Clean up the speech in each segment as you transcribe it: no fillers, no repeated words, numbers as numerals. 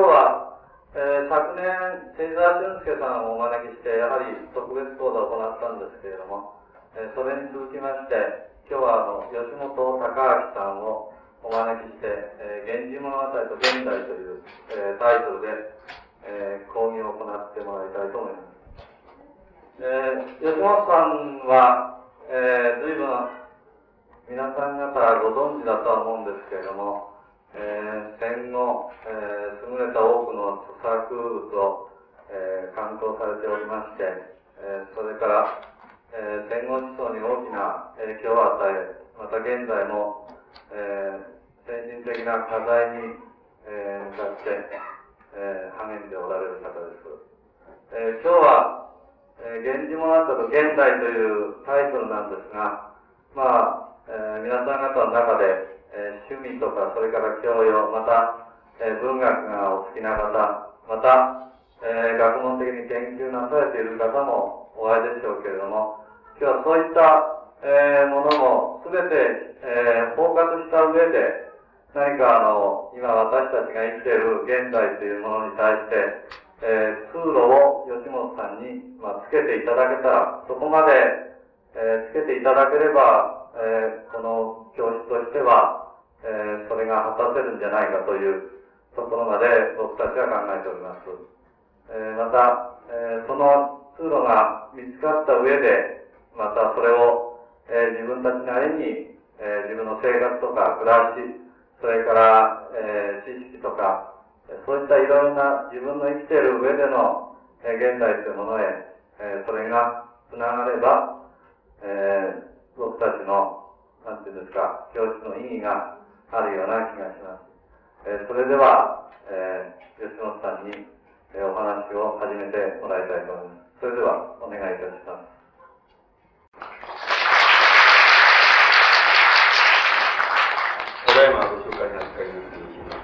日は、昨年、芹沢俊介さんをお招きして、やはり特別講座を行ったんですけれども、それに続きまして、今日は吉本隆明さんをお招きして、源氏物語と現代という、タイトルで、講義を行ってもらいたいと思います。吉本さんは、随分皆さん方ご存知だとは思うんですけれども、戦後、優れた多くの著作物を、刊行されておりまして、それから、戦後思想に大きな影響を与え、また現在も、先進的な課題に、向かって、励んでおられる方です。今日は、源氏物語と現代というタイトルなんですが、皆さん方の中で、趣味とか、それから教養、また、文学がお好きな方、また、学問的に研究なされている方もお会いでしょうけれども、今日はそういった、ものもすべて、包括した上で、何か今私たちが生きている現代というものに対して、通路を吉本さんに、つけていただけたら、そこまで、つけていただければ、この教室としては、それが果たせるんじゃないかというところまで僕たちは考えております。また、その通路が見つかった上で、またそれを、自分たちなりに、自分の生活とか暮らし、それから、知識とか、そういったいろいろな自分の生きている上での、現代というものへ、それがつながれば、僕たちの、なんていうんですか、教室の意義があるような気がします。それでは、吉本さんに、お話を始めてもらいたいと思います。それでは、お願いいたします。 ただいまご紹介に預かります。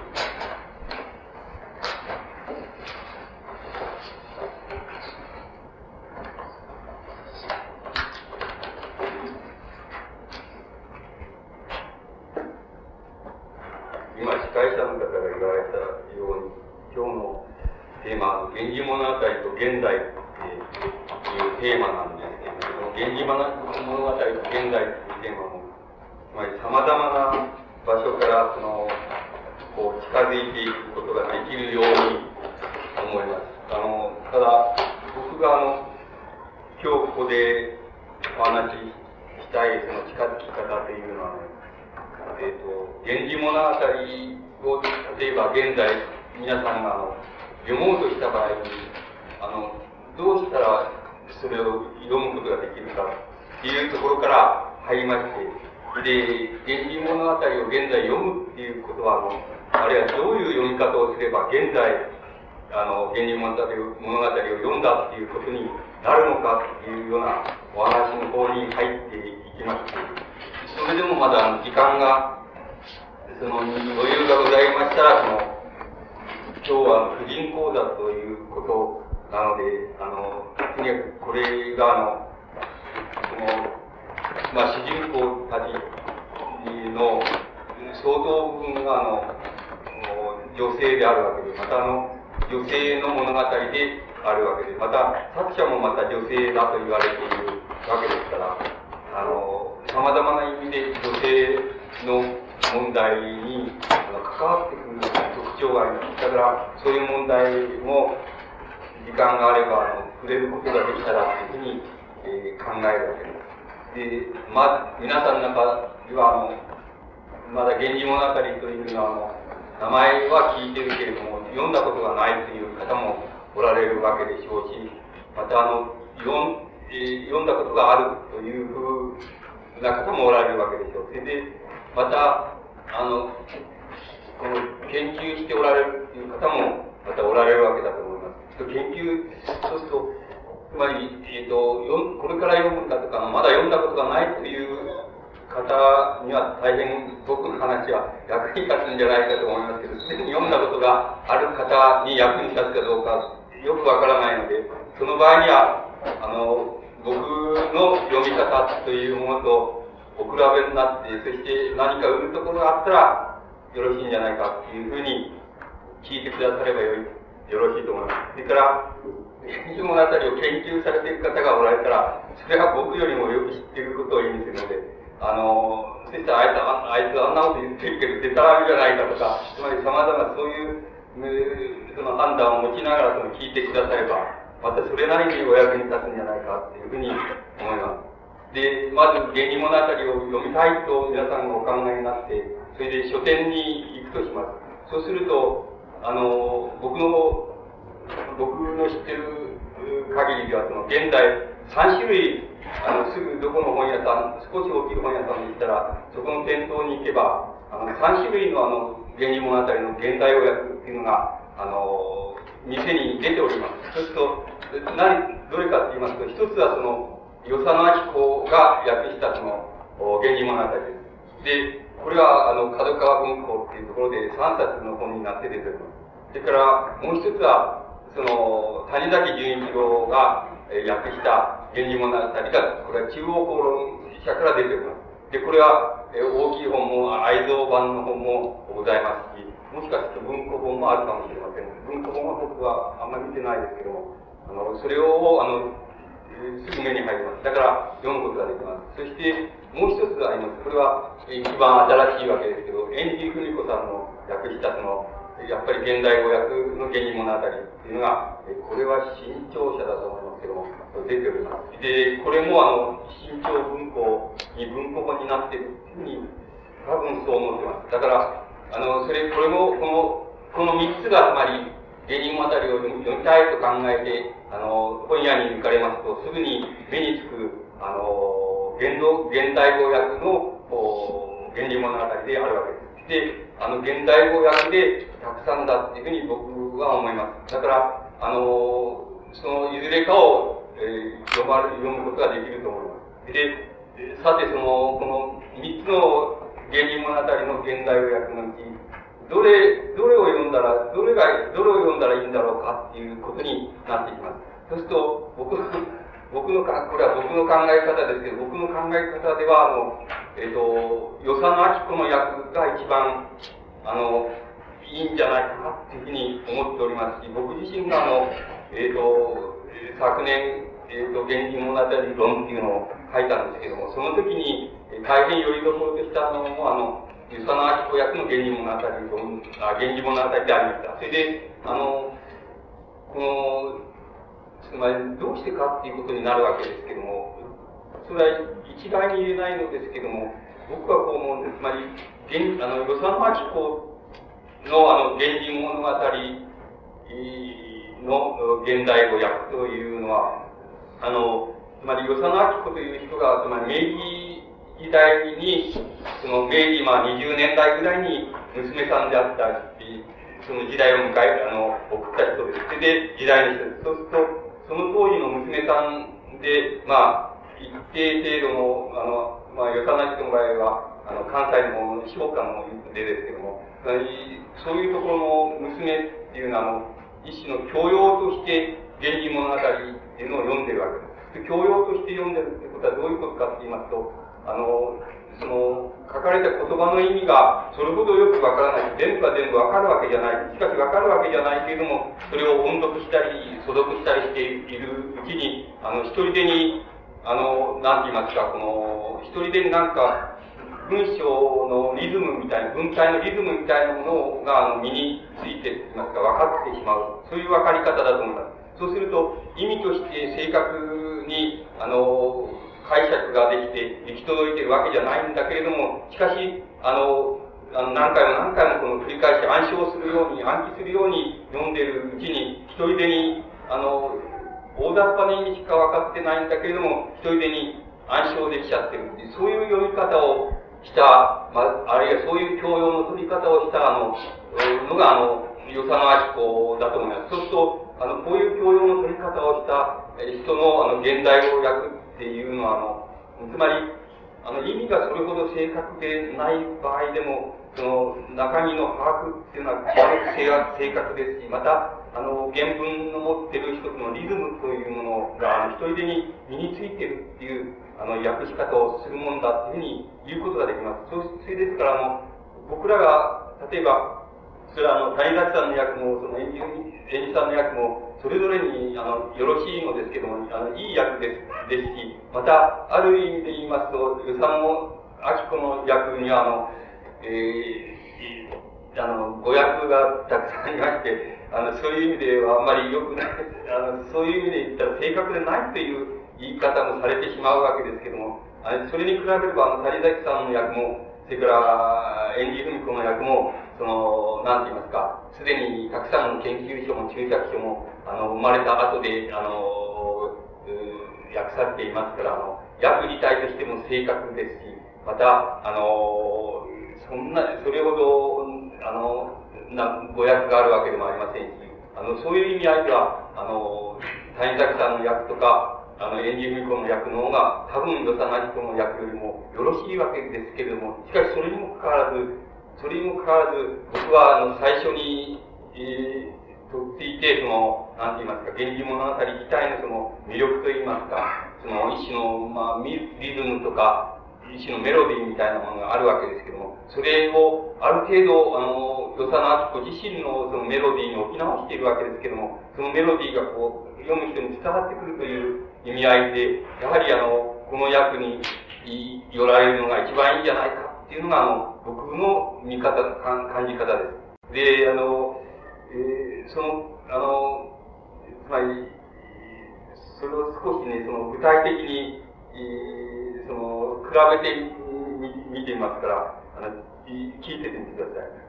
今、司会者の方が言われたように、今日のテーマは、源氏物語と現代っていうテーマなんですけれども、源氏物語と現代っていうテーマも、つまり様々な場所からこう近づいていくことができるように思います。ただ、僕が今日ここでお話ししたいその近づき方というのはね、源氏物語を例えば現在皆さんが読もうとした場合にどうしたらそれを読むことができるかっていうところから入りまして、で、源氏物語を現在読むっていうことはあるいはどういう読み方をすれば現在源氏物語を読んだっていうことになるのかっていうようなお話の方に入っていきます。それでもまだ時間が余裕がございましたら今日は婦人講座ということなのでとにかくこれが主人公たちの相当部分が女性であるわけで、また女性の物語であるわけで、また作者もまた女性だと言われているわけですから、様々な意味で女性の問題に関わってくる特徴があります。だからそういう問題も時間があれば触れることができたらというふうに、考えるわけです。で、皆さんの中にはまだ源氏物語というのは名前は聞いてるけれども読んだことがないという方もおられるわけでしょうし、また読んだことがあるというふうな方もおられるわけでしょう。それでまたこの研究しておられるという方もまたおられるわけだと思います。研究そうするとつまり、これから読むんだとか、まだ読んだことがないという方には大変僕の話は役に立つんじゃないかと思いますけど、すでに読んだことがある方に役に立つかどうかよくわからないので、その場合には、僕の読み方というものとお比べになって、そして何か売るところがあったらよろしいんじゃないかというふうに聞いてくださればよろしいと思います。それから、源氏物語を研究されている方がおられたら、それは僕よりもよく知っていることを意味するので、そしたらあいつあんなこと言ってるけど、でたらめじゃないかとか、つまり様々そういう、その判断を持ちながら聞いてくだされば、またそれなりにお役に立つんじゃないかっていうふうに思います。で、まず、源氏物語を読みたいと皆さんがお考えになって、それで書店に行くとします。そうすると、僕の知ってる限りでは、現代3種類、すぐどこの本屋さん、少し大きい本屋さんに行ったら、そこの店頭に行けば、3種類の源氏物語の現代語訳っていうのが、店に出ております。そうすると、どれかって言いますと、一つは与謝野晶子が訳した源氏物語です。で、これは角川文庫っていうところで3冊の本になって出ております。それから、もう一つは、谷崎潤一郎が訳した源氏物語が、これは中央公論社から出ております。で、これは大きい本も、愛蔵版の本もございますし、もしかすると文庫本もあるかもしれません。文庫本は僕はあんまり見てないですけども、それを、すぐ目に入ります。だから読むことができます。そして、もう一つあります。これは一番新しいわけですけど、遠藤文子さんの訳したやっぱり現代語訳の源氏物語っていうのが、これは新潮社だと思いますけども、出ております。で、これも新潮文庫に文庫本になっているっていうふうに、多分そう思ってます。だから、これも、この三つが、つまり、源氏物語を読みたいと考えて、本屋に行かれますと、すぐに目につく、現代語訳の、源氏物語であるわけです。で、現代語訳でたくさんだっていうふうに僕は思います。だから、いずれかを、読むことができると思います。で、さて、この三つの源氏物語の現代語訳のうち、どれを読んだらいいんだろうかっていうことになってきます。そうすると、これは僕の考え方ですけど、僕の考え方では、与謝野晶子の訳が一番、いいんじゃないかなっていうふうに思っておりますし、僕自身が昨年、源氏物語論っていうのを書いたんですけども、その時に大変よりどころとしたのも、与謝野晶子役の源氏物語でありました。それで、つまり、どうしてかっていうことになるわけですけども、それは一概に言えないのですけども、僕はこう思うんです。つまり、与謝野晶子の源氏物語の現代語訳というのは、つまり、与謝野晶子という人が、つまり、明治時代に、明治20年代ぐらいに娘さんであったし、その時代を送った人です。それで、時代の人です。そうすると、その当時の娘さんで、一定程度の、与謝野晶子の場合は、関西の方の商家の例ですけども、そういうところの娘っていうのは、一種の教養として、源氏物語っていうのを読んでるわけです。教養として読んでるってことはどういうことかって言いますと、書かれた言葉の意味がそれほどよくわからない。全部が全部わかるわけじゃない。しかしわかるわけじゃないけれども、それを音読したり、素読したりしているうちに、一人でに、なんて言いますか、一人でになんか、文章のリズムみたいな、文体のリズムみたいなものが、身について、言いますか、分かってしまう。そういう分かり方だと思います。そうすると、意味として正確に、解釈ができて、行き届いているわけじゃないんだけれども、しかし、何回もこの繰り返し暗記するように読んでいるうちに、一人でに、大雑把な意味しか分かってないんだけれども、一人でに暗唱できちゃってるっていう、そういう読み方をした、あるいはそういう教養の取り方をしたのが、与謝野晶子だと思います。そうすると、こういう教養の取り方をした人の、現代語訳っていうのは、つまり、意味がそれほど正確でない場合でも、その中身の把握っていうのは正確ですし、また、原文の持っている一つのリズムというものが、一人でに身についているっていう、訳し方をするもんだっていうふうに言うことができます。それですから、僕らが、例えば、 それは谷崎さんの役も、その演じさんの役も、それぞれに、よろしいのですけども、いい役ですし、また、ある意味で言いますと、与謝野明子の役には、語訳がたくさんありまして、そういう意味ではあんまり良くない、そういう意味で言ったら正確でないという言い方もされてしまうわけですけども、それに比べれば、谷崎さんの役も、それから、演じ文子の役も、なんて言いますか、すでにたくさんの研究所も注釈書も、生まれた後で、訳されていますから、訳自体としても正確ですし、また、それほど、語訳があるわけでもありませんし、そういう意味合いでは、谷崎さんの役とか、演じ文子の役の方が、多分、与謝野明子の役よりもよろしいわけですけれども、しかしそれにもかかわらず、僕は、最初に、とっていて、なんて言いますか、源氏物語自体の魅力と言いますか、一種の、リズムとか、一種のメロディーみたいなものがあるわけですけども、それを、ある程度、与謝野明子自身のメロディーに置き直しているわけですけども、そのメロディーが読む人に伝わってくるという意味合いで、やはりこの役によられるのが一番いいんじゃないかっていうのが、僕の見方、感じ方です。で、つまり、それを少しね、具体的に、比べて見てみますから、聞いてみてください。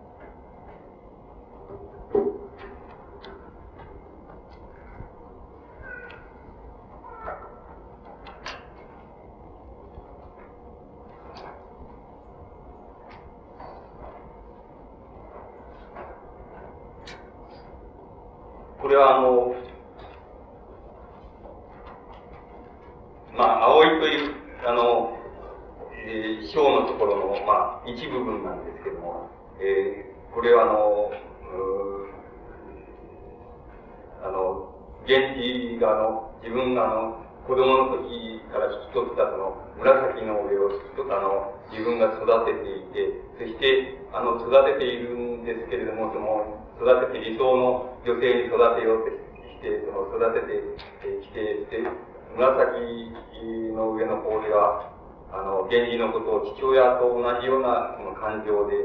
これは葵という、章のところの、一部分なんですけども、これは源氏が自分が子供の時から引き取った紫の上を自分が育てていて、そして、育てているんですけれども、育てて理想の女性に育てようとして、育ててきて、紫の上の方では、源氏のことを父親と同じような感情で、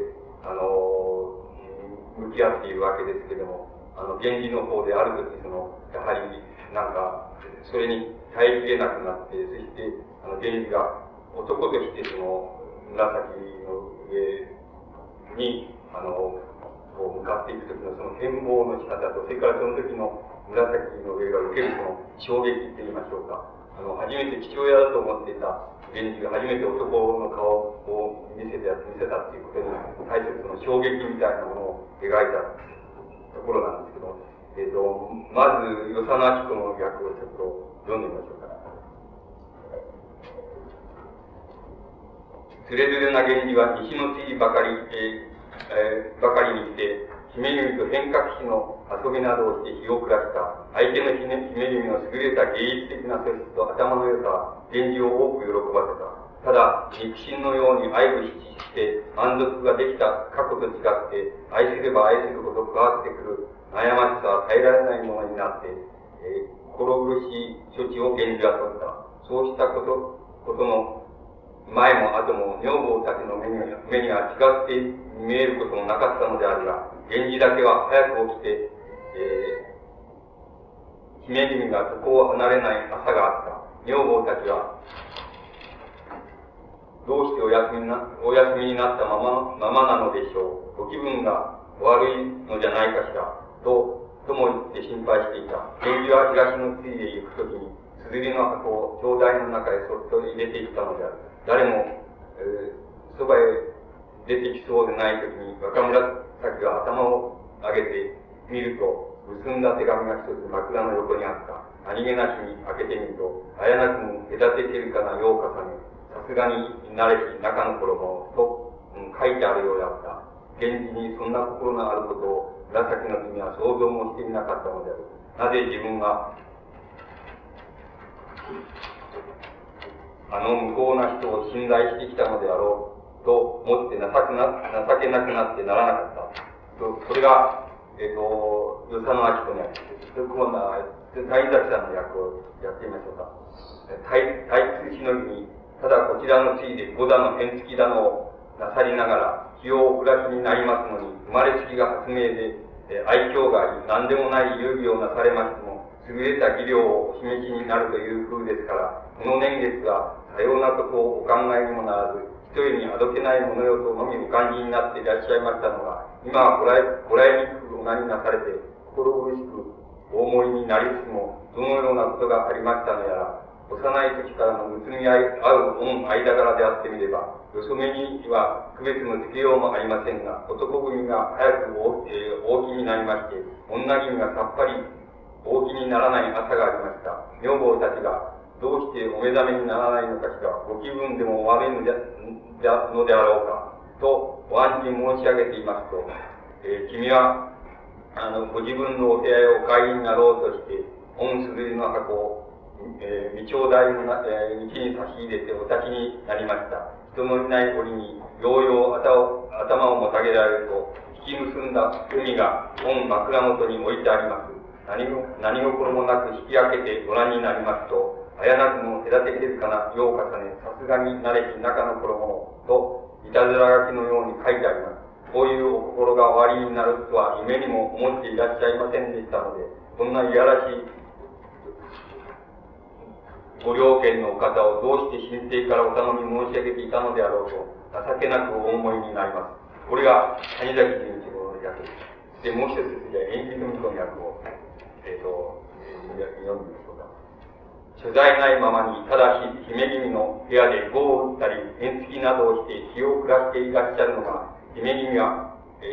向き合っているわけですけれども、源氏の方であるとき、やはり、それに耐えきれなくなって、そして、源氏が男として紫の上に、向かっていくときの変貌の仕方と、それからその時の紫の上が受ける衝撃って言いましょうか。初めて父親だと思っていた源氏が初めて男の顔を見せたっていうことに対する衝撃みたいなものを描いたところなんですけど、まず、与謝野明子の役をちょっと読んでみましょうか。つれづれな源氏は西の地ばかりにして、姫君と変革師の遊びなどをして日を暮らした。相手の姫君の優れた芸術的な素質と頭の良さは、源氏を多く喜ばせた。ただ、肉親のように愛をして満足ができた過去と違って、愛すれば愛するほど加わってくる悩ましさは耐えられないものになって、心苦しい処置を源氏は取った。そうしたことの前も後も女房たちの目には違って見えることもなかったのであるが、源氏だけは早く起きて、姫君がそこを離れない朝があった。女房たちは、どうしてお休みになったままなのでしょう。ご気分が悪いのじゃないかしら。とも言って心配していた。源氏は東の地へ行くときに、すずりの箱を帳台の中へそっと入れていったのである。誰も、そばへ出てきそうでないときに、若紫が頭を上げてみると、結んだ手紙が一つ枕の横にあった。何気なしに開けてみると、あやなくも隔ててるかなよう重ね、さすがに慣れし中の衣と、書いてあるようであった。源氏にそんな心のあることを、紫の君は想像もしていなかったのである。なぜ自分が、無謀な人を信頼してきたのであろうと思って情けなくなってならなかった。 それが、与謝野明子にあります。今度は、谷崎さんの役をやってみましょうか。退屈しのぎに、ただこちらの地位で五だの変付きだのをなさりながら、気をお暮らしになりますのに、生まれつきが発明で、愛嬌があり、何でもない遊戯をなされましても、優れた技量をお示しになるという風ですから、この年月は、さようなことをお考えにもならず、一重にあどけないものよとのみお感じになっていらっしゃいましたのが、今はご来にくくおなになされて、心苦しく大盛りになりつつも、どのようなことがありましたのやら、幼い時からの結び合う恩間柄であってみれば、よそ目には区別のつけようもありませんが、男組が早く大きになりまして、女君がさっぱり大きにならない朝がありました。女房たちが、どうしてお目覚めにならないのかしら、ご気分でも悪いのであろうか、とお安心申し上げていますと、君は、ご自分のお部屋へお帰りになろうとして、恩するの箱を、未頂戴の道に差し入れてお立ちになりました。人のいない折に、ようよう頭をもたげられると、引き結んだ海が本枕元に置いてあります。何心もなく引き開けてご覧になりますと、あやなくも隔て静かな世を重ね、さすがに慣れし中の衣と、いたずら書きのように書いてあります。こういうお心がおありになるとは夢にも思っていらっしゃいませんでしたので、こんないやらしいご了見のお方をどうして神聖からお頼み申し上げていたのであろうと、情けなくお思いになります。これが谷崎潤一郎の役です。で、もう一つ、じゃあ、演じ文庫の役を、読んでみましょうか。所在ないままに、ただし、姫君の部屋で碁を打ったり、変付きなどをして気を暮らしていらっしゃるのが、姫君は、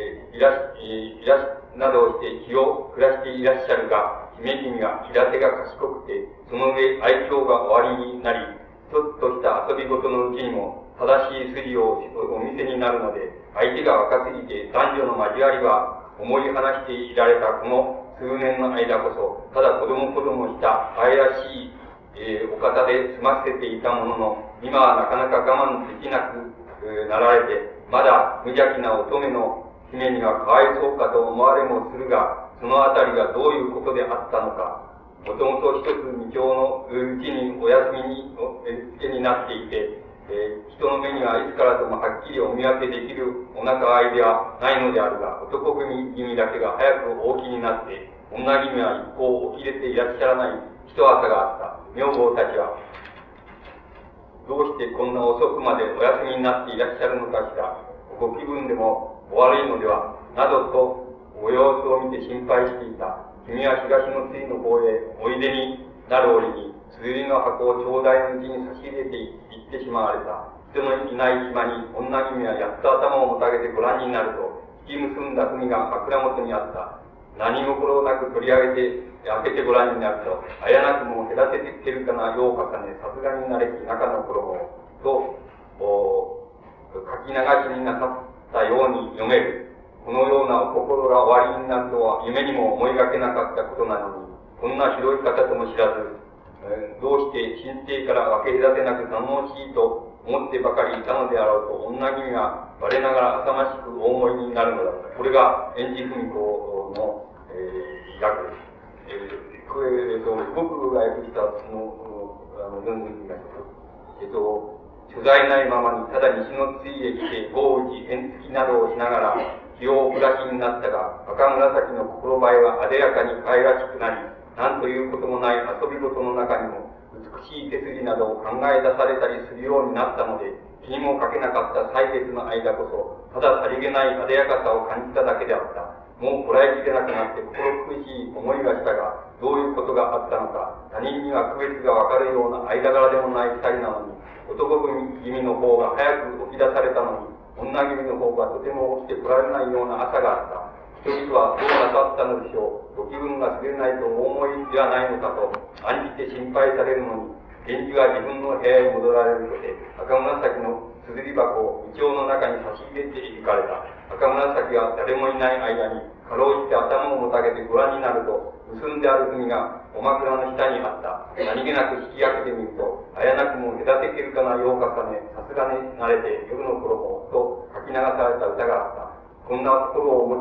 などをして気を暮らしていらっしゃるが、姫君は平手が賢くて、その上愛嬌がおありになり、ちょっとした遊び事のうちにも正しい筋をお見せになるので、相手が若すぎて男女の交わりは思い離していられたこの数年の間こそ、ただ子供した愛らしい、お方で済ませていたものの、今はなかなか我慢できなくなられて、まだ無邪気な乙女の姫にはかわいそうかと思われもするが、そのあたりがどういうことであったのか、もともと一つ未教のうちにお休みに、付けになっていて、人の目にはいつからともはっきりお見分けできるお腹合いではないのであるが、男君だけが早く大きになって、女君は一向起きれていらっしゃらない一朝があった。女房たちは、どうしてこんな遅くまでお休みになっていらっしゃるのかしら、ご気分でもお悪いのでは、などとご様子を見て心配していた。君は東の水の方へおいでになる折に、綴りの箱を頂戴のうちに差し入れていってしまわれた。人のいない島に女君はやっと頭をもたげてご覧になると、引き結んだ文が枕元にあった。何心なく取り上げて、開けてご覧になると、あやなくも隔ててるかな世を重ね、さすがに慣れし中の衣と、書き流しになさったように読める。このようなお心がおありになるとは夢にも思いがけなかったことなのに、こんな広い方とも知らず、どうして神聖から分け隔てなく頼もしいと思ってばかりいたのであろうと、女君が我ながら浅ましくお思いになるのだった。これが演じ文庫の、役です。これ、僕が訳した読んでみましょう。所在ないままにただ西の水へ来て豪雨変付きなどをしながら気を暮らしになったが、赤紫の心映えは艶やかに可愛らしくなり、なんということもない遊び事の中にも美しい手筋などを考え出されたりするようになったので、気にもかけなかった歳月の間こそ、たださりげない艶やかさを感じただけであった。もうこらえきれなくなって心苦しい思いがしたが、どういうことがあったのか、他人には区別がわかるような間柄でもない二人なのに、男君の方が早く起き出されたのに、女君の方がとても起きてこられないような朝があった。人々はどうなさったのでしょう。ご気分が優れないとお思いではないのかと案じて心配されるのに、源氏は自分の部屋へ戻られるとで、赤紫の綴り箱を道の中に差し入れて行かれた。赤紫は誰もいない間に、かろうじて頭をもたげてご覧になると、結んである文がお枕の下にあった。何気なく引き開けてみると、あやなくも隔てけるかな世を重ね、さすがに慣れて夜の衣と書き流された歌があった。こんな心を持つとは夢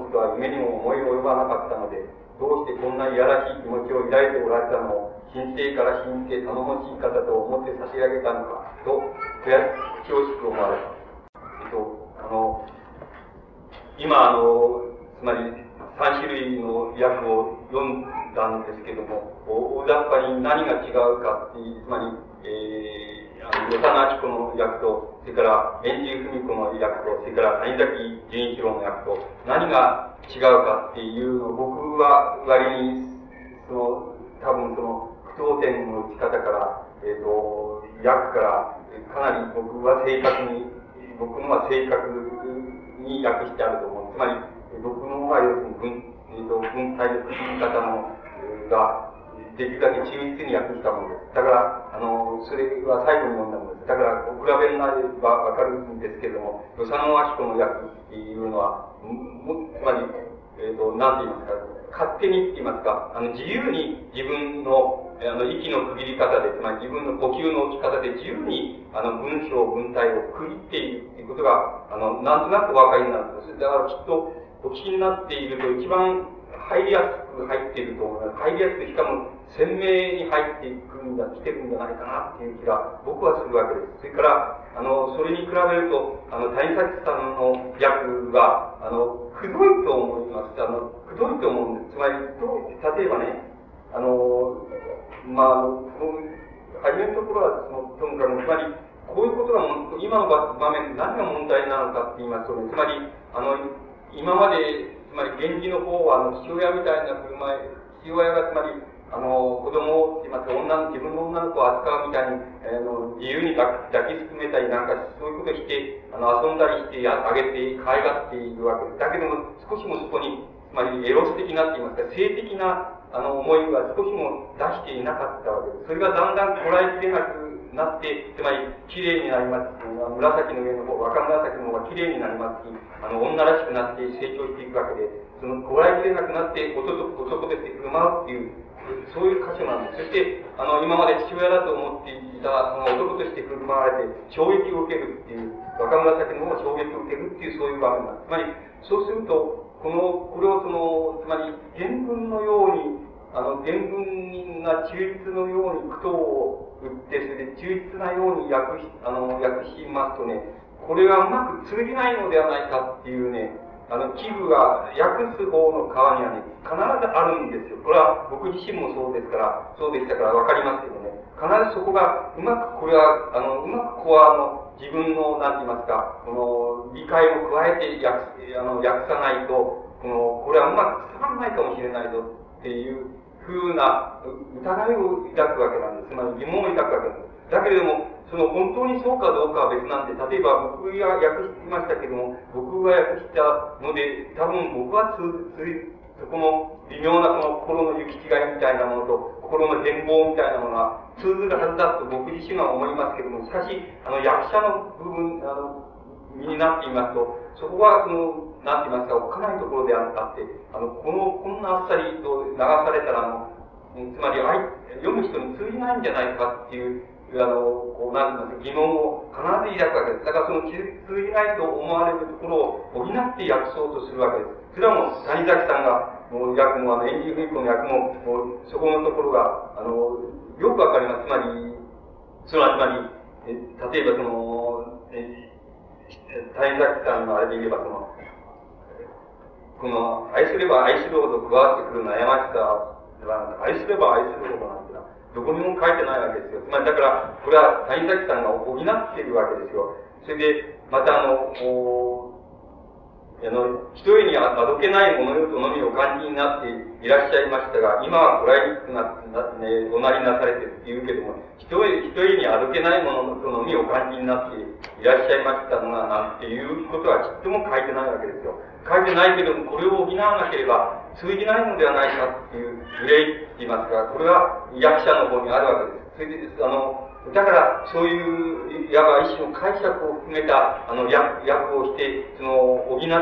目にも思い及ばなかったので、どうしてこんないやらしい気持ちを抱いておられたのを、神聖から神聖頼もしい方と思って差し上げたのか、と、悔しく思われた。今、つまり、3種類の訳を読んだんですけども、大雑把に何が違うかっていう、つまり、与謝野明子の訳と、それから円珠文子の訳と、それから谷崎潤一郎の訳と、何が違うかっていうのを、僕は割に、多分句読点の打ち方から、訳から、かなり僕は正確に、僕のは正確に訳してあると思う。つまり、僕のは要するに文体の区切り方のが、できるだけ緻密に訳したものです。だから、それは最後に読んだものです。だから、比べるなればわかるんですけれども、与謝野明子の訳っていうのは、つまり、なんて言いますか、勝手にって言いますか、自由に自分の、息の区切り方で、つまり自分の呼吸の置き方で自由に、文章、文体を区切っているということが、なんとなくお分かりになるんです。だからきっと、お聞きになっていると一番入りやすく入っていると思います。入りやすく、しかも鮮明に入ってきてるんじゃないかなっていう気が僕はするわけです。それから、それに比べると、谷崎さんの訳が、くどいと思います。くどいと思うんです。つまり、例えばね、初めのところは、ともかく、つまり、こういうことが、今の場面、何が問題なのかって言いますとね、つまり、今まで、つまり、源氏の方は、父親みたいな振る舞い、父親がつまり、子供って言いますか、自分の女の子を扱うみたいに、自由に抱きすくめたりなんか、そういうことして、遊んだりしてあげて、可愛がっているわけです。だけども、少しもそこに、つまり、エロス的なって言いますか、性的な、思いは少しも出していなかったわけです。それがだんだんこらえきれなくなって、つまり、綺麗になりますし、紫の上の方、若紫の方が綺麗になりますし、女らしくなって成長していくわけで、こらえきれなくなって、男として振る舞うっていう、そういう箇所なんです。そして、今まで父親だと思っていた、男として振る舞われて、衝撃を受けるっていう、若紫の方が衝撃を受けるっていう、そういう場面なんです。つまり、そうすると、これをつまり、原文のように、原文が忠実のように句読を打って、それで忠実なように訳しますとね、これがうまく通じないのではないかっていうね、器具が訳す方の側にはね、必ずあるんですよ。これは僕自身もそうでしたからわかりますけどね、必ずそこがうまくこれは、うまくこう自分の、なんて言いますか、理解を加えて訳さないと、これはうまく伝わらないかもしれないぞっていう風な疑いを抱くわけなんです。つまり疑問を抱くわけなんです。だけれども、本当にそうかどうかは別なんで、例えば僕が訳していましたけども、僕が訳したので、多分僕はそこの微妙な心の行き違いみたいなものと、心の変貌みたいなものが通ずるはずだと僕自身は思いますけども、しかし、役者の部分、になっていますと、そこは、なんて言いますか、おっかないところであって、こんなあっさりと流されたら、つまり、読む人に通じないんじゃないかっていう、なんて言いますか、疑問を必ず抱くわけです。だから通じないと思われるところを補って訳そうとするわけです。それはもう、谷崎さんが、訳も、円珠文庫の訳も、そこのところが、よくわかります。つまり、例えば谷崎さんのあれで言えば、愛すれば愛するほど加わってくる悩ましさは、愛すれば愛するほどなんてのは、どこにも書いてないわけですよ。つまりだから、これは谷崎さんが補っているわけですよ。それで、また一重にあどけないものよとのみお感じになっていらっしゃいましたが、今はこらえにくくなってね、おなりなされてるって言うけども、一重にあどけないものとのみお感じになっていらっしゃいましたのが、なんていうことはちっとも書いてないわけですよ。書いてないけども、これを補わなければ通じないのではないかっていう憂いって言いますか、これは役者の方にあるわけです。それで、だから、そういう、いわば一種の解釈を含めた、訳をして、補うわけです。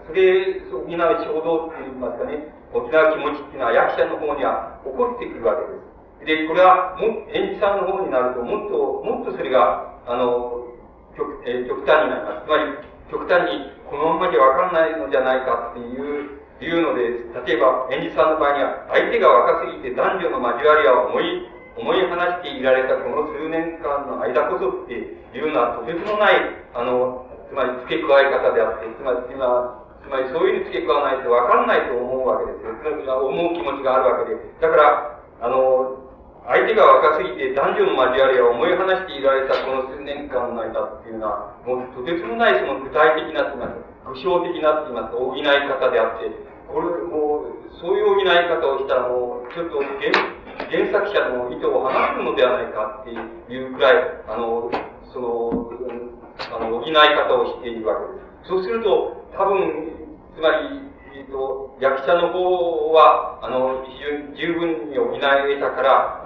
それ、補う衝動って言いますかね、補う気持ちっていうのは役者の方には起こってくるわけです。で、これは、演じさんの方になると、もっとそれが、極端になります。つまり、 極端にこのままじゃわからないのじゃないかっていうので、例えば、演じさんの場合には、相手が若すぎて男女の交わりや思い話していられたこの数年間の間こそっていうのはとてつもない、つまり付け加え方であって、つまりそういうに付け加わないとわからないと思うわけですよ。つまり思う気持ちがあるわけで。だから、相手が若すぎて男女の交わりや思い話していられたこの数年間の間っていうのは、もうとてつもないその具体的なと言いますか、具象的なと言いますか、補い方であって、これもう、そういう補い方をしたらもう、ちょっと原作者の意図を離すのではないかっていうくらい、補い方をしているわけです。そうすると、多分、つまり、役者の方は、十分に補えたから、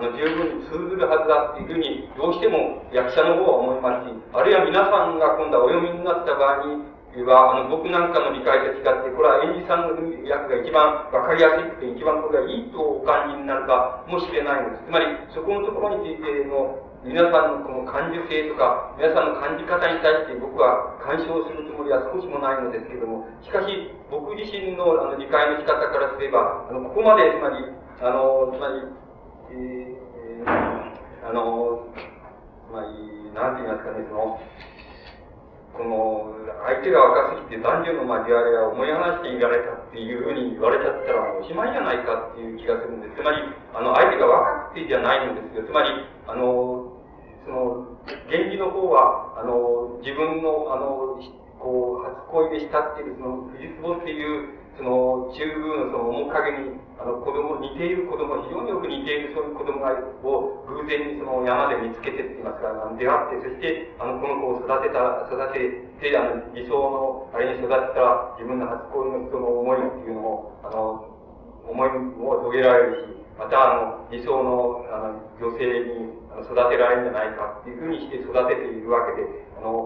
十分に通ずるはずだっていうふうに、どうしても役者の方は思いますし、あるいは皆さんが今度はお読みになった場合には、僕なんかの理解と違って、これは演じさんの役が一番わかりやすくて、一番これがいいとお感じになるかもしれないのです。つまり、そこのところについての、皆さんのこの感受性とか、皆さんの感じ方に対して僕は干渉するつもりは少しもないのですけれども、しかし、僕自身の理解の仕方からすれば、ここまで、つまり、なんて言いますかね、この、相手が若すぎて男女の交わりや思い話していられたっていうふうに言われちゃったらもうおしまいじゃないかっていう気がするんです。つまり、相手が若くてじゃないのですよ。つまり、源氏の方は、自分の、初恋で慕っている、藤壺っていう、中宮の面影に、似ている子供、非常によく似ているそういう子供を偶然に山で見つけてって言いますか、出会って、そして、この子を育てて、理想の、あれに育てたら、自分の初恋の人の思いっていうのを、思いも遂げられるし、また、理想の、女性に育てられるんじゃないかっていうふうにして育てているわけで、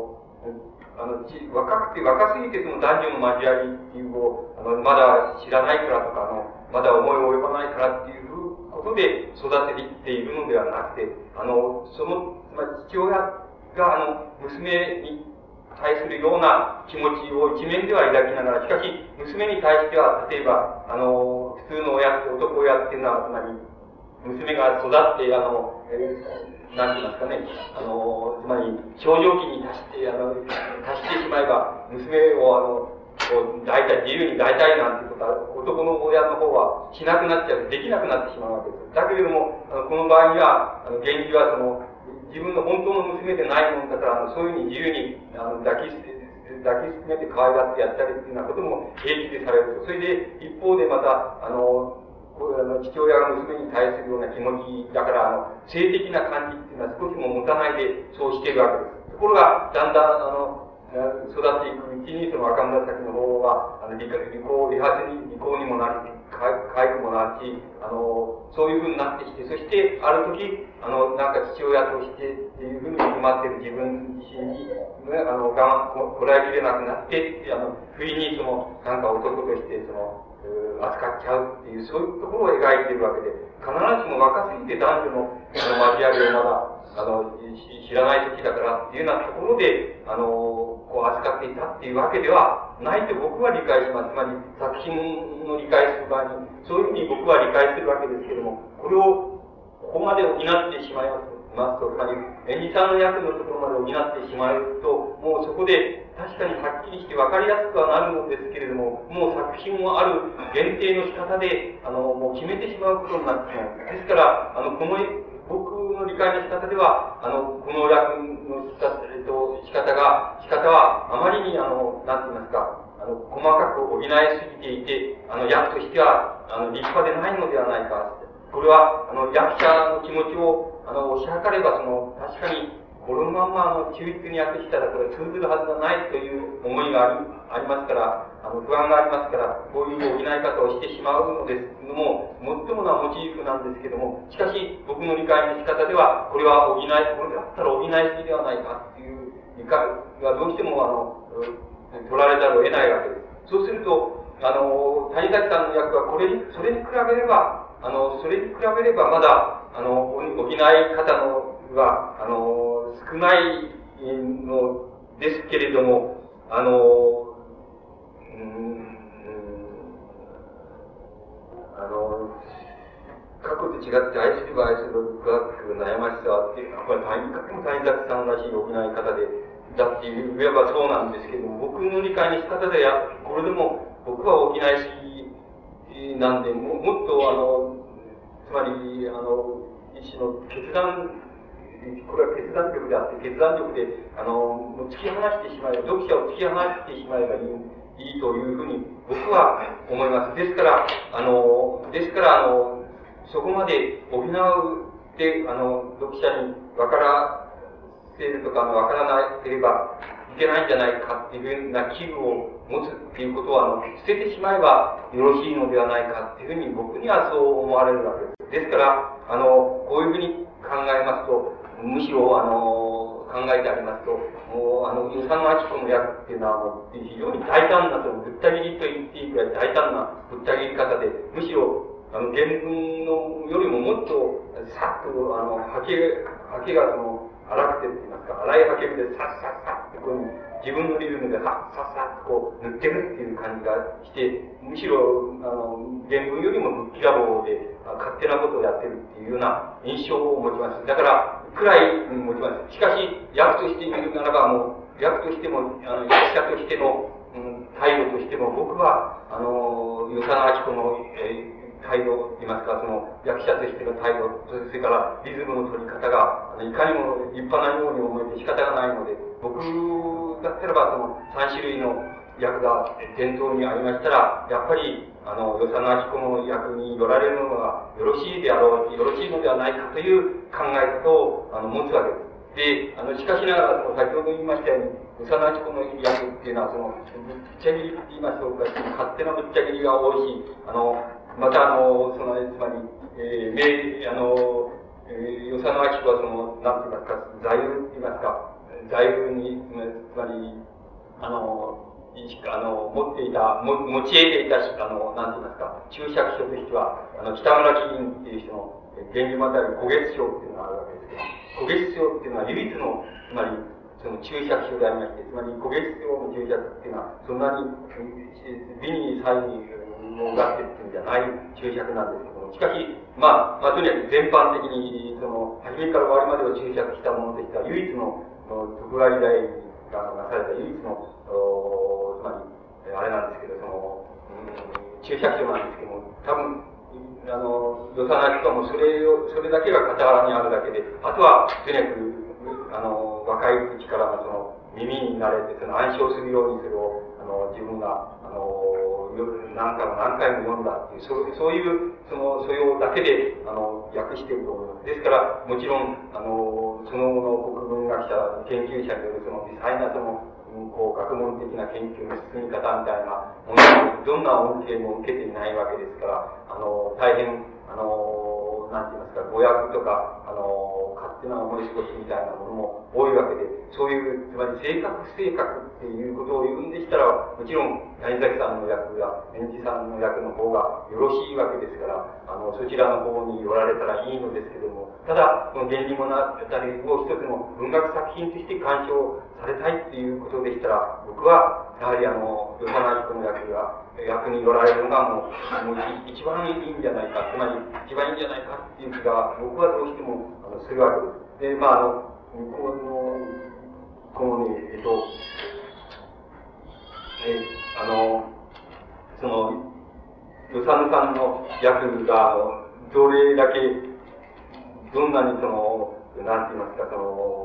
若すぎてその男女の交わりっていうのを、まだ知らないからとか、まだ思い及ばないからっていうことで育てていっているのではなくて、つまり父親が、娘に対するような気持ちを一面では抱きながら、しかし、娘に対しては、例えば、普通の男親っていうのは、つまり、娘が育って、なんて言いますかね、つまり、少女期に達してしまえば、娘を、大体、自由に抱いたいなんていうことは、男の親の方はしなくなっちゃう、できなくなってしまうわけです。だけれども、この場合には、源氏は自分の本当の娘でないもんだから、そういうふうに自由に抱きしめて可愛がってやったりっていうようなことも平気でされると。それで、一方でまた、父親が娘に対するような気持ちだから、性的な感じっていうのは少しも持たないでそうしているわけです。ところが、だんだん、育っていくうちに、若紫の方は、離婚にもなるし、介護もなるし、そういうふうになってきて、そして、ある時、なんか父親としてっていうふうに思っている自分自身に、こらえきれなくなって、不意になんか男として、扱っちゃうっていう、そういうところを描いているわけで、必ずしも若すぎて男女の交わりをまだ、知らない時だからっていうようなところで、扱っていたっていうわけではないと僕は理解します。つまり、作品の理解する場合に、そういうふうに僕は理解するわけですけれども、これを、ここまで補ってしまいますと、つまり、演じさんの役のところまで補ってしまうと、もうそこで、確かにはっきりして分かりやすくはなるのですけれども、もう作品もある限定の仕方で、もう決めてしまうことになってしまう。ですから、僕の理解の仕方では、この役の仕方は、あまりに、なんて言いますか、細かく補いすぎていて、役としては、立派でないのではないか。これは、役者の気持ちを、推し量れば、確かに、このまんま、忠実に訳したら、これ通ずるはずがないという思いがありますから、不安がありますから、こういう補い方をしてしまうのですのも、最もなモチーフなんですけども、しかし、僕の理解の仕方では、これだったら補いすぎではないかっていう理解がどうしても、取られざるを得ないわけです。そうすると、谷崎さんの役はそれに比べれば、まだ、補い方が、少ないのですけれども、 過去と違って愛すれば愛するが悩ましさっていうのは、これ大変沢さんらしい補い方で、だって言えばそうなんですけども、僕の理解の仕方でこれでも僕は補い師なんで、もっとつまり、一種の決断、これは決断力であって、決断力で、もう突き放してしまえば、読者を突き放してしまえばいいというふうに僕は思います。ですから、そこまで補うって、読者に分からせるとか、分からなければいけないんじゃないかっていうふうな危惧を持つっていうことは、捨ててしまえばよろしいのではないかっていうふうに僕にはそう思われるわけです。ですから、こういうふうに考えますと、むしろ、考えてありますと、もう、与謝野晶子の役っていうのは、もう、非常に大胆な、ぶった切りと言っていいくらい大胆なぶった切り方で、むしろ、原文のよりももっと、さっと、刷毛が荒くてって言いますか、荒い刷毛でさっさっさってこういう自分のリズムでさっさっさっとこう塗ってるっていう感じがして、むしろ、原文よりもぶっきらぼうで、勝手なことをやってるっていうような印象を持ちます。だから、くらい持ちます。しかし、役として見るならば、もう、役としても、役者としての、態度としても、僕は、与謝野晶子の、態度といいますか、役者としての態度、それからリズムの取り方が、いかにも立派なように思えて仕方がないので、僕だったらば、3種類の役が店頭にありましたら、やっぱり、与謝野晶子の役によられるのがよろしいであろう、よろしいのではないかという考え方を、持つわけです。で、しかしながら、先ほど言いましたように、与謝野晶子の役っていうのは、ぶっちゃ切りって言いましょうか、勝手なぶっちゃ切りが多いし、また、つまり、与謝野晶子はなんて言いますか、座右って言いますか、座右に、つまり、持っていた、持ち得ていた、なんて言いますか、注釈書としては、北村貴人っていう人の、源氏物語古月書っていうのがあるわけですけど、古月書っていうのは唯一の、つまり、注釈書でありまして、つまり古月書の注釈っていうのは、そんなに美に細にもがってっていうんじゃない注釈なんですけども、しかし、とにかく全般的に、初めから終わりまでを注釈したものとしては、唯一の、徳川時代がなされた唯一の、つまり、あれなんですけど、注釈書なんですけども、多分、与謝野晶子もそれだけが傍らにあるだけで、あとは、とにかく、若い時から耳に慣れて、暗唱するようにそれを、自分が、何回も読んだっていう、そういう、素養だけで、訳していると思います。ですから、もちろん、その後の国文学者、研究者による微細な学問的な研究の進み方みたいなものを、どんな恩恵も受けていないわけですから、大変、なんて言いますか、語訳とか、勝手な思い過ごしみたいなものも多いわけで、そういう、つまり正確不正確っていうことを言うんでしたら、もちろん、谷崎さんの役が、源氏さんの役の方がよろしいわけですから、そちらの方に寄られたらいいのですけども、ただ、この源氏物語を一つの文学作品として鑑賞されたいっていうことでしたら、僕は、やはり与謝野晶子の役に寄られるのがもう一番いいんじゃないか、つまり一番いいんじゃないかっていう気が、僕はどうしてもするわけです。で、このね、与謝野さんの役が、どれだけ、どんなになんて言いますか、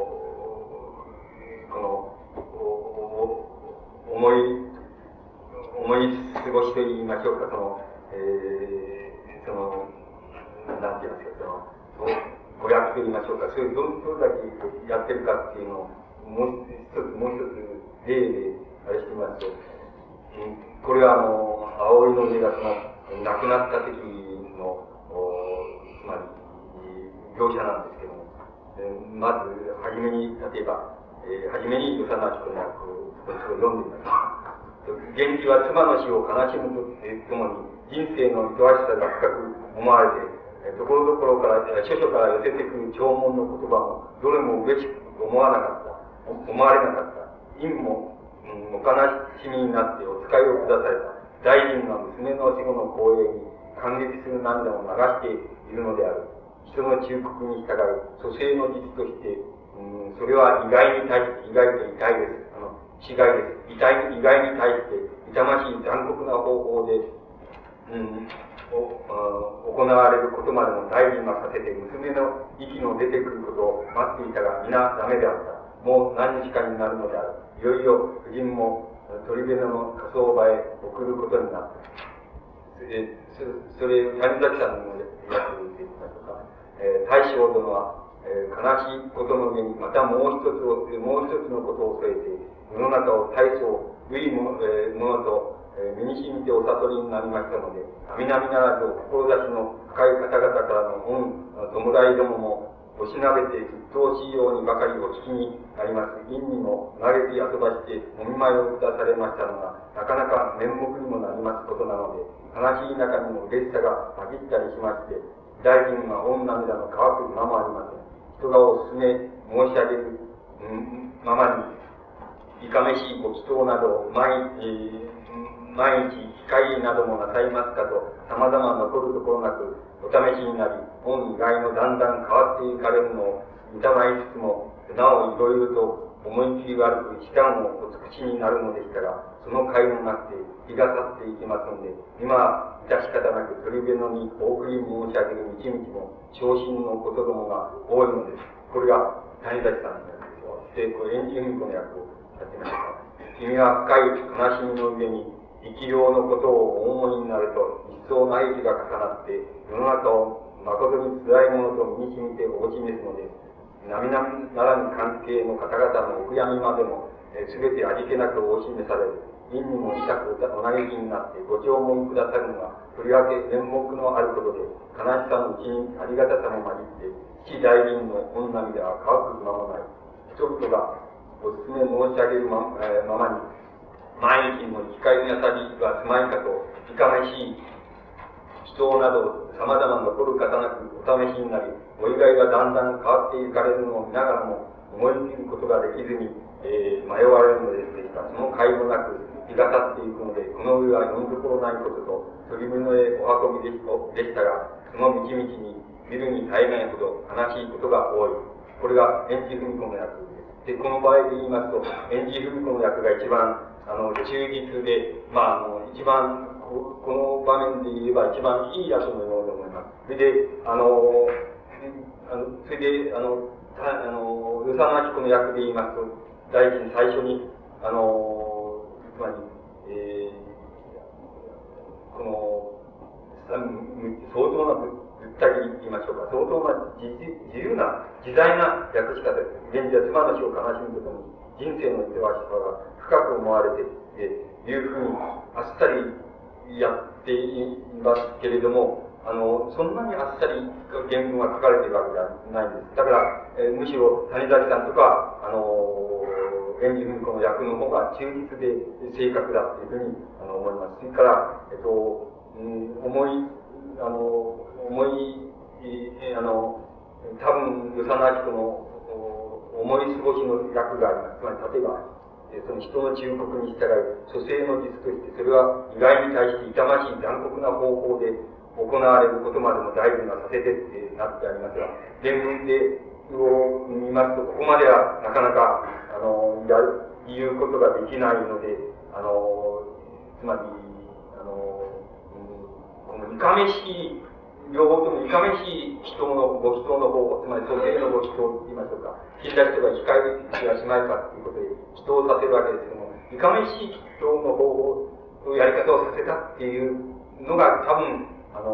思い過ごしと言いましょうか、なんて言いますか、語訳と言いましょうか、それをどれだけやってるかっていうのを、もう一つ例で、あれしてみますと、これは葵の家が亡くなった時の、つまり、描写なんですけども、まず、はじめに、例えば、はじめに与謝野晶子の役を読んでみます。源氏は妻の死を悲しむとともに、人生の愛しさが深く思われて、ところどころから、諸々から寄せてくる弔問の言葉も、どれも嬉しく思われなかった。因も、 お悲しみになってお使いを下された。大臣が娘の死後の光栄に感激する涙を流しているのである。人の忠告に従い、蘇生の実として、それは意外に対して、意外と痛いです。死骸です。意外に対して、痛ましい残酷な方法で、行われることまでも大臣がさせて、娘の息の出てくることを待っていたが、皆ダメであった。もう何日かになるのである。いよいよ夫人も鳥辺の火葬場へ送ることになった。それ、谷崎さんの訳で言いましょうか。大将殿は、悲しいことの上に、またもう一つのことを添えて、世の中を大層良いものと、身に染みてお悟りになりましたので、並々ならず志の深い方々からの弔いどもも、おしなべて鬱陶しいようにばかりお聞きになります。院にも投げて遊ばしてお見舞いを下されましたのが、なかなか面目にもなりますことなので、悲しい中にも嬉しさが混じったりしまして、大臣は御涙の乾く間もありません。人がお勧め申し上げる、ままに、いかめしいご祈祷など、毎日、機会などもなさいますかと、様々残るところなく、お試しになり、本以外のだんだん変わっていかれるのを疑いつつも、なおいろいろと思い切り悪く、悲願をお尽くしになるのでしたが、その甲斐もなくて、日が経っていきますので、今、致し方なく鳥辺のにお送り申し上げる一日も、昇進のことどもが多いのです。これが谷崎さんの役ですよ。で、これ、円珠文庫の役をやってました。君は深い悲しみの上に、生き量のことをお思いになると、一層な息が重なって、世の中を誠に辛いものと身に染みてお示すのです。並々ならぬ関係の方々のお悔やみまでも、すべて味気なくお示される。院にも痛くお嘆きになって、ご弔問くださるのが、とりわけ面目のあることで、悲しさのうちにありがたさも混じって、父大臣の御涙は乾く間もない。人々がお勧め申し上げるままに、毎日にも生き返りなさりはすまいかと、いかめしい祈祷など様々残る方なくお試しになり、お意外がだんだん変わっていかれるのを見ながらも、思い切ることができずに、迷われるのですが、その甲斐もなく日が経っていくので、この上は読みどころないことと、鳥船へお運びでしたが、その道々に見るに耐えないほど悲しいことが多い。これが円珠文庫の役です。で、この場合で言いますと、円珠文庫の役が一番忠実で、一番、この場面で言えば一番いい役のように思います。それで、与謝野明子の役で言いますと、第一に最初に、つまり、この、相当なぶった切りと言いましょうか、相当な自由な、自在な訳し方です。現在妻の死を悲しむことに、人生の忙しさが深く思われているふうにあっさりやっていますけれども、そんなにあっさり原文が書かれているわけではないんです。だから、むしろ谷崎さんとか、円珠文庫の役の方が忠実で正確だというふうに思います。それから、多分、与謝野明子の思い過ごしの役があります。つまり、例えば、その人の忠告に従い、蘇生の実として、それは意外に対して痛ましい残酷な方法で行われることまでも大事がさせてってなってありますが、原文でを見ますと、ここまではなかなか、言うことができないので、つまり、このいかめしい、両方ともいかめしいご祈祷の方法、つまり蘇生のご祈祷と言いましょうか、死んだ人が生き返りはしまいかということで祈祷させるわけですけども、いかめしい祈祷の方法、やり方をさせたっていうのが多分、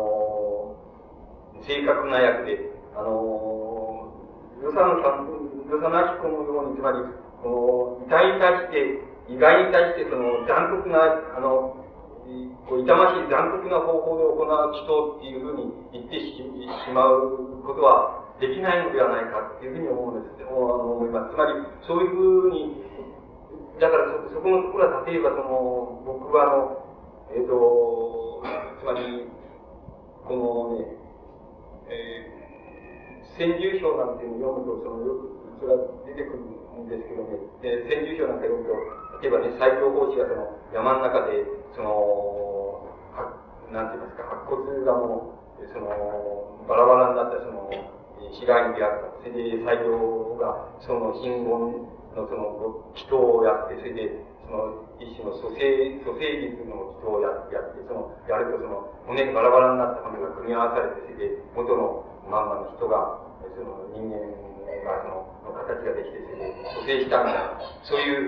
正確な役で、与謝野明子のように、つまり、遺体に対して、意外に対して、その残酷な、痛ましい残酷な方法で行う祈祷っていうふうに言ってしまうことはできないのではないかっていうふうに思います。つまり、そういうふうに、だからそこのところは、例えば僕はつまり、このね、専従書なんていうのを読むと、よくそれが出てくるんですけどね、専従書なんか読むと、 例えばね、最強法師がその山の中で、なんて言いますか、白骨がもう、バラバラになった市街に出会った。それで、最強が、信言の祈祷をやって、それで、一種の蘇生術の祈祷をやって、やると骨バラバラになった骨が組み合わされて、それで、元のまんまの人が、人間が形ができて、それで、蘇生したみたいな、そういう、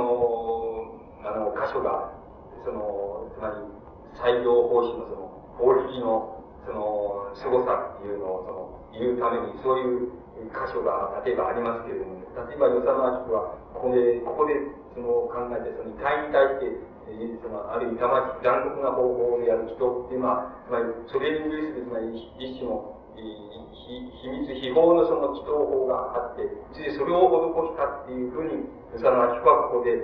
箇所が、つまり、西洋法師の法力の、凄さっていうのを、言うために、そういう箇所が、例えばありますけれども、例えば、与謝野明子は、ここで、考えて、遺体に対して、ある意味、残酷な方法でやる人っていうのは、つまり、それに類する、つまり、一種の、秘宝の祈祷法があって、それでそれを施したっていうふうに、与謝野明子はここで、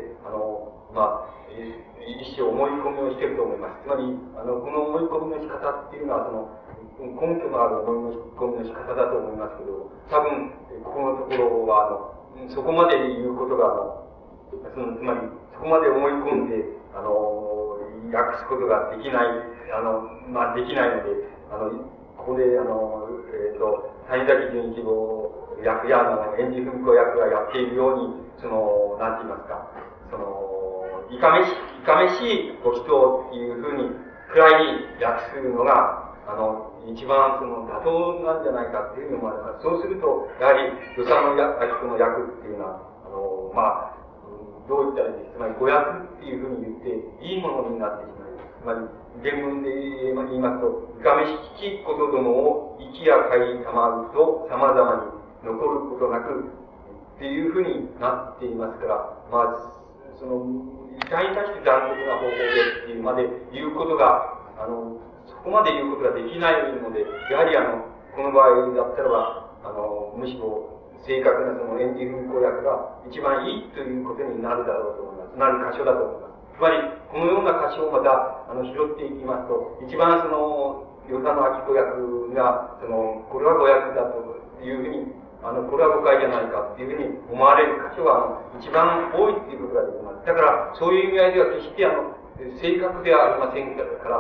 一種思い込みをしていると思います。つまり、この思い込みの仕方っていうのは、根拠のある思い込みの仕方だと思いますけど、多分、ここのところは、そこまで言うことが、つまり、そこまで思い込んで、訳すことができない、できないので、ここで、谷崎潤一郎役や、演じ文子役がやっているように、なんて言いますか、いかめしいご祈祷っていうふうに、くらいに訳するのが、一番妥当なんじゃないかっていうのもあります。そうすると、やはり、与謝野明子の訳っていうのは、どういったらいいですか。つまり、語訳っていうふうに言って、いいものになってしまいます。つまり、原文で言いますと、いかめしきことどもを息やかいたまうと様々に残ることなく、っていうふうになっていますから、遺体に対して残酷な方法でっていうまで言うことが、そこまで言うことができないので、やはりこの場合だったらば、むしろ正確な演じ文公訳が一番いいということになるだろうと思います。なる箇所だと思います。つまり、このような箇所をまた、拾っていきますと、一番与謝野明子訳が、これは語訳だというふうに、これは誤解じゃないかっていうふうに思われる箇所が、一番多いっていうことができます。だから、そういう意味合いでは決して正確ではありませんから、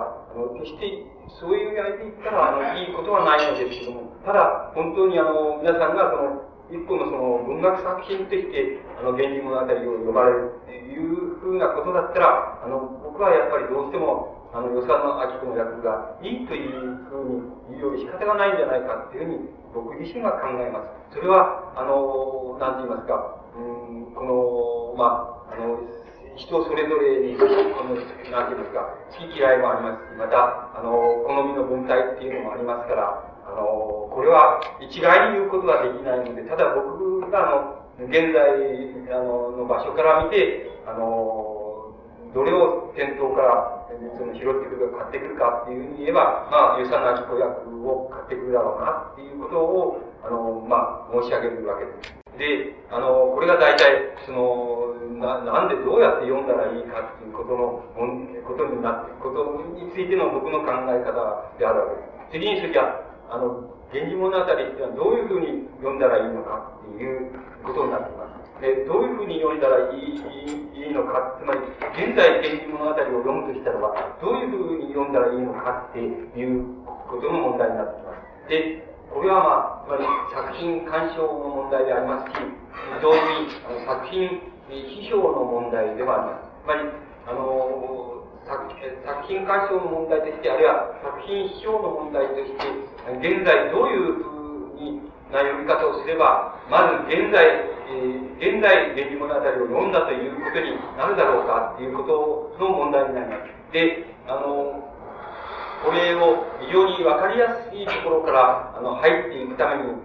決してそういう意味合いで言ったら、いいことはないのですけども、ただ、本当に皆さんが一個の文学作品として、源氏物語を呼ばれるっていうふうなことだったら、僕はやっぱりどうしても、与謝野明子の役がいいというふうに言うより仕方がないんじゃないかっていうふうに、僕自身は考えます。それは、なんて言いますか、人それぞれに、なんて言いますか、好き嫌いもありますし、また、好みの文体っていうのもありますから、これは一概に言うことはできないので、ただ僕が現在の場所から見て、どれを店頭から拾ってくるか買ってくるかっていうふうに言えば、与謝野明子役を買ってくるだろうなっていうことを、申し上げるわけです。で、これが大体、なんでどうやって読んだらいいかっていうことについての僕の考え方であるわけです。次にすると、源氏物語っていうのはどういうふうに読んだらいいのかっていうことになっています。で、どういうふうに読んだらいいのか、つまり、現在源氏物語を読むとしたらば、どういうふうに読んだらいいのかっていうことの問題になっています。で、これはつまり作品鑑賞の問題でありますし、同時に作品批評の問題でもあります。つまり、作品鑑賞の問題として、あるいは作品批評の問題として、現在どういうふうな読み方をすれば、まず現在、源氏物語を読んだということになるだろうかっていうことの問題になります。で、これを非常にわかりやすいところから入っていくために、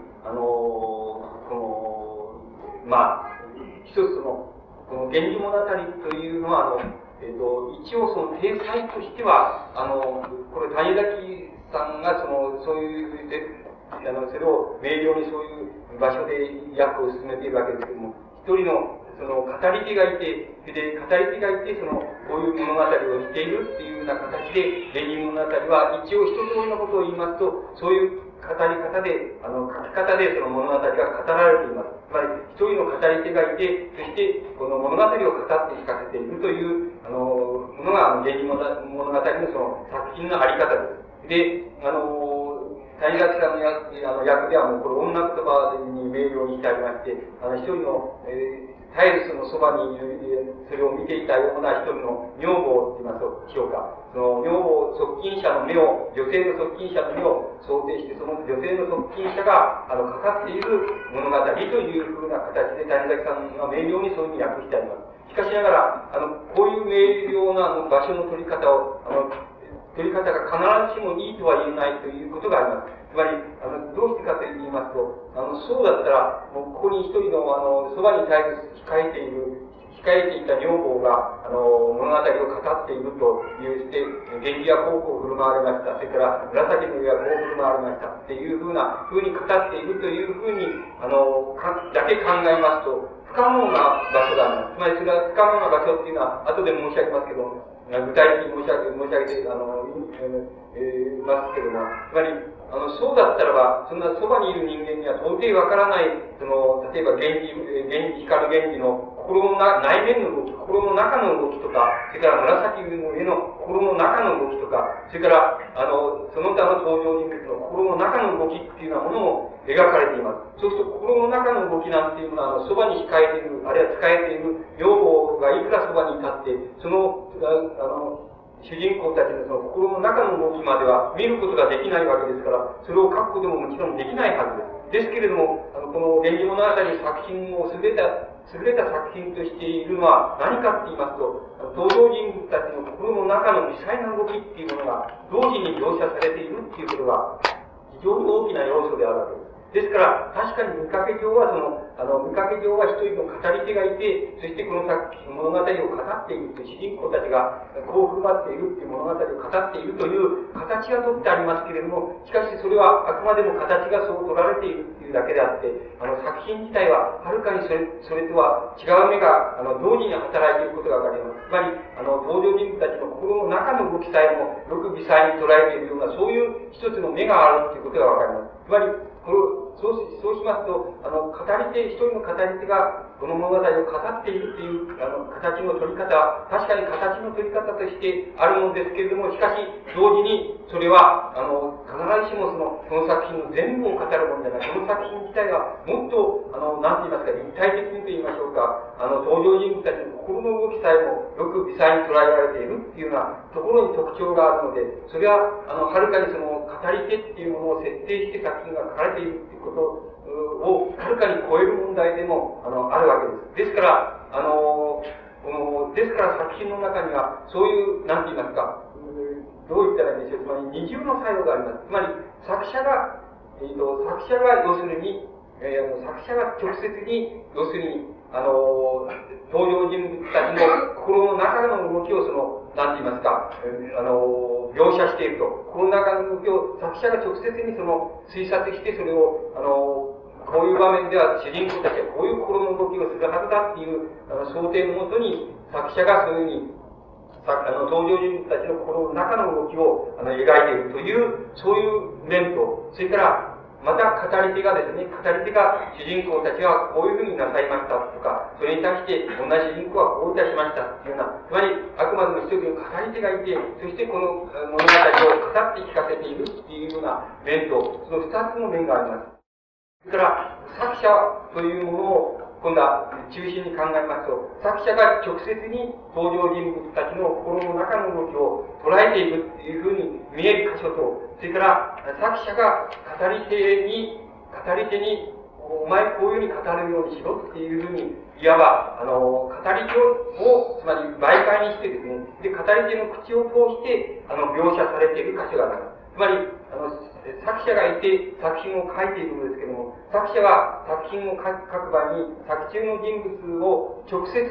一つこの源氏物語というのは、一応体裁としては、これ谷崎さんがそういうそれを明瞭にそういう場所で訳を進めているわけですけども、一人のその語り手がいて、で、語り手がいて、こういう物語をしているっていうような形で、源氏物語は一応一通りのことを言いますと、そういう語り方で、書き方でその物語が語られています。つまり、一人の語り手がいて、そして、この物語を語って聞かせているという、ものが、源氏物語のその作品のあり方です。で、谷崎さんの役ではもうこれ女言葉に明瞭にしてありまして、一人の、絶えずそのそばにいる、それを見ていたような一人の女房と言いますでしょうか。その女房、側近者の目を、女性の側近者の目を想定して、その女性の側近者が、かかっている物語というふうな形で谷崎さんが明瞭にそういうふうに訳してあります。しかしながら、こういう明瞭な場所の取り方を、取り方が必ずしもいいとは言えないということがあります。つまり、どうしてかと言いますと、そうだったら、もうここに一人の、そばに絶えず控えていた女房が、物語を語っているというして、源氏はこう振る舞われました。それから、紫の上はこう振る舞われました。っていうふうに語っているというふうに、だけ考えますと、不可能な場所があります。つまり、それは不可能な場所っていうのは、後で申し上げますけど、具体的に申し上げて、ますけども、つまり、そうだったらば、そんなそばにいる人間には到底わからない、例えば光源氏の心の内面の動き、心の中の動きとか、それから紫の上の心の中の動きとか、それから、その他の登場人物の心の中の動きっていうようなものも描かれています。そうすると、心の中の動きなんていうのは、そばに控えている、あるいは使えている女房がいくらそばに立って、その、主人公たちのその心の中の動きまでは見ることができないわけですから、それを書くことももちろんできないはずです。ですけれども、この源氏物語作品を優れた作品としているのは何かって言いますと、登場人物たちの心の中の微細な動きっていうものが同時に描写されているっていうことが非常に大きな要素であるわけです。ですから、確かに見かけ上は一人の語り手がいて、そしてこの物語を語っているという主人公たちがこう振る舞っているという物語を語っているという形がとってありますけれども、しかしそれはあくまでも形がそう取られているというだけであって、作品自体ははるかにそれとは違う目が同時に働いていることがわかります。つまり、登場人物たちの心の中の動きさえもよく微細に捉えているような、そういう一つの目があるということがわかります。つまり、そうしますと、一人の語り手がこの物語を語っているという形の取り方は、確かに形の取り方としてあるのですけれども、しかし、同時にそれは、必ずしもその作品の全部を語るものじゃない。その作品自体はもっと、なんて言いますか、立体的にと言いましょうか、登場人物たちの心の動きさえもよく微細に捉えられているっていうようなところに特徴があるので、それは、はるかにその語り手っていうものを設定して作品が書かれているっていうことをはるかに超える問題でもあるわけです。ですから作品の中にはそういうなんて言いますか、どう言ったらいいんでしょう。つまり二重の作用があります。つまり作者が要するに、作者が直接に要するに登場人物たちの心の中の動きをなんて言いますか、描写していると。この中の動きを作者が直接に推察して、それを、こういう場面では主人公たちはこういう心の動きをするはずだっていう想定のもとに、作者がそういうふうに、登場人物たちの心の中の動きを描いているという、そういう面と、それから、また語り手が主人公たちはこういうふうになさいましたとか、それに対して同じ主人公はこういたしましたっていうような、つまりあくまでも一人の語り手がいて、そしてこの物語を語って聞かせているっていうような面と、その二つの面があります。それから作者というものを今度は中心に考えますと、作者が直接に登場人物たちの心の中の動きを捉えているっていうふうに見える箇所と、それから作者が語り手に、お前こういうふうに語るようにしろっていうふうに、いわば、語り手を、つまり媒介にしてですね、で、語り手の口を通して、描写されている箇所があります。つまり、作者がいて作品を書いているのですけれども、作者は作品を書く場合に、作中の人物を直接、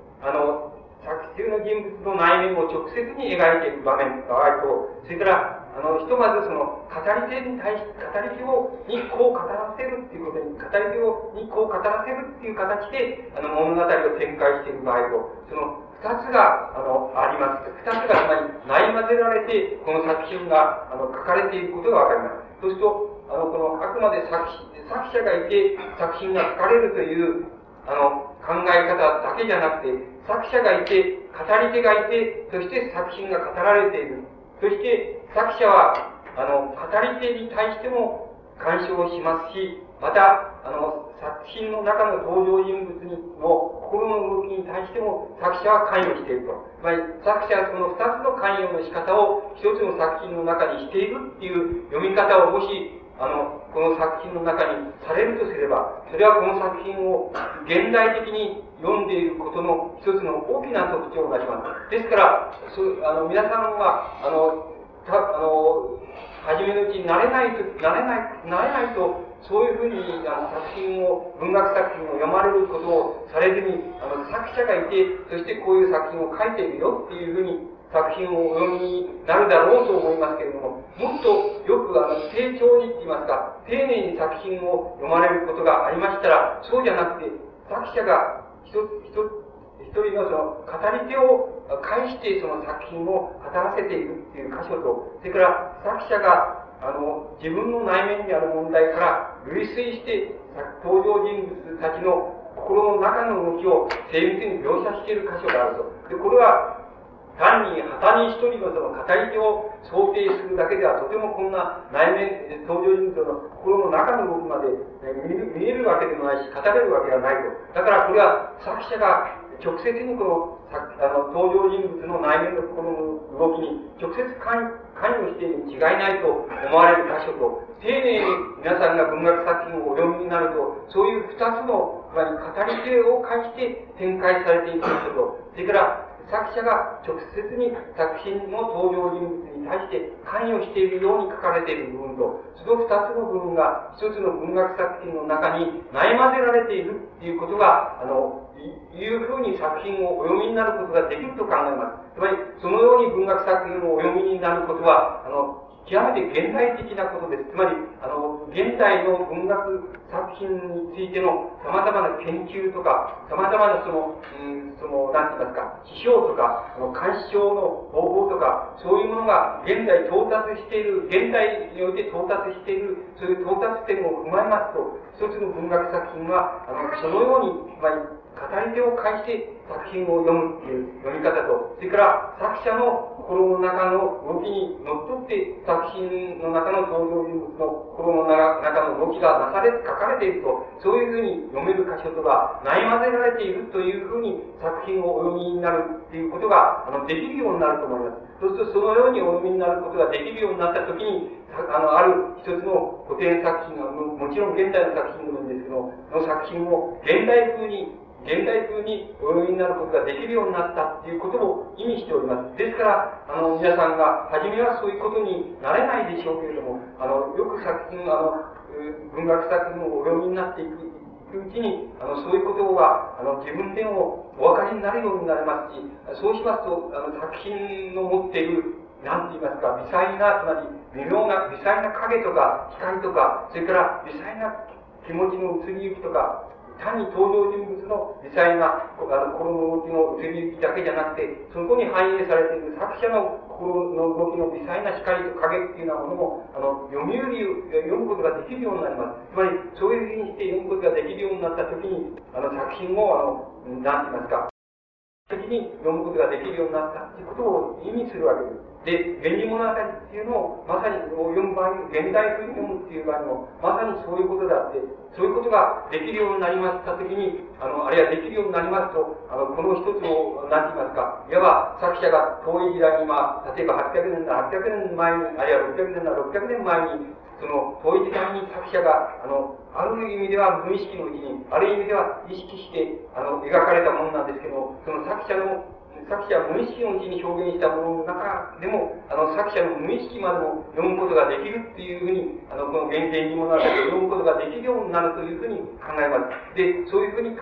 作中の人物の内面を直接に描いている場合と、それから、 ひとまずその、語り手に対し、語り手にこう語らせるっていうことに、語り手にこう語らせるっていう形で、物語を展開している場合と、その、二つが、あります。二つがつまり、ないまぜられて、この作品が、書かれていることがわかります。そうすると、この、あくまで作者がいて、作品が書かれるという、考え方だけじゃなくて、作者がいて、語り手がいて、そして作品が語られている。そして、作者は、語り手に対しても干渉しますし、また、作品の中の登場人物の心の動きに対しても作者は関与していると。つまり、作者はその二つの関与の仕方を一つの作品の中にしているっていう読み方をもし、この作品の中にされるとすれば、それはこの作品を現代的に読んでいることの一つの大きな特徴を出します。ですから、皆さんは、初めのうちになれないと、そういうふうに文学作品を読まれることをされずに、作者がいて、そしてこういう作品を書いているよっていうふうに作品をお読みになるだろうと思いますけれども、もっとよく丁重にって言いますか、丁寧に作品を読まれることがありましたら、そうじゃなくて、作者が一人のその語り手を介してその作品を語らせているっていう箇所と、それから作者が自分の内面にある問題から類推して登場人物たちの心の中の動きを精密に描写している箇所があると。で、これは単に旗に一人のその語り手を想定するだけではとてもこんな内面、登場人物の心の中の動きまで見えるわけでもないし、語れるわけがないと。だからこれは作者が直接にこの登場人物の内面の心の動きに直接関与しているに違いないと思われる箇所と、丁寧に皆さんが文学作品をお読みになると、そういう二つの、つまり語り手を介して展開されていく箇所と、それから作者が直接に作品の登場人物に対して関与しているように書かれている部分と、その二つの部分が一つの文学作品の中にないまぜられているっていうことが、いうふうに作品をお読みになることができると考えます。つまり、そのように文学作品をお読みになることは、極めて現代的なことです。つまり、現代の文学作品についての様々な研究とか、様々ななんて言いますか、批評とか、鑑賞の方法とか、そういうものが現在到達している、現代において到達している、そういう到達点を踏まえますと、一つの文学作品は、そのように、つまり、語り手を介して作品を読むっていう読み方と、それから作者の心の中の動きにのっとって作品の中の登場人物の心の中の動きが書かれていると、そういうふうに読める箇所とか、ないまぜられているというふうに作品をお読みになるっていうことが、できるようになると思います。そうすると、そのようにお読みになることができるようになったときに、ある一つの古典作品が、もちろん現代の作品でもいいんですけど、その作品を現代風にお読みになることができるようになったっていうことを意味しております。ですから、皆さんが、初めはそういうことになれないでしょうけれども、よく文学作品をお読みになっていくうちに、そういうことが、自分でもお分かりになるようになりますし、そうしますと、作品の持っている、なんて言いますか、微細な、つまり、微細な影とか、光とか、それから微細な気持ちの移り行きとか、単に登場人物の微細な心の動きの移り行きだけじゃなくて、そこに反映されている作者の心の動きの微細な光と影っていうようなものも、読むことができるようになります。つまり、そういうふうにして読むことができるようになったときに、作品を、なんて言いますか、的に読むことができるようになったということを意味するわけです。で、源氏物語っていうのを、まさに読む場合に、現代風に読むっていう場合も、まさにそういうことであって、そういうことができるようになりましたときに、あるいはできるようになりますと、この一つの、なんて言いますか、いわば作者が遠い時代に、例えば800年前に、あるいは600年前に、その遠い時代に作者が、ある意味では無意識のうちに、ある意味では意識して、描かれたものなんですけど、その作者は無意識のうちに表現したものの中でも、作者の無意識までも読むことができるっていうふうに、この源氏物語を読むことができるようになるというふうに考えます。で、そういうふうに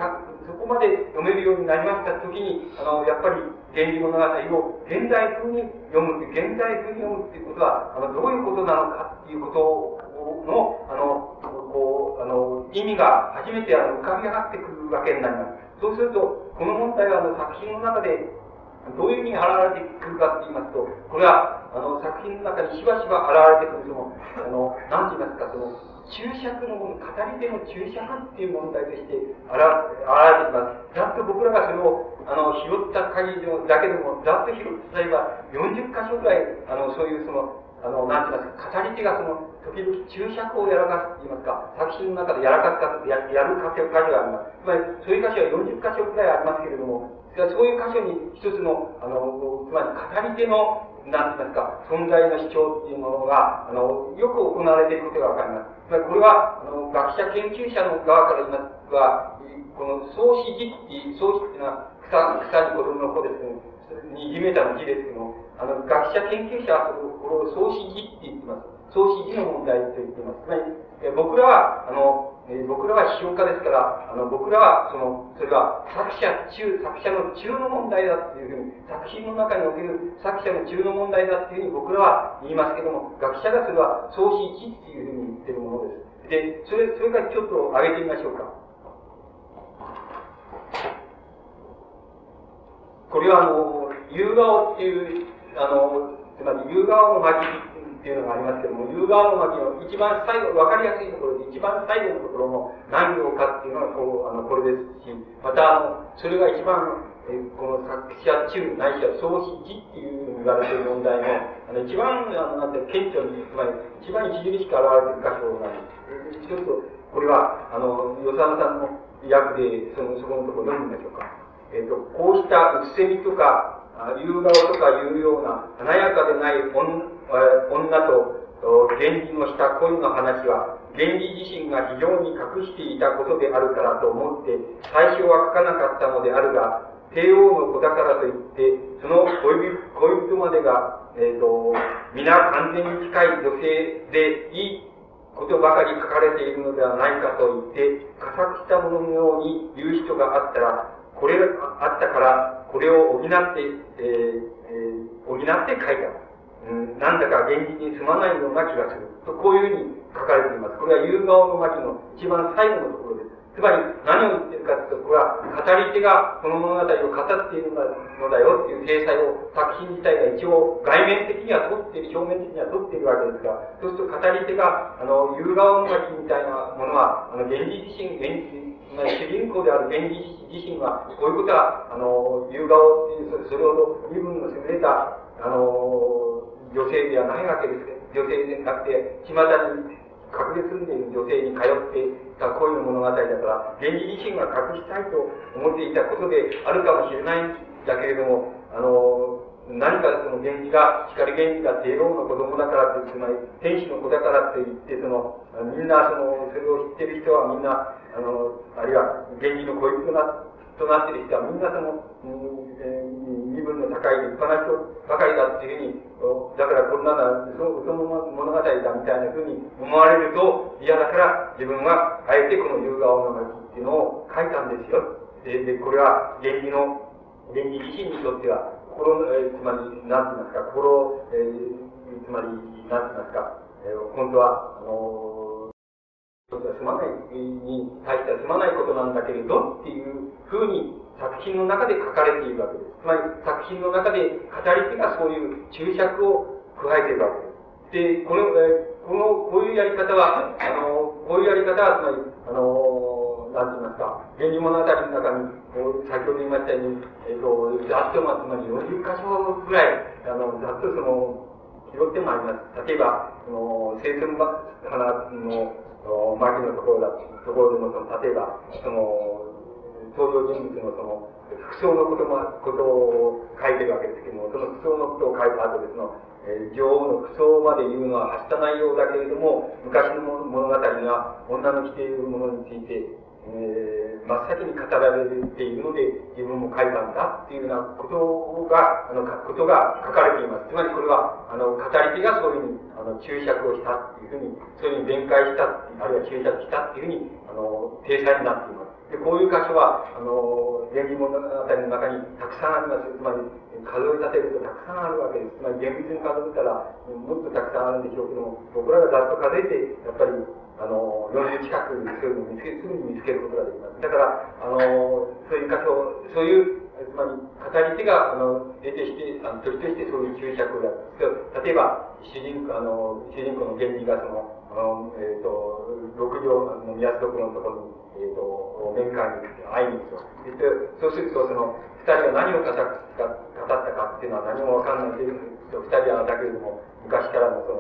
そこまで読めるようになりましたときに、やっぱり、源氏物語を現代風に読むっていうことは、どういうことなのかっていうことの、意味が初めて浮かび上がってくるわけになります。そうすると、この問題は作品の中で、どういうふうに現れてくるかって言いますと、これは、作品の中にしばしば現れてくる、なんて言いますか、注釈の語り手の注釈っていう問題として現れてきます。ざっと僕らがそれを、拾った限りだけでも、ざっと拾った例えば、40箇所ぐらい、そういうなんて言いますか、語り手が時々注釈をやらかすと言いますか、作品の中でやらかすかやる箇所があります。つまり、そういう箇所は40箇所ぐらいありますけれども、そういう箇所に一つの、つまり語り手の、なんて言いますか、存在の主張っていうものが、よく行われていることがわかります。つまり、これは、学者研究者の側から言いますが、この創始字っていう、創始っていうのは、草に子供の子ですね、2メーターの字ですけども、学者研究者はこれを創始字って言ってます。創始字の問題と言っています。つまり、僕らは批評家ですから、僕らは、それは作者の中の問題だっていうふうに、作品の中における作者の中の問題だっていうふうに僕らは言いますけども、学者がそれは創始一っていうふうに言ってるものです。で、それからちょっと挙げてみましょうか。これは夕顔っていう、つまり夕顔の巻っていうのがありますけども、夕顔の巻の一番最後、わかりやすいところで、一番最後のところの何行かっていうのがこれですし、また、それが一番、この作者中、ないしは創始時っていうふうに言われている問題の、一番、なんて、顕著に、つまり、一番著しく現れている箇所なんです。ちょっと、これは、与謝野さんの訳で、そこのところ読んでみましょうか。こうしたうっせみとか、夕顔とかいうような華やかでない女と源氏のした恋の話は、源氏自身が非常に隠していたことであるからと思って、最初は書かなかったのであるが、帝王の子だからといって、その恋人までが、皆完全に近い女性でいいことばかり書かれているのではないかと言って、加作したもののように言う人があったら、これがあったから、これを補って書いた。なんだか現実にすまないような気がする。と、こういうふうに書かれています。これは夕顔の巻の一番最後のところです。つまり、何を言ってるかというと、これは語り手がこの物語を語っているのだよっていう体裁を、作品自体が一応外面的には取っている、表面的には取っているわけですが、そうすると語り手が、夕顔の巻みたいなものは、源氏自身、主人公である源氏自身は、こういうことは、夕顔っていう、それほど身分の優れた、女性ではないわけですけど、女性でなくて、巷に隠れ住んでいる女性に通っていた恋の物語だから、源氏自身が隠したいと思っていたことであるかもしれないんだけれども、何かその源氏が、光源氏が帝王の子供だからという、つまり天使の子だからといって、みんなそれを知っている人はみんな、あるいは源氏の恋人となっている人はみんな身分の高い立派な人ばかりだっていうふうに、だからこんなの嘘の物語だみたいなふうに思われると嫌だから自分はあえてこの夕顔の巻っていうのを書いたんですよ。で、これは源氏自身にとってはつまり、なんて言いますか、つまり、なんて言いますか、本当は、すまないに対してはすまないことなんだけれどっていうふうに作品の中で書かれているわけです。つまり作品の中で語り手がそういう注釈を加えているわけです。で、こういうやり方は、つまり、なんて言いますか、源氏物語の中に、先ほど言いましたように、ざっとつまり40箇所ぐらい、ざっと拾ってもあります。例えば、青春花の巻のところでも、例えば、登場人物の服装のことを書いてるわけですけども、その服装のことを書いた後で女王の服装まで言うのははしたないようだけれども、昔の物語には女の着ているものについて、 真っ先に語られているので、自分も書いたんだっていうようなことが書かれています。つまりこれは、語り手がそういうふうに、注釈をしたっていうふうに、そういうふうに弁解した、あるいは注釈したっていうふうに、体裁になっています。で、こういう箇所は、源氏物語の中にたくさんあります。つまり、数え立てるとたくさんあるわけです。つまり、厳密に数えたら、もっとたくさんあるんでしょうけども、僕らがざっと数えて、やっぱり、40近くそういうのをすぐに見つけることができます。だから、そういう箇所、そういう、つまり、語り手が、得てして、時としてそういう注釈をやる。例えば、主人公の源氏が六条の宮津所のところに、面会に会いに行くと。そうすると、二人が何を語ったかっていうのは何もわかんないけれども、二人はだけれども、昔からの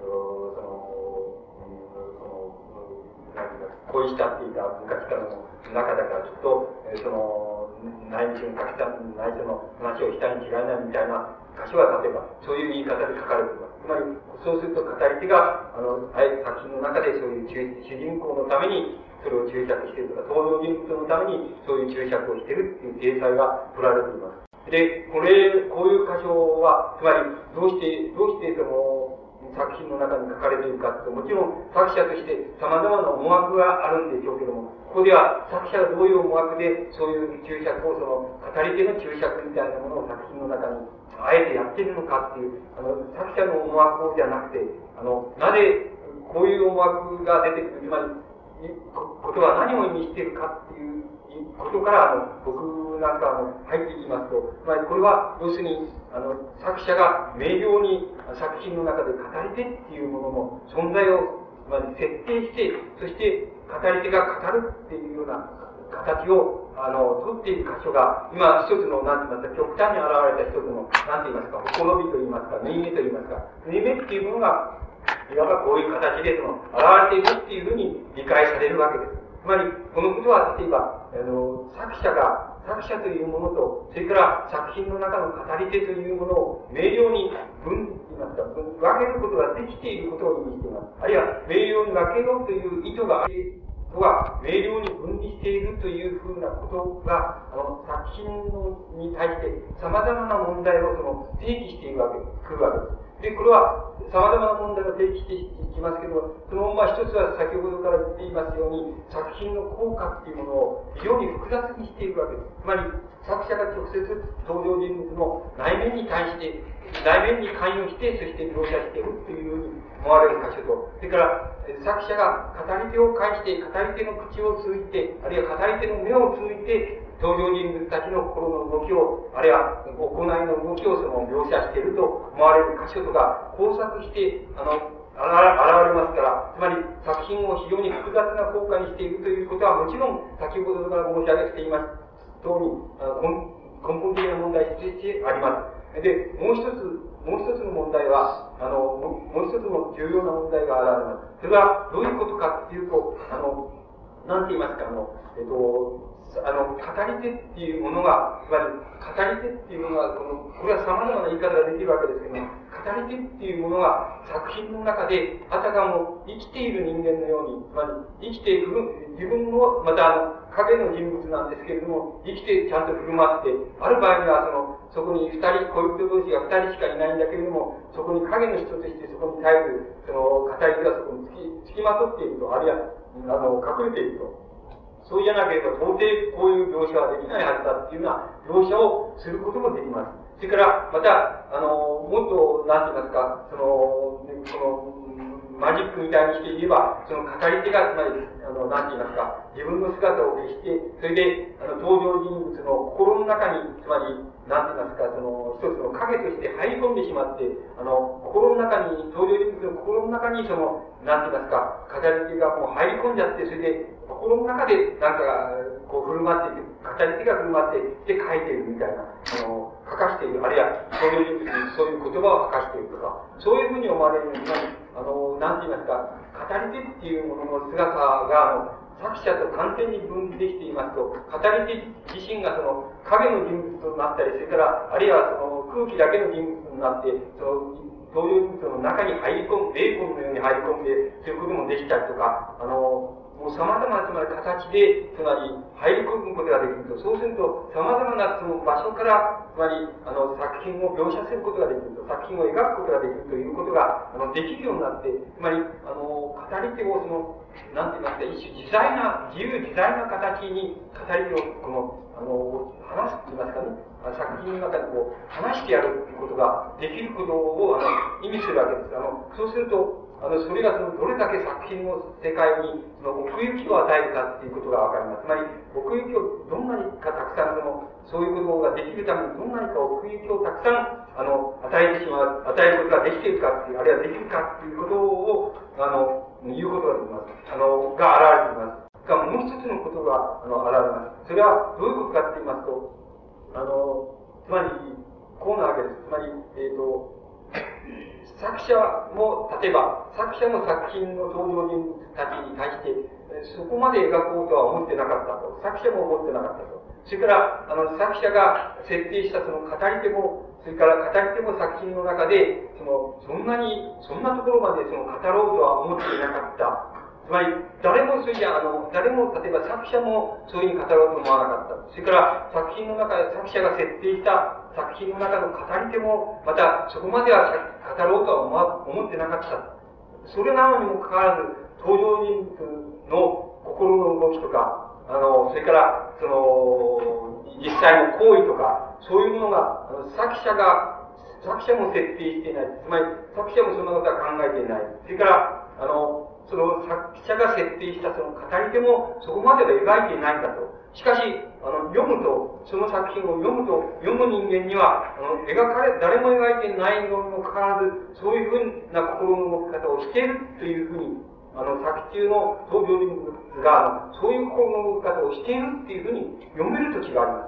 恋したっていた昔からの仲だからきっと、内緒の話をしたに違いないみたいな箇所は例えば、そういう言い方で書かれています。つまり、そうすると語り手が、作品の中でそういう主人公のために、それを注釈しているとか、登場人物のためにそういう注釈をしているっていう体裁が取られています。で、こういう箇所は、つまり、どうして作品の中に書かれているかというと、もちろん作者として様々な思惑があるんでしょうけども、ここでは作者がどういう思惑でそういう注釈を、語り手の注釈みたいなものを作品の中にあえてやっているのかっていう、作者の思惑じゃなくて、なぜこういう思惑が出てくる、つまり、ことは何を意味しているかっていうことから、僕なんか入っていきますと、つまりこれは、要するに、作者が明瞭に作品の中で語り手っていうものの存在を、つまり設定して、そして語り手が語るっていうような形を、取っている箇所が、今一つの、なんて言いますか、極端に現れた一つの、なんて言いますか、ほころびと言いますか、縫い目と言いますか、縫い目っていうものが、いわばこういう形で現れているっていうふうに理解されるわけです。つまり、このことは、例えば、作者というものと、それから作品の中の語り手というものを明瞭に分けることができていることを意味しています。あるいは、明瞭に分けようという意図があるとは、明瞭に分離しているというふうなことが、作品に対して様々な問題を提起しているわけです。で、これは様々な問題を提起していきますけど、その一つは先ほどから言っていますように、作品の効果っていうものを非常に複雑にしているわけです。つまり、作者が直接登場人物の内面に対して、内面に関与して、そして描写しているというふうに思われる箇所と、それから作者が語り手を介して、語り手の口を通じて、あるいは語り手の目を通じて、登場人物たちの心の動きを、あるいは行いの動きを描写していると思われる箇所とか、交錯して、現れますから、つまり作品を非常に複雑な効果にしているということは、もちろん先ほどから申し上げています通り、根本的な問題としてあります。で、もう一つの問題は、もう一つの重要な問題が現れます。それはどういうことかっていうと、なんて言いますか、語り手っていうものが、つまり、語り手っていうものが、これは様々な言い方ができるわけですけども、語り手っていうものが作品の中で、あたかも生きている人間のように、つまり、生きている自分も、また影の人物なんですけれども、生きてちゃんと振る舞って、ある場合にはそこに恋人同士が二人しかいないんだけれども、そこに影の人としてそこに絶えず、語り手がそこに付きまとっていると、あるいは、隠れていると。そうじゃなければ、到底こういう描写はできないはずだっていうような描写をすることもできます。それから、また、もっと、なんて言いますか、マジックみたいにして言えば、語り手が、つまり、なんて言いますか、自分の姿を消して、それで、登場人物の心の中に、つまり、なんて言いますか、一つの影として入り込んでしまって、心の中に、登場人物の心の中に、なんて言いますか、語り手がもう入り込んじゃって、それで、心の中で、なんか、振る舞っている、語り手が振る舞って、で、書いているみたいな、書かしている、あるいは、登場人物にそういう言葉を書かしているとか、そういうふうに思われるように、なんて言いますか、語り手っていうものの姿が、作者と完全に分離できていますと、語り手自身が影の人物となったり、それから、あるいは空気だけの人物になって、 登場人物の中に入り込む、霊魂のように入り込んで、そういうこともできたりとか、もう様々な、つまり形で、つまり入り込むことができると、そうすると、様々なその場所から、つまり、作品を描写することができると、作品を描くことができるということが、できるようになって、つまり、語り手をなんて言いますか、一種自由自在な形に語り手を、話すって言いますかね、作品の中で話してやるということができることを、意味するわけです。そうすると、それがどれだけ作品の世界に奥行きを与えるかっていうことがわかります。つまり、奥行きをどんなにかたくさんそういうことができるためにどんなにか奥行きをたくさん、与えることができているかっていう、あるいはできるかっていうことを、言うことができます。が現れています。もう一つのことが、現れます。それはどういうことかって言いますと、つまり、こうなわけです。つまり、作者も、例えば、作者も作品の登場人物たちに対して、そこまで描こうとは思ってなかったと。作者も思ってなかったと。それから、作者が設定したその語り手も、それから語り手も作品の中で、そんなところまで語ろうとは思っていなかった。つまり、誰も例えば作者もそういうふうに語ろうと思わなかった。それから、作品の中で作者が設定した作品の中の語り手も、またそこまでは語ろうとは思ってなかった。それなのにもかかわらず、登場人物の心の動きとか、それから、実際の行為とか、そういうものが、作者も設定していない。つまり、作者もそんなことは考えていない。それから、その作者が設定したその語り手もそこまでは描いていないんだと。しかし、その作品を読む人間には、誰も描いていないのにもかかわらず、そういうふうな心の動き方をしているというふうに、作中の登場人物が、そういう心の動き方をしているっていうふうに読めるときがあります。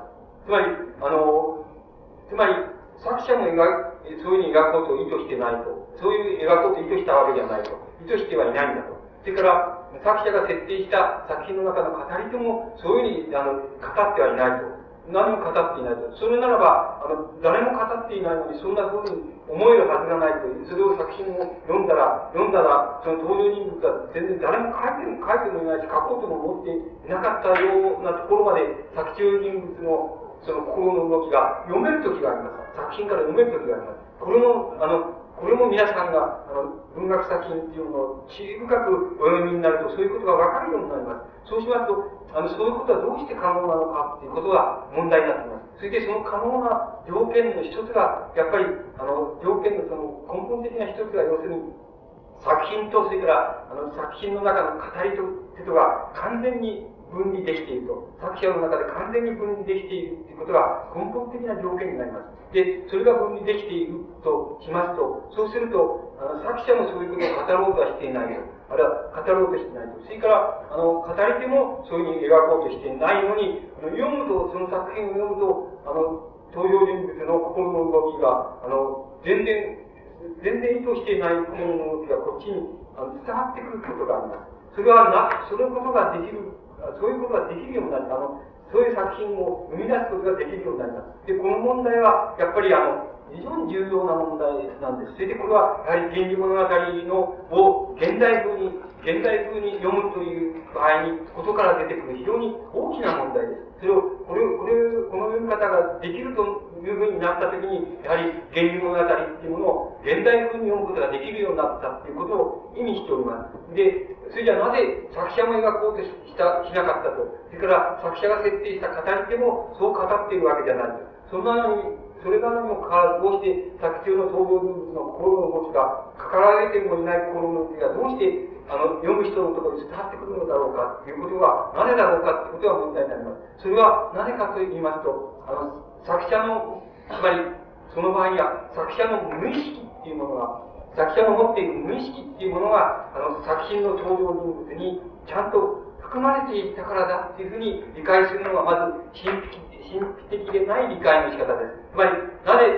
つまり、作者もそういうふうに描こうと意図してないと。そういう描こうと意図したわけではないと。意図してはいないんだと。それから、作者が設定した作品の中の語り手も、そういうふうに語ってはいないと。何も語っていないと。それならば、誰も語っていないのに、そんなふうに思えるはずがないと。それを作品を読んだら、その登場人物は全然誰も書いてもいないし、書こうとも思っていなかったようなところまで、作中人物のその心の動きが読めるときがあります。作品から読めるときがあります。これも皆さんが、文学作品っていうのを注意深くお読みになると、そういうことがわかるようになります。そうしますと、そういうことはどうして可能なのかっていうことが問題になっています。それでその可能な条件の一つが、やっぱり、条件のその根本的な一つが、要するに、作品と、それから、作品の中の語り手とが完全に分離できていると。作者の中で完全に分離できているということが根本的な条件になります。で、それが分離できているとしますと、そうすると、作者もそういうことを語ろうとはしていないと。あるいは語ろうとしていないと。それから、語り手もそういうふうに描こうとしていないのに、読むと、その作品を読むと、登場人物の心の動きが、全然意図していない心の動きがこっちに伝わってくることがあります。そのことができる、そういうことができるようになる。そういう作品を生み出すことができるようになります。で、この問題は、やっぱり非常に重要な問題なんです。それでこれは、やはり源氏物語を現代風に読むという場合に、ことから出てくる非常に大きな問題です。この読み方ができるというふうになったときに、やはり源氏物語っていうものを現代風に読むことができるようになったということを意味しております。で、それじゃなぜ作者も描こうとしなかったと。それから作者が設定した語り手もそう語っているわけじゃないと。それなのにもかかわらず、どうして作中の登場人物の心の動きが、関われてもいない心の動きが、どうして読む人のところに伝わってくるのだろうかということが、なぜだろうかということが問題になります。それはなぜかと言いますと、作者の、つまり、その場合には、作者の無意識っていうものが、作者の持っている無意識っていうものが、作品の登場人物にちゃんと含まれていたからだっていうふうに理解するのが、まず神秘的でない理解の仕方です。つまり、なぜ作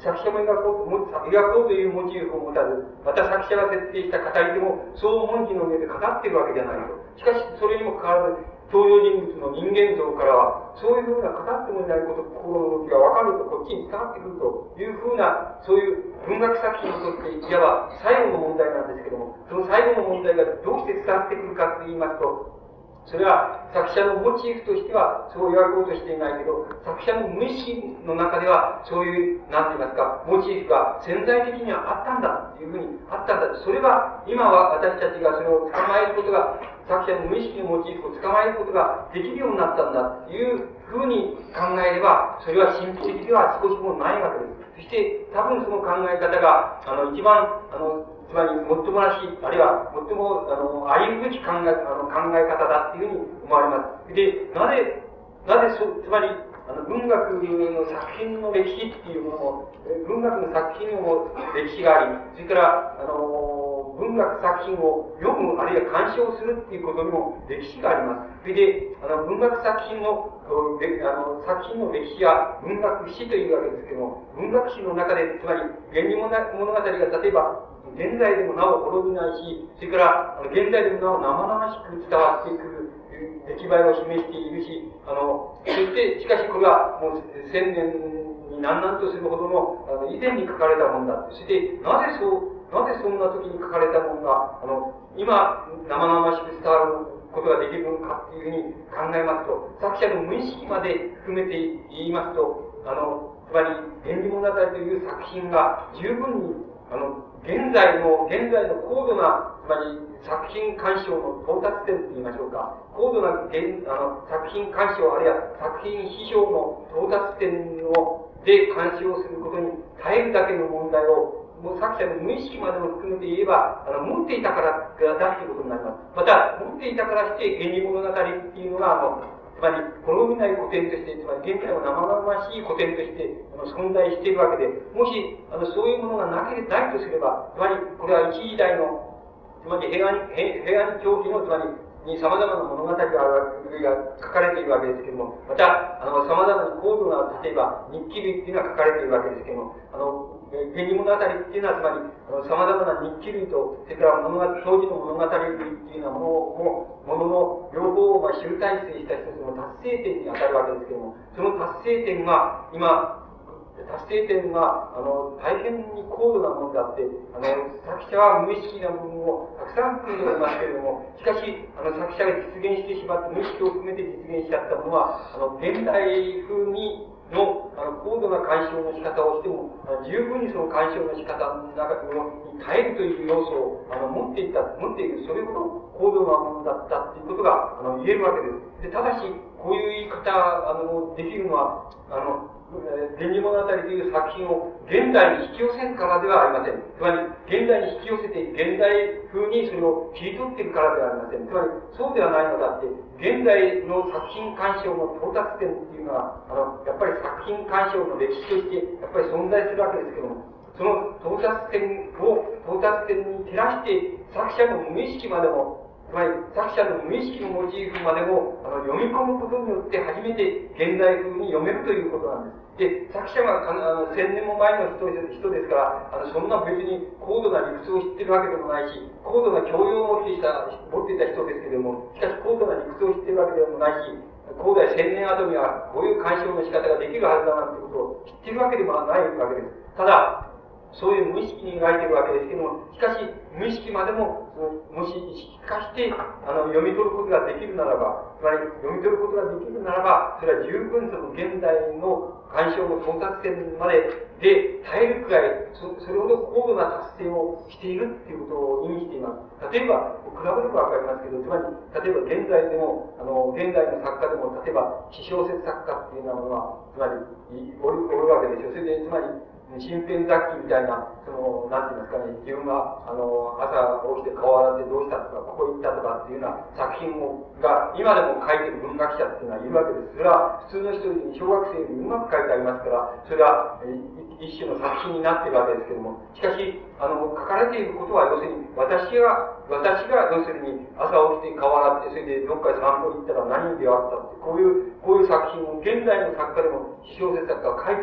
作者も描こうというモチーフを持たず、また作者が設定した語り手も、そう文字の上で語っているわけじゃないと。しかし、それにもかかわらず、登場人物の人間像からは、そういうふうな語ってもいないこと、心の動きが分かると、こっちに伝わってくるというふうな、そういう文学作品にとって、いわば最後の問題なんですけども、その最後の問題がどうして伝わってくるかと言いますと、それは作者のモチーフとしてはそう描こうとしていないけど、作者の無意識の中ではそういう、なんて言いますか、モチーフが潜在的にはあったんだというふうにあったんだ。それは今は私たちがそれを捕まえることが、作者の無意識のモチーフを捕まえることができるようになったんだというふうに考えれば、それは神秘的では少しもないわけです。そして多分その考え方が一番つまり、もっともらしい、あるいは、最も、歩むべき考え方だっていうふうに思われます。で、なぜつまり、文学の作品の歴史っていうものも、文学の作品にも歴史があり、それから、文学作品を読む、あるいは鑑賞するっていうことにも歴史があります。それで、文学作品の歴史や文学史というわけですけども、文学史の中で、つまり、源氏物語が例えば、現在でもなお滅びないし、それから、現在でもなお生々しく伝わってくる出来栄えを示しているし、そして、しかしこれはもう千年に何々とするほどの、以前に書かれたものだ。そして、なぜそんな時に書かれたものが、今、生々しく伝わることができるのかっていうふうに考えますと、作者の無意識まで含めて言いますと、つまり、源氏物語という作品が十分に、現在の高度な、つまり作品鑑賞の到達点と言いましょうか、高度な作品鑑賞あるいは作品批評の到達点で鑑賞することに耐えるだけの問題を、もう作者の無意識までも含めて言えば、持っていたからだということになります。また、持っていたからして、源氏物語っていうのが、つまり、滅びない古典として、つまり現在の生々しい古典として存在しているわけで、もし、そういうものがないとすれば、つまり、これは一時代の、つまり平安長期の、つまり、に様々な物語が書かれているわけですけれども、また、様々な高度な、例えば、日記類っていうのが書かれているわけですけれども、源氏物語っていうのは、つまり、様々な日記類と、それから当時の物語類っていうようなものの両方を集大成した一つの達成点に当たるわけですけれども、その達成点が、大変に高度なものであって、作者は無意識な部分をたくさん含んでおりますけれども、しかし、作者が実現してしまって、無意識を含めて実現しちゃったものは、現代風の高度な鑑賞の仕方をしても、十分にその鑑賞の仕方の中に耐えるという要素を持っている、それほど高度なものだったということが言えるわけです。で、ただし、こういう言い方できるのは、源氏物語という作品を現代に引き寄せるからではありません。つまり、現代に引き寄せて、現代風にそれを切り取っているからではありません。つまり、そうではないのだって、現代の作品鑑賞の到達点っていうのは、やっぱり作品鑑賞の歴史として、やっぱり存在するわけですけども、その到達点に照らして、作者の無意識までも、つまり作者の無意識のモチーフまでも読み込むことによって初めて現代風に読めるということなんです。で、作者が1000年も前の人ですから、そんな別に高度な理屈を知ってるわけでもないし、高度な教養を持っていた人ですけれども、しかし高度な理屈を知ってるわけでもないし、古代1000年後にはこういう鑑賞の仕方ができるはずだなんてことを知ってるわけでもないわけです。ただ、そういう無意識に描いているわけですけども、しかし、無意識までも、もし意識化して、読み取ることができるならば、つまり、読み取ることができるならば、それは十分その現代の鑑賞の到達点まで耐えるくらい、それほど高度な達成をしているっていうことを意味しています。例えば、比べればわかりますけど、つまり、例えば現在でも、現代の作家でも、例えば、私小説作家っていうようなものは、つまり、おるわけですよ。それで、つまり、身辺雑記みたいな、なんて言いますかね、自分が、朝起きて顔洗ってどうしたとか、ここ行ったとかっていうような作品が、今でも書いてる文学者っていうのはいるわけです。それは、普通の人より小学生よりうまく書いてありますから、それは、一種の作品になっているわけですけども、しかし、書かれていることは、要するに、私が、要するに、朝起きて顔洗って、それでどっかで散歩に行ったら何に出会ったって、こういう作品を、現代の作家でも、小説作家は書いています。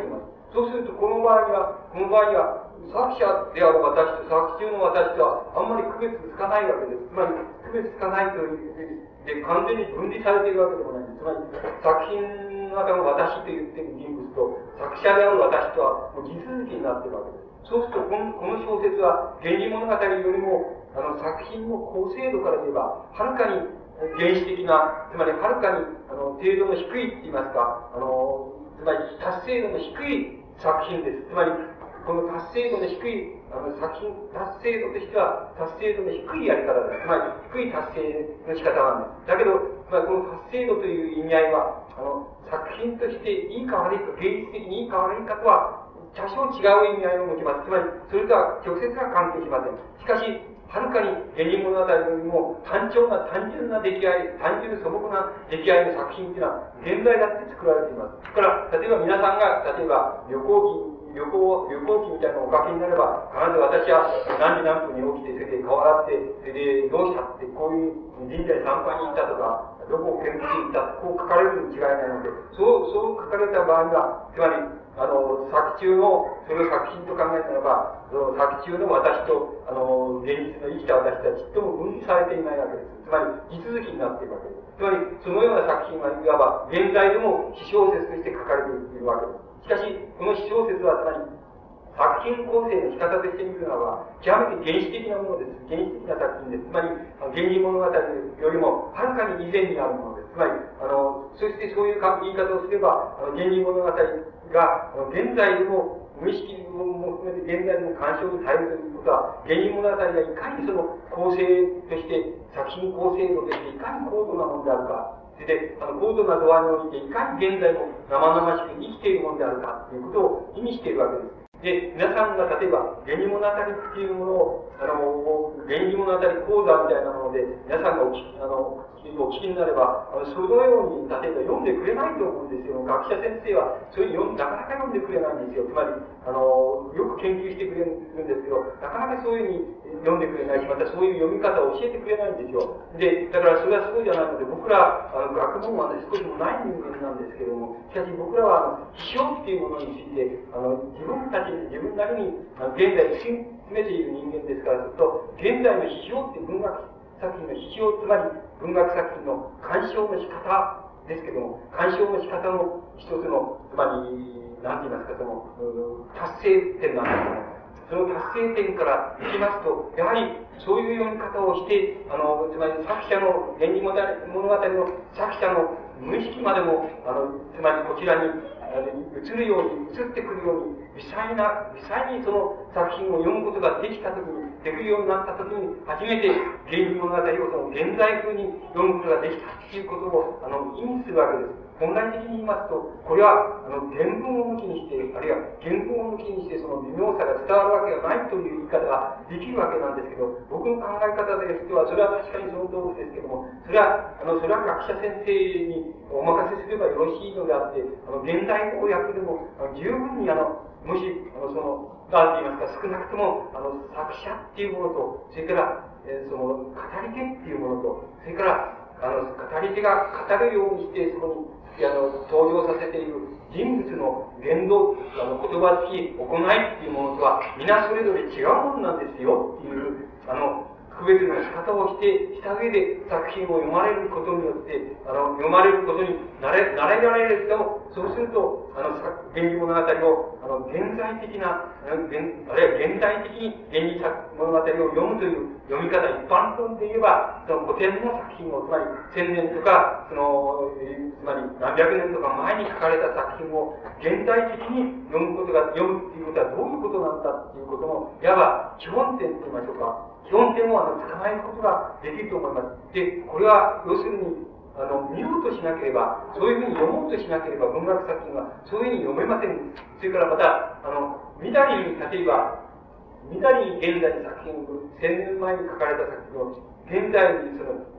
そうすると、この場合には、作者である私と作中の私とは、あんまり区別つかないわけです。つまり、区別つかないという、で、完全に分離されているわけでもない。つまり、作品の中の私と言っている人物と、作者である私とは、もう地続きになっているわけです。そうすると、この小説は、源氏物語よりも、作品の高精度から言えば、はるかに原始的な、つまりはるかに、程度の低いって言いますか、つまり達成度の低い作品です。つまり、この達成度の低い、作品、達成度としては、達成度の低いやり方です。つまり、低い達成の仕方なんです。だけど、つまりこの達成度という意味合いは、作品としていいか悪いか、芸術的にいいか悪いかとは、多少違う意味合いを持ちます。つまり、それとは直接は関係しません。しかし、はるかに源氏物語よりも単純な出来合い、単純素朴な出来合いの作品というのは、現代だって作られています。だから、例えば皆さんが、例えば旅行記みたいなのをお書きになれば、必ず私は何時何分に起きて、それで顔洗って、それでどうしたって、こういう神社に参拝に行ったとか、どこを見物に行ったこう書かれるに違いないので、そう書かれた場合には、つまり、作中の、それを作品と考えたならば、その作中の私と、現実の生きた私とはちっとも分離されていないわけです。つまり、地続きになっているわけです。つまり、そのような作品はいわば、現在でも詩小説として書かれているわけです。しかし、この詩小説は、つまり、作品構成の仕方として見るならば、極めて原始的なものです。原始的な作品です。つまり、源氏物語よりも、はるかに以前にあるものです。つまり、そしてそういう言い方をすれば、源氏物語が、現在でも、無意識も含めて現在でも干渉に耐えるということは、源氏物語がいかにその構成として、作品構成度としていかに高度なものであるか、それで、高度な度合いにおいて、いかに現在も生々しく生きているものであるか、ということを意味しているわけです。で、皆さんが例えば、源氏物語っていうものを、源氏物語講座みたいなもので、皆さんがお聞きになれば、そのように、例えば読んでくれないと思うんですよ。学者先生は、そういうなかなか読んでくれないんですよ。つまり、よく研究してくれるんですけど、なかなかそういうふうに読んでくれないし、またそういう読み方を教えてくれないんですよ。で、だからそれはそうじゃないので、僕ら、学問はね、少しもない人間なんですけども、しかし僕らは、批評っていうものについて、自分なりに、現在進めている人間ですから、ずっと、現在の批評って文学作品の批評、つまり文学作品の鑑賞の仕方ですけども、鑑賞の仕方の一つの、つまり、なんて言いますか、その、達成点なんですけども、その達成点からいきますと、やはりそういう読み方をして、つまり作者の、源氏物語の作者の無意識までも、つまりこちらに移るように、移ってくるように、微細にその作品を読むことができたときに、できるようになったときに、初めて源氏物語をその現在風に読むことができたということを、意味するわけです。本来的に言いますと、これは、原文を抜きにして、あるいは原文を抜きにして、その微妙さが伝わるわけがないという言い方ができるわけなんですけど、僕の考え方としては、それは確かにその通りですけども、それは学者先生にお任せすればよろしいのであって、現代語訳でも、十分にもし、なんて言いますか、少なくとも、作者っていうものと、それから、語り手っていうものと、それから、語り手が語るようにして、そこに、登場させている人物の言動、言葉つき、行いっていうものとは、皆それぞれ違うものなんですよっていう、区別の仕方をした上で作品を読まれることによって、読まれることに慣れられると、そうすると、源氏物語を、現在的な、あるいは現代的に源氏物語を読むという読み方、一般論で言えば、その古典の作品を、つまり1000年とか、つまり何百年とか前に書かれた作品を現代的に読むっていうことはどういうことなんだっていうことの、いわば基本点と言いましょうか。基本点を捕まえることができると思います。で、これは要するに、見ようとしなければ、そういうふうに読もうとしなければ、文学作品はそういうふうに読めません。それからまた、みだりに、例えば、みだりに現在の作品を、1000年前に書かれた作品を、現在に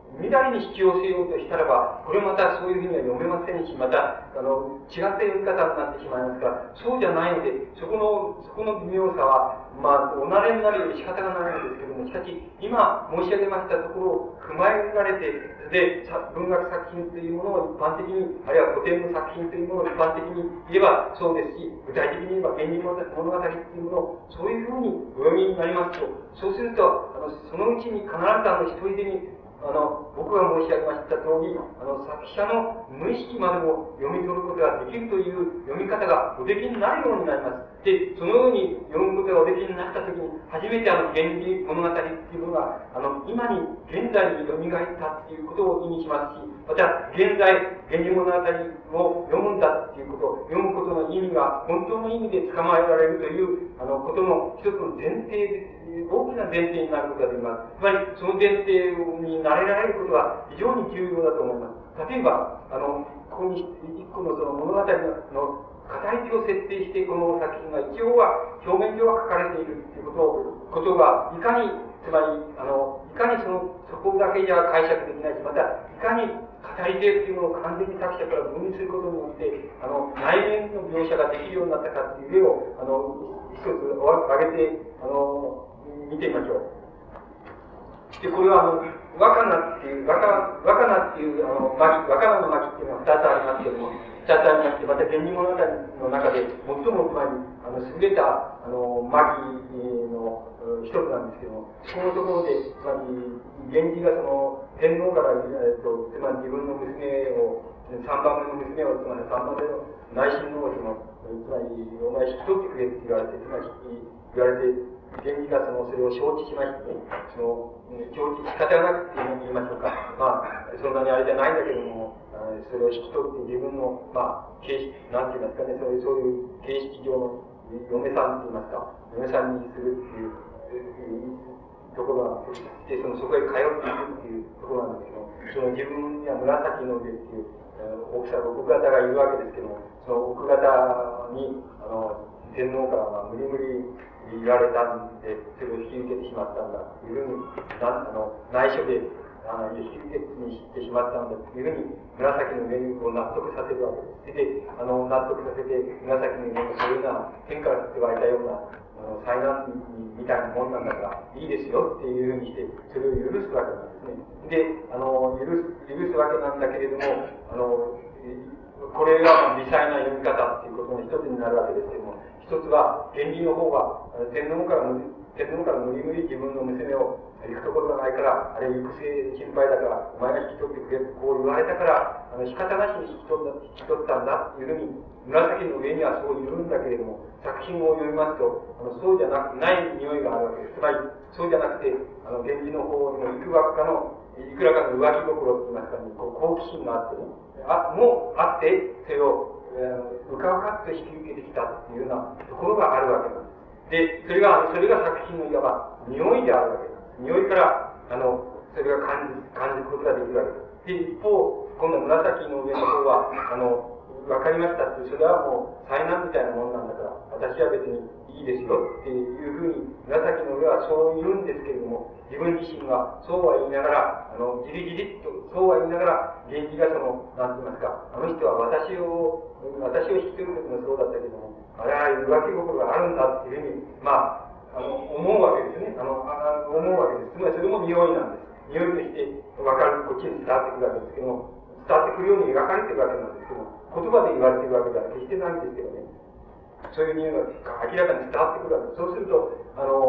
未来に引き寄せようとしたらば、これまたそういうふうには読めませんし、また、違った読み方になってしまいますから、そうじゃないので、そこの微妙さは、お慣れになるより仕方がないんですけども、しかし、今申し上げましたところを踏まえられて、で、文学作品というものを一般的に、あるいは古典の作品というものを一般的に言えばそうですし、具体的に言えば源氏物語というものを、そういうふうにお読みになりますと、そうすると、そのうちに必ず一人でに、僕が申し上げました通り、作者の無意識までも読み取ることができるという読み方がおできになるようになります。で、そのように読むことがおできになったときに、初めて源氏物語っていうのが、今に、現在に蘇ったっていうことを意味しますし、また、現在、源氏物語を読むんだっていうこと、読むことの意味が、本当の意味で捕まえられるという、ことの一つの前提です。大きな前提になることができます。つまり、その前提になれられることは非常に重要だと思います。例えば、ここに一個のその物語の語り手を設定して、この作品が一応は、表面上は書かれているということが、いかに、つまり、いかにそこだけじゃ解釈できないし、また、いかに語り手っていうものを完全に作者から分離することによって、内面の描写ができるようになったかっていう例を、一つ挙げて、見てみましょう。で、これは若菜っていう、若菜っていう、若菜の巻っていうのは二つありますけども、二つありまして、また源氏物語の中で最もつまり、優れた、巻の一つなんですけども、そこのところで、つまり、源氏が天皇から、つまり自分の娘を、三番目の娘を、つまり三番目の内親王子の、つまり、お前引き取ってくれって言われて、つまり、言われて、源氏がそれを承知しましてね、承知仕方がなくって言いましょうか。そんなにあれじゃないんだけども、それを引き取って自分の、形式、なんて言いますかね、そういう形式上の嫁さんって言いますか、嫁さんにするっていうところが、で、そこへ通っていくっていうところなんですけど、自分には紫の上っていう、奥方がいるわけですけども、その奥方に、天皇から無理無理言われたんで、それを引き受けてしまったんだというふうに、内緒で引き受けにしてしまったんだというふうに、紫の上を納得させるわけです。で、納得させて、紫の上のそういうような天から降って湧いたような災難みたいなもんなんだから、いいですよっていうふうにして、それを許すわけなんですね。で、許すわけなんだけれども、これが微細な読み方っていうことの一つになるわけですけども、一つは、源氏の方は、天皇から無理無理自分の娘を行くところがないから、あれ行く末心配だから、お前が引き取ってくれってこう言われたから、仕方なしに引き取ったんだっていうふうに、紫の上にはそう言うんだけれども、作品を読みますと、そうじゃない匂いがあるわけです。つまり、そうじゃなくて、源氏の方にもいくらかの浮気心って言いますかね、好奇心があってね、もうあって、それを、うかうかっと引き受けてきたっていうようなところがあるわけなんです。で、それが作品のいわば匂いであるわけです。匂いから、それが感じることができるわけです。で、一方、今度は紫の上の方は、わかりましたって、それはもう災難みたいなもんなんだから、私は別にいいですよっていうふうに、紫の上はそう言うんですけれども、自分自身はそうは言いながら、じりじりっと、そうは言いながら、源氏がなんて言いますか、あの人は私を引き取る時もそうだったけども、あれは浮気心があるんだっていうふうに、思うわけですね。思うわけです。つまりそれも匂いなんです。匂いとしてわかる、こっちに伝わってくるわけですけども、伝わってくるように描かれてるわけなんですけども、言葉で言われてるわけでは決してないんですけどね。そういう匂いが明らかに伝わってくるわけです。そうすると、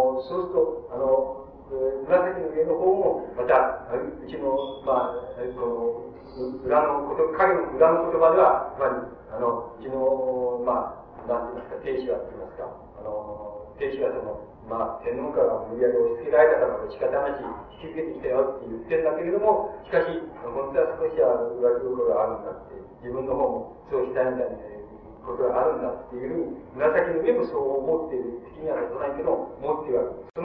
紫の上の方も、また、うちの、影の裏の言葉では、つまり、うちの、なんて言いますか、亭主はって言いますか、亭主は天皇から無理やり押し付けられたから仕方なし、引き受けてきたよって言ってるんだけれども、しかし、本当は少しは浮気心があるんだって、自分の方もそうしたいみたいなことがあるんだっていうふうに、紫の上もそう思っている、口には出さないけど、思っているわけです。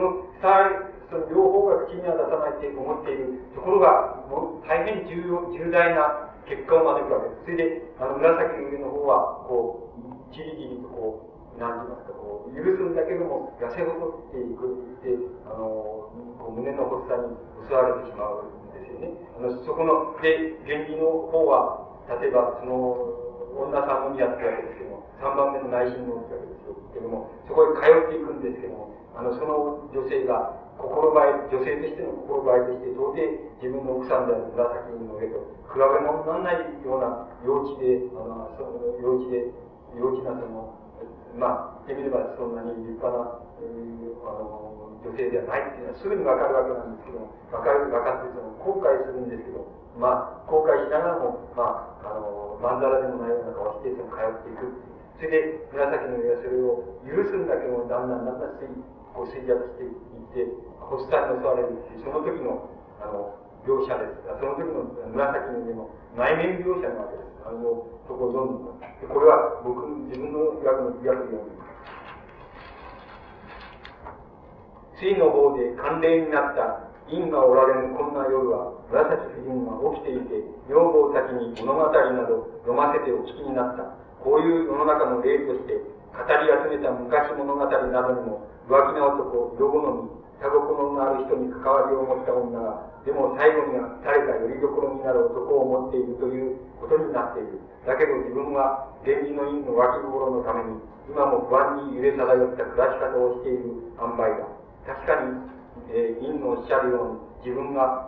その両方が口には出さないって思っているところが、もう大変重大な結果を招くわけです。それで、紫の上の方は、じりじりとなんて言いますか、許すんだけども、痩せ細っていくって、胸の発作に襲われてしまうんでですよね。そこの、で、源氏の方は、例えば、その、女三宮ってわけですけども、3番目の内親王ってわけですけども、そこへ通っていくんですけども、その女性が、女性としての心映えとして、到底自分の奥さんである紫の上と比べ物にならないような幼稚なまあ、言ってみればそんなに立派な、女性ではないっていうのはすぐにわかるわけなんですけども、わかって後悔するんですけど、まあ、後悔しながらも、まあ、まんざらでもないような顔して、通っていく。それで、紫の上はそれを許すんだけども、だんだん衰弱していって、発作に襲われるっていう、その時の、描写です。その時の紫の上の内面描写なわけです。そこを読んで。これは自分の訳で読んでいます。水の方で寒冷になった陰がおられぬこんな夜は、紫夫人が起きていて、女房たちに物語など読ませてお聞きになった。こういう世の中の例として、語り集めた昔物語などにも、浮気な男、色好み、他心のある人に関わりを持った女が、でも最後には誰かよりどころになる男を持っているということになっている。だけど自分は源氏の陰の脇心のために、今も不安に揺れ漂った暮らし方をしている塩梅だ。確かに、陰のおっしゃるように、自分が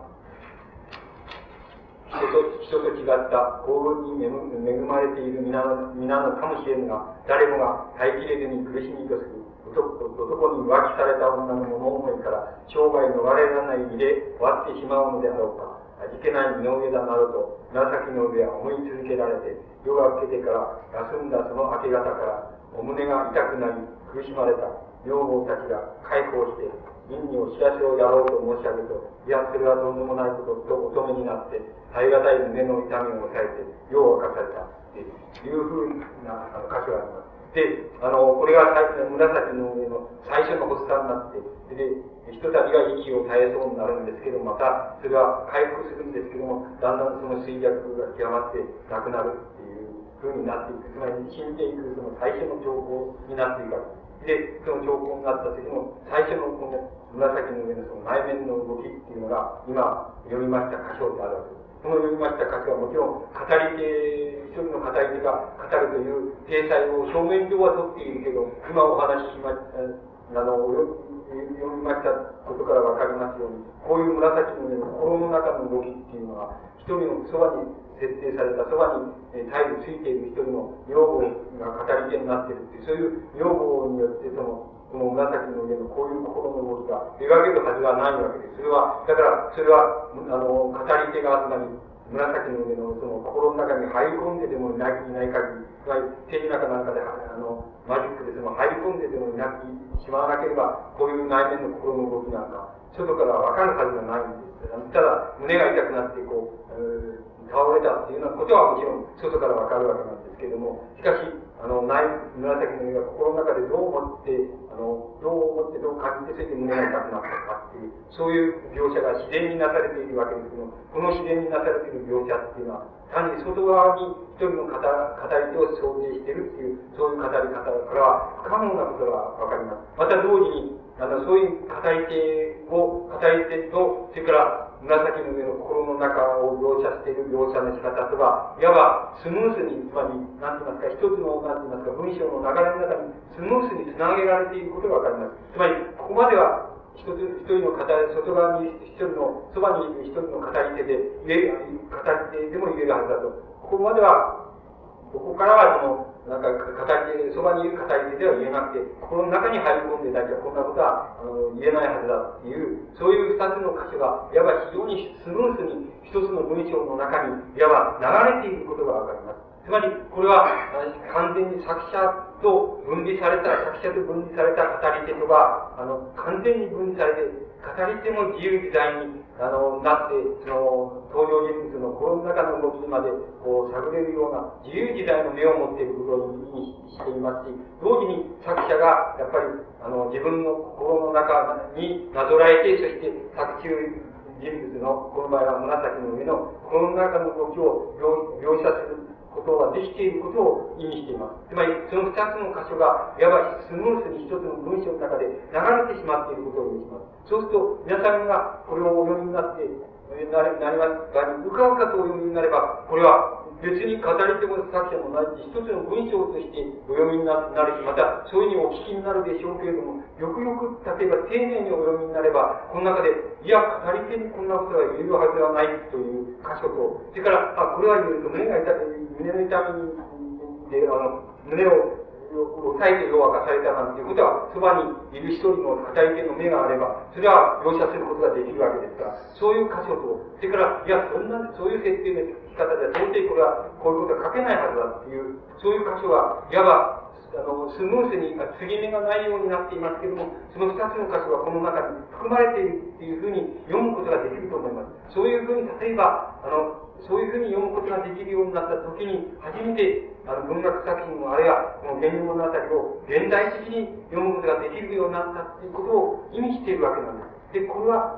人と違った幸運に恵まれている皆のかもしれぬが、誰もが耐えきれずに苦しみとする。男に浮気された女の物思いから生涯逃れられない身で終わってしまうのであろうか。味気ない身の上だなどと紫の上は思い続けられて、夜が明けてから休んだその明け方からお胸が痛くなり苦しまれた女房たちが解放して陰にお知らせをやろうと申し上げると、いやそれはとんでもないこととお止めになって耐え難い胸の痛みを抑えて夜を明かされたというふうな歌詞があります。で、これが紫の上の最初の発作になって、で、人たちが息を絶えそうになるんですけど、また、それは回復するんですけども、だんだんその衰弱が極まってなくなるっていう風になっていく。つまり、死んでいくその最初の兆候になっていくわけです。で、その兆候になった時の最初のこの紫の上のその内面の動きっていうのが、今読みました箇所であるわけです。この読みました歌詞はもちろん一人の語り手が語るという体裁を表面上はとっているけど、今お話ししました読みましたことからわかりますように、こういう紫の上の心の中の動きっていうのは、一人のそばに設定されたそばに絶えずついている一人の女房が語り手になっているっていう、そういう女房によってその紫の上のこういう心の動きが描けるはずはないわけです。それは語り手がつまり紫の上のその心の中に入り込んででもいない限り、つまり手の中なんかでマジックでその入り込んででもいなくしまわなければ、こういう内面の心の動きなんか外からわかるはずがないんです。ただ胸が痛くなって倒れたっていうようなことはもちろん外からわかるわけなんですけれども、しかし紫の上が心の中でどう思ってどう感じて、それで胸が痛くなったかっていう、そういう描写が自然になされているわけですけども、この自然になされている描写っていうのは、単に外側に一人の語り手を想定しているっていう、そういう語り方からは不可能なことがわかります。また同時に、そういう語り手と、それから紫の上の心の中を描写している描写の仕方とは、いわばスムースに、つまり、なんて言いますか、一つの、なんて言いますか、文章の流れの中にスムースにつなげられていることがわかります。つまり、ここまでは、一人の外側にそばにいる一人の語り手でも言えるはずだと。ここまでは、ここからはなんかそばにいる語り手では言えなくて、心の中に入り込んでなきゃこんなことは言えないはずだっていう、そういう二つの箇所が、いわば非常にスムースに一つの文章の中に、いわば流れていることがわかります。つまり、これは完全に作者と分離された語り手とか、完全に分離されて、語り手も自由自在になって、登場人物の心の中の動きまで探れるような自由自在の目を持っていることを意味していますし、同時に作者がやっぱり自分の心の中になぞらえて、そして作中人物の、この場合は紫の上の心の中の動きを描写することができていることを意味しています。つまり、その二つの箇所が、いわばスムースに一つの文章の中で流れてしまっていることを意味します。そうすると、皆さんがこれをお読みになって、 なりますが、うかうかとお読みになれば、これは別に語り手も作者もないし、一つの文章としてお読みになるし、またそういうふうにお聞きになるでしょうけれども、よくよく例えば丁寧にお読みになれば、この中で、いや、語り手にこんなことが言えるはずはないという箇所と、それから、これは言うと胸の痛みで、胸を抑えて弱化されたなんていうことは、そばにいる一人の語り手の目があれば、それは描写することができるわけですから、そういう箇所と、それから、いや、そういう設定の聞き方では、到底これは、こういうことは書けないはずだっていう、そういう箇所は、いわば、スムースに継ぎ目がないようになっていますけれども、その二つの箇所がこの中に含まれているっていうふうに読むことができると思います。そういうふうに、例えば、そういうふうに読むことができるようになったときに、初めて、文学作品を、あるいは、この源氏物語を現代的に読むことができるようになったっていうことを意味しているわけなんです。で、これは、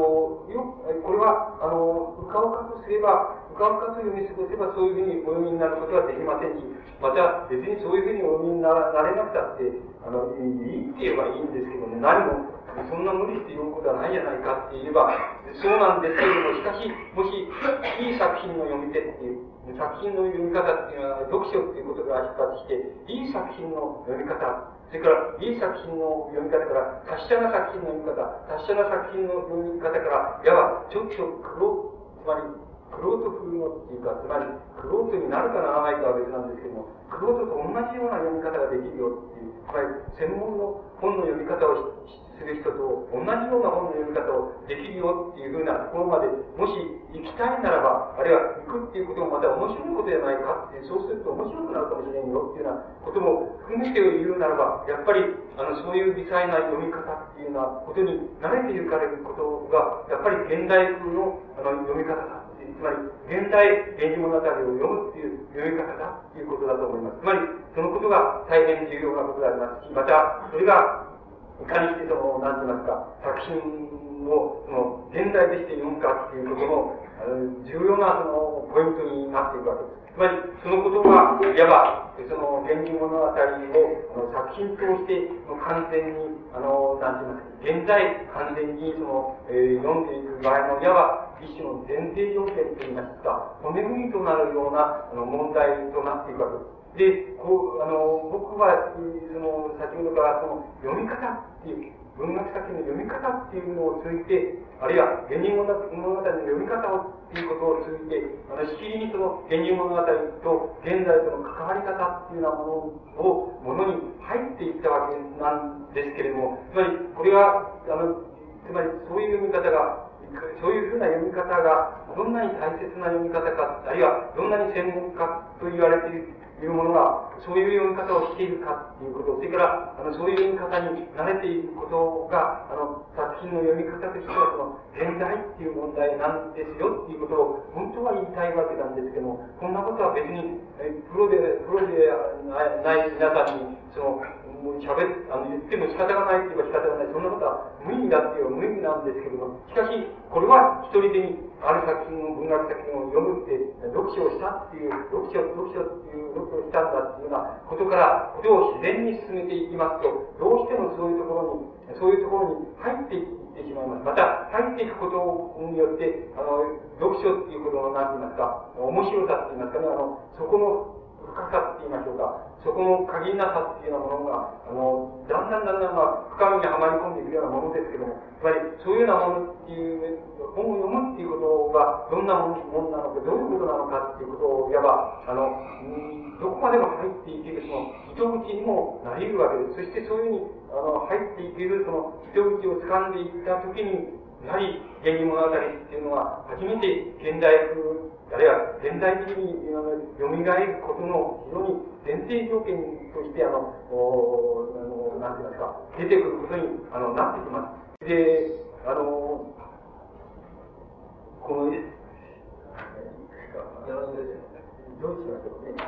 うかうかとすれば、うかうかと読み過ごせば、そういうふうにお読みになることはできませんし、また、別にそういうふうにお読みになれなくたって、いいって言えばいいんですけども、何も、そんな無理して読むことはないじゃないかって言えば、そうなんですけれども、しかし、もし、いい作品の読み手っていう、作品の読み方っていうのは、読書っていうことから出発して、いい作品の読み方、それから、いい作品の読み方から、達者な作品の読み方、達者な作品の読み方から、いわば、ちょっとつまり、玄人風のっていうか、つまり、玄人になるかならないかは別なんですけども、玄人と同じような読み方ができるよっていう、つまり、専門の本の読み方をする人と同じような本の読み方をできるよっていうふうなところまで、もし行きたいならば、あるいは行くっていうこともまた面白いことじゃないかっていう、そうすると面白くなるかもしれんよっていうようなことも含めて言うならば、やっぱり、そういう微細な読み方っていうようなことに慣れていかれることが、やっぱり現代風の読み方だ。つまり、現代源氏物語を読むっていう読み方だっていうことだと思います。つまり、そのことが大変重要なことでありますし、また、それが、いかにしてなんて言いますか、作品を、現代として読むかっていうことの、重要な、ポイントになっていくわけです。つまり、そのことが、いわば、源氏物語を、作品として、完全に、なんて言いますか、現在、完全に、読んでいく場合の、いわば、一種の前提条件といいますか、骨組みとなるような、問題となっていくわけです。で、僕は、先ほどから読み方っていう、文学作品の読み方っていうのを通じて、あるいは、源氏物語の読み方をっていうことを通じて、しきりに源氏物語と現代との関わり方っていうようなものに入っていったわけなんですけれども、つまり、これは、つまり、そういう読み方が、そういうふうな読み方が、どんなに大切な読み方か、あるいは、どんなに専門家と言われているものが、そういう読み方をしているかということ、それから、そういう読み方に慣れていることが、作品の読み方としては、現代っていう問題なんですよっていうことを、本当は言いたいわけなんですけども、こんなことは別に、プロでない皆さんに、言っても仕方がないって言えば仕方がない。そんなことは無意味だって言えば無意味なんですけれども、しかし、これは一人でにある作品文学作品を読むって、読書をしたっていう、読書をしたんだっていうようなことを自然に進めていきますと、どうしてもそういうところに入っていってしまいます。また、入っていくことによって、読書っていうことの、なんて言いますか、面白さって言いますかね、そこの深さって言いましょうか、そこの限りなさっていうようなものが、だんだん深みにはまり込んでいくようなものですけども、つまり、そういうようなものっていう、本を読むっていうことが、どんなものなのか、どういうことなのかっていうことを、いわば、どこまでも入っていける、糸口にもなり得るわけです。そして、そういうふうに、入っていける、糸口を掴んでいったときに、やはり、源氏物語っていうのは、初めて現代風、あるいは現代的に蘇ることの非常に前提条件として、なんて言いますか、出てくることになってきます。で、この、どうしましょうね。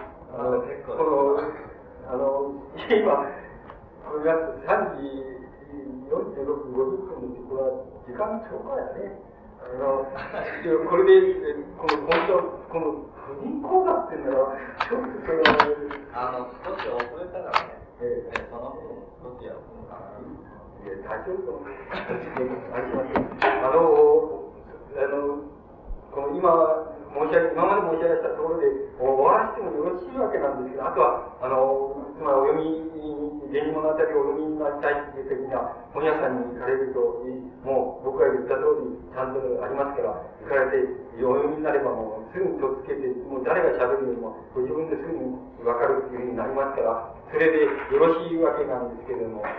今、これが3時46分50分で、これは時間超過やね。これで、この婦人講座っていうのは、ちょっと少し遅れたからね。その分、少し休むかな。 多少と、あります。 この今まで申し上げたところで終わらせてもよろしいわけなんですけど、あとは、つまり源氏物語をお読みになりたいという時には、本屋さんに行かれると、もう僕が言った通り、ちゃんとありますから、行かれて、お読みになればもうすぐにとっつけて、もう誰が喋るよりも、ご自分ですぐにわかるというふうになりますから、それでよろしいわけなんですけれども、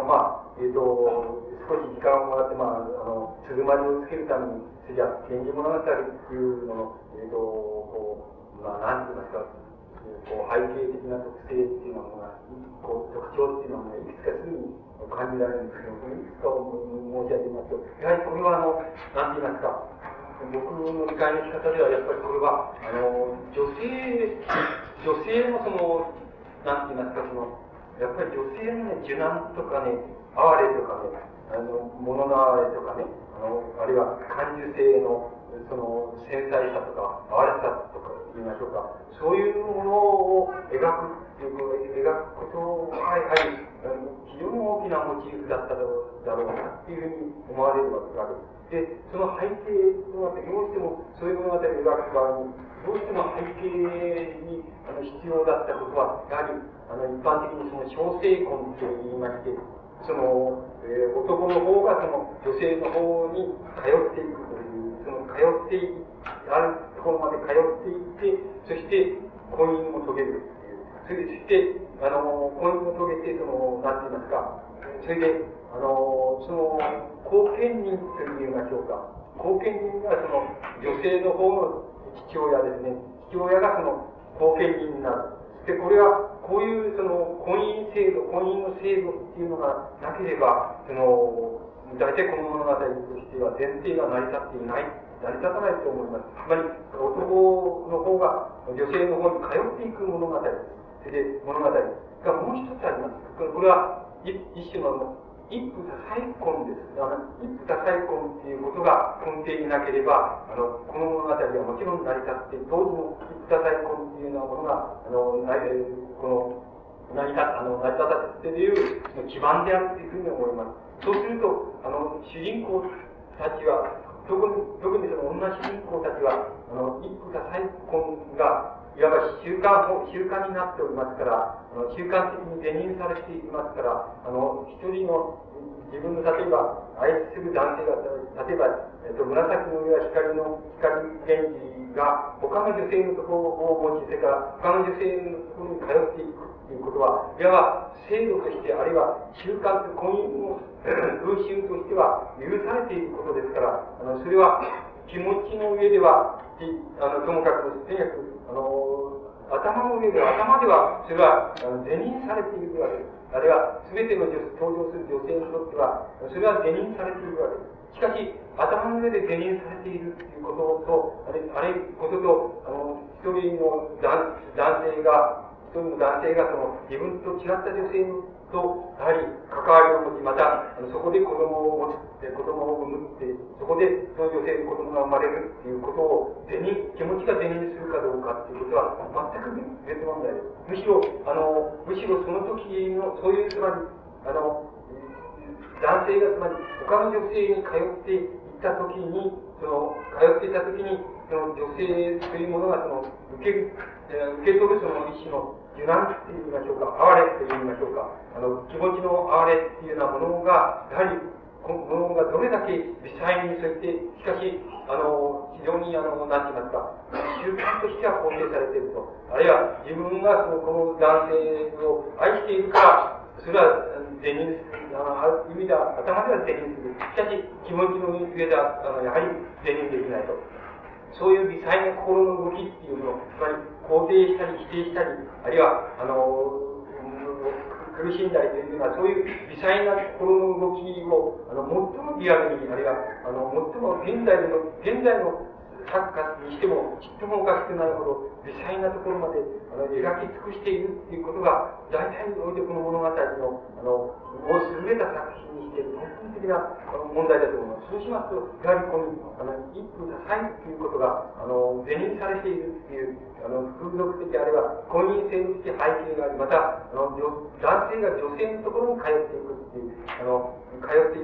少し時間をもらって、鈴まりをつけるために、じゃあ、源氏物語っていうのの、なんて言いますか、背景的な特性っていうのが、特徴っていうのが、いくつかすぐに感じられるんですけど、いくつかを申し上げますと、やはりこれはなんて言いますか、僕の理解の仕方では、やっぱりこれは、女性のなんて言いますか、やっぱり女性のね、受難とかね、哀れとかね、物の哀れとかね、あるいは感受性の繊細さとか哀れさとか言いましょうか、そういうものを描くことがやはり非常に大きなモチーフだっただろうなっていうふうに思われるわけで、その背景となってどうしてもそういう物語を描く場合にどうしても背景に必要だったことはやはり一般的に小生婚と言いまして、男の方が女性の方に通っていくという、通ってあるところまで通っていって、そして婚姻を遂げるという、そして婚姻を遂げてなんて言いますか、それで後見人と言いましょうか、後見人が女性の方の父親ですね、父親が後見人になる。で、これは、こういう婚姻の制度っていうのがなければ、大体この物語としては前提が成り立たないと思います。つまり、男の方が女性の方に通っていく物語。それで、物語がもう一つあります。これは、一種の一夫多妻婚です。一夫多妻婚っていうことが根底になければ、この物語はもちろん成り立って、当時の一夫多妻婚っていうようなものが、成り立たせている基盤であるというふうに思います。そうすると、主人公たちは、特に女主人公たちは、一夫多妻婚が、いわば習慣になっておりますから、習慣的に是認されていますから、一人の自分の例えば愛する男性が、例えば、紫の上は光源氏が他の女性のところを持ち、それから他の女性のところに通っていくということは、いわば制度として、あるいは習慣と婚姻の風習としては許されていることですから、それは気持ちの上では、ともかく、とにかく、頭の上では、頭では、それは、是認されているわけです。あるいは、すべての登場する女性にとっては、それは是認されているわけです。しかし、頭の上で是認されているということと、一人の男性が、自分と違った女性と、やはり関わりを持ち、また、そこで子供を産むって、そこでその女性に子供が生まれるっていうことを気持ちが是認するかどうかっていうことは全く別問題です。むしろその時の、そういうつまり、男性がつまり他の女性に通っていった時に、その女性というものが受け取る一種の受難って言いましょうか、哀れって言いましょうか、気持ちの哀れっていうようなものが、やはり、このものがどれだけ微細にそうやって、しかし、非常になんて言いますか、習慣としては肯定されていると。あるいは、自分がこの男性を愛しているから、それは是認する。ある意味では、頭では是認する。しかし、気持ちの上では、やはり是認できないと。そういう微細な心の動きっていうのを、つまり、肯定したり否定したり、あるいは、苦しんだりというのは、そういう微細な心の動きを、最もリアルに、あるいは、最も現在の作家にしても、ちっともおかしくないほど、微細なところまで描き尽くしているっていうことが、大体においてこの物語の、優れた作品にしている根本的な問題だと思います。そうしますと、やはりこの、一夫多妻っていうことが、是認されているっていう、風俗的、あるいは婚姻制度的背景があり、また、男性が女性のところに通っていくっていう、通っていく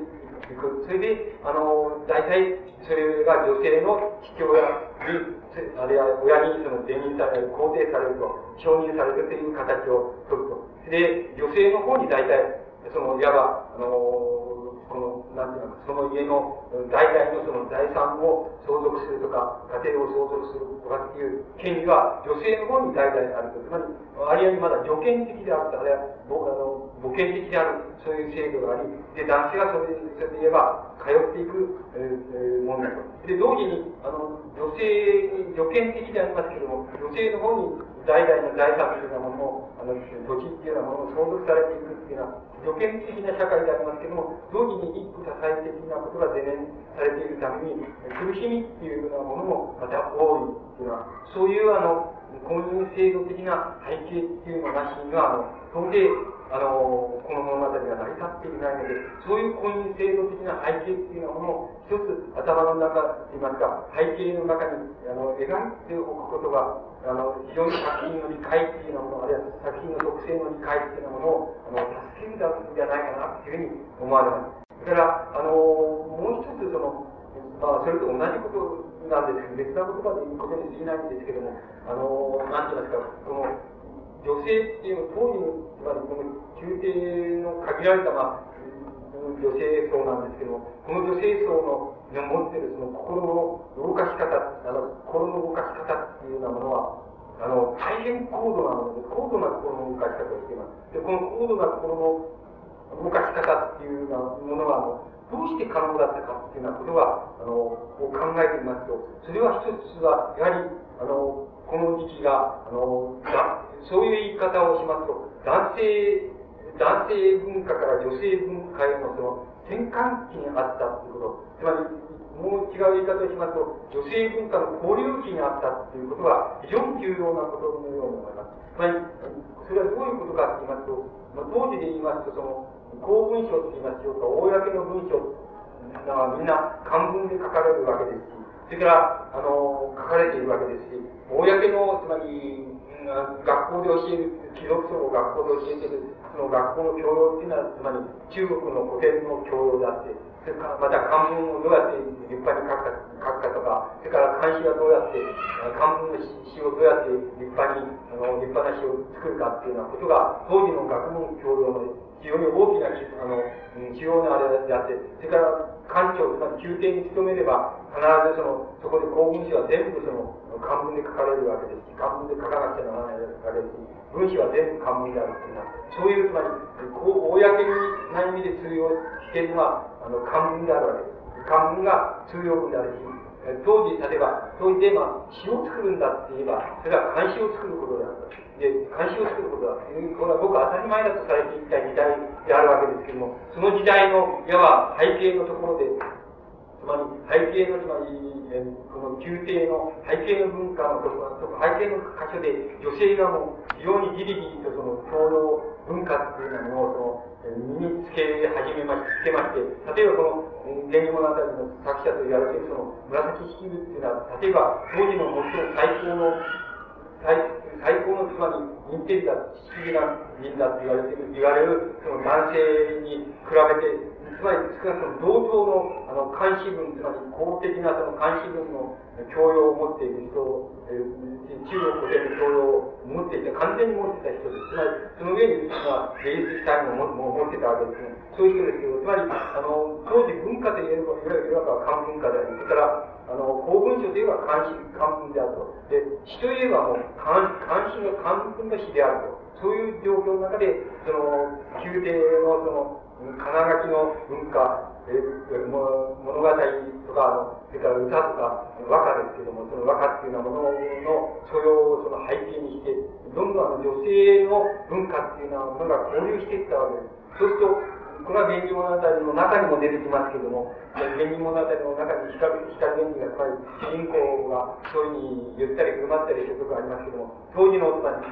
それで、大体、それが女性の父親に、あるいは親に前任される、肯定されると、承認されるという形を取ると。で、女性の方に大体、いわば、なんていうのか、その家の代々のその財産を相続するとか、家庭を相続するとかっていう権利は女性の方に代々あると。つまり、あるいはまだ助権的であると、あるいは母権的である、そういう制度があり、で、男性がそれで言えば、通っていく、ものだと。で、同時に、女性に助権的でありますけれども、女性の方に代々の財産というようなものを、土地っていうようなものを相続されていくっていうのは、助権的な社会でありますけれども、同時に一夫多妻的なことが前面されているために、苦しみっていうようなものもまた多いっていうのは、そういう婚姻制度的な背景っていうのなしには、到底、この物語が成り立っていないので、そういう婚姻制度的な背景っていうようなものを一つ頭の中といいますか、背景の中に描いておくことが、非常に作品の理解っていうようなもの、あるいは作品の特性の理解っていうようなものを助けるんじゃないかなというふうに思われます。それから、もう一つそれと同じことなんですけど、別な言葉で言うことに過ぎないんですけども、なんて言いますか、この女性っていうの、当時の、つまりこの宮廷の限られた、女性層なんですけども、この女性層の持っているその心の動かし方、心の動かし方っていうようなものは、大変高度なもので、高度な心の動かし方をしています。で、この高度な心の動かし方っていうようなものは、どうして可能だったかっていうようなことを考えてみますと、それは一つは、やはり、この時期が、そういう言い方をしますと、男性文化から女性文化へのその転換期にあったということ、つまり、もう違う言い方をしますと、女性文化の交流期にあったということが非常に重要なことのように思います。つまり、それはどういうことかと言いますと、当時で言いますと、公文書と言いますか、公の文書がみんな漢文で書かれるわけですし、それから、書かれているわけですし、公の、つまり、学校で教える、貴族層を学校で教えている、その学校の教養っていうのは、つまり中国の古典の教養であって、それからまた漢文をどうやって立派に書くかとか、それから漢詩はどうやって、漢文の詩をどうやって立派な詩を作るかっていうようなことが、当時の学問教養の非常に大きな、主要なあれであって、それから官庁、つまり宮廷に勤めれば、必ずそこで公文書は全部漢文で書かれるわけですし、漢文で書かなくちゃならないわけですし、文章は全部漢文であるというのは、そういう、つまり、公な意味で通用しているのは、漢文であるわけです。漢文が通用文であるし、当時、例えば、当時で、詩を作るんだって言えば、それは漢詩を作ることである。で、漢詩を作ることだ。これはごく当たり前だとされていた時代であるわけですけども、その時代の、いわば背景のところで、つまり、背景の、つまり、この宮廷の背景の文化のところ、背景の箇所で、女性がもう、非常にじりじりと教養文化っていうものを、身につけ始めまして、例えばこの、源氏物語の作者と言われている紫式部っていうのは、例えば、当時の最も最高のつまり、インテリだ、式美な人だって言われる、その男性に比べて、つまり少なくとも同等の監視文、つまり公的なその監視文の教養を持っている人、中国での教養を持っていた、完全に持っていた人です。つまり、その上に、芸術才能も持っていたわけですね。そういう人ですけど、つまり、当時文化といえば漢文化であり、それから、公文書といえば漢文であると。で、詩といえばもう漢文の詩であると。そういう状況の中で、宮廷の金書きの文化、物語とか、それから歌とか、和歌ですけども、その和歌っていうようなものの素養を背景にして、どんどん女性の文化っていうようなものが交流していったわけです。そうすると、これは源氏物語の中にも出てきますけども、源氏物語の中に光源氏が、つまり主人公がそういうふうにゆったり振る舞ったりするところがありますけども、当時のつまり、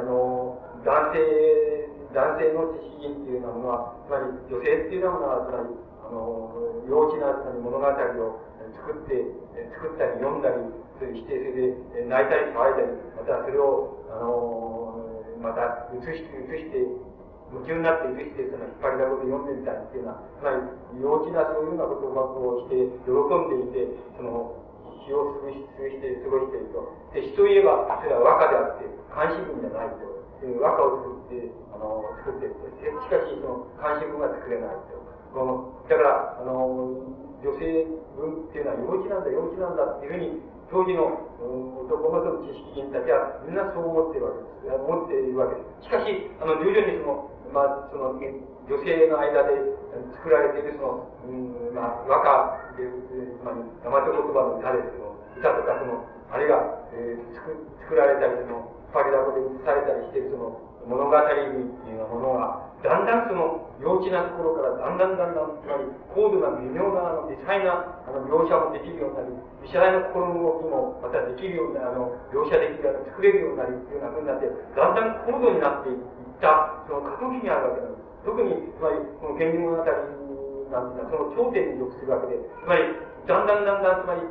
男性の知識人っていうようなものは、つまり女性っていうようなものは、つまり、幼稚な物語を作ったり読んだりして、それで泣いたり騒いだり、またそれを、また映して、 夢中になっているして、その引っ張りだこで読んでみたいっていうのは、つまり幼稚なそういうようなことをして喜んでいて、その日を過ごしていると。で、詩といえば、それは和歌であって、漢詩文じゃないと。和歌を作っていると。しかし、その漢詩文は作れないと。だから、女性文っていうのは幼稚なんだっていうふうに、当時の男の知識人たちはみんなそう思っているわけです。思っているわけです。しかし、徐々にその女性の間で作られている和歌で、つまり大和言葉の歌ですけど、歌とかあるいは、作られたり、パリダコで映されたりしている物語類っていうようなものが、だんだん幼稚なところからだんだん、つまり高度な微妙な微細な描写もできるようになり、微細な心の動きもまたできるような、描写できるように作れるようになりっていうような風になって、だんだん高度になっていった過渡期にあるわけなんです。特に、つまり、この源氏物語なんていうのはその頂点に属するわけで、つまり、だんだん、つまり、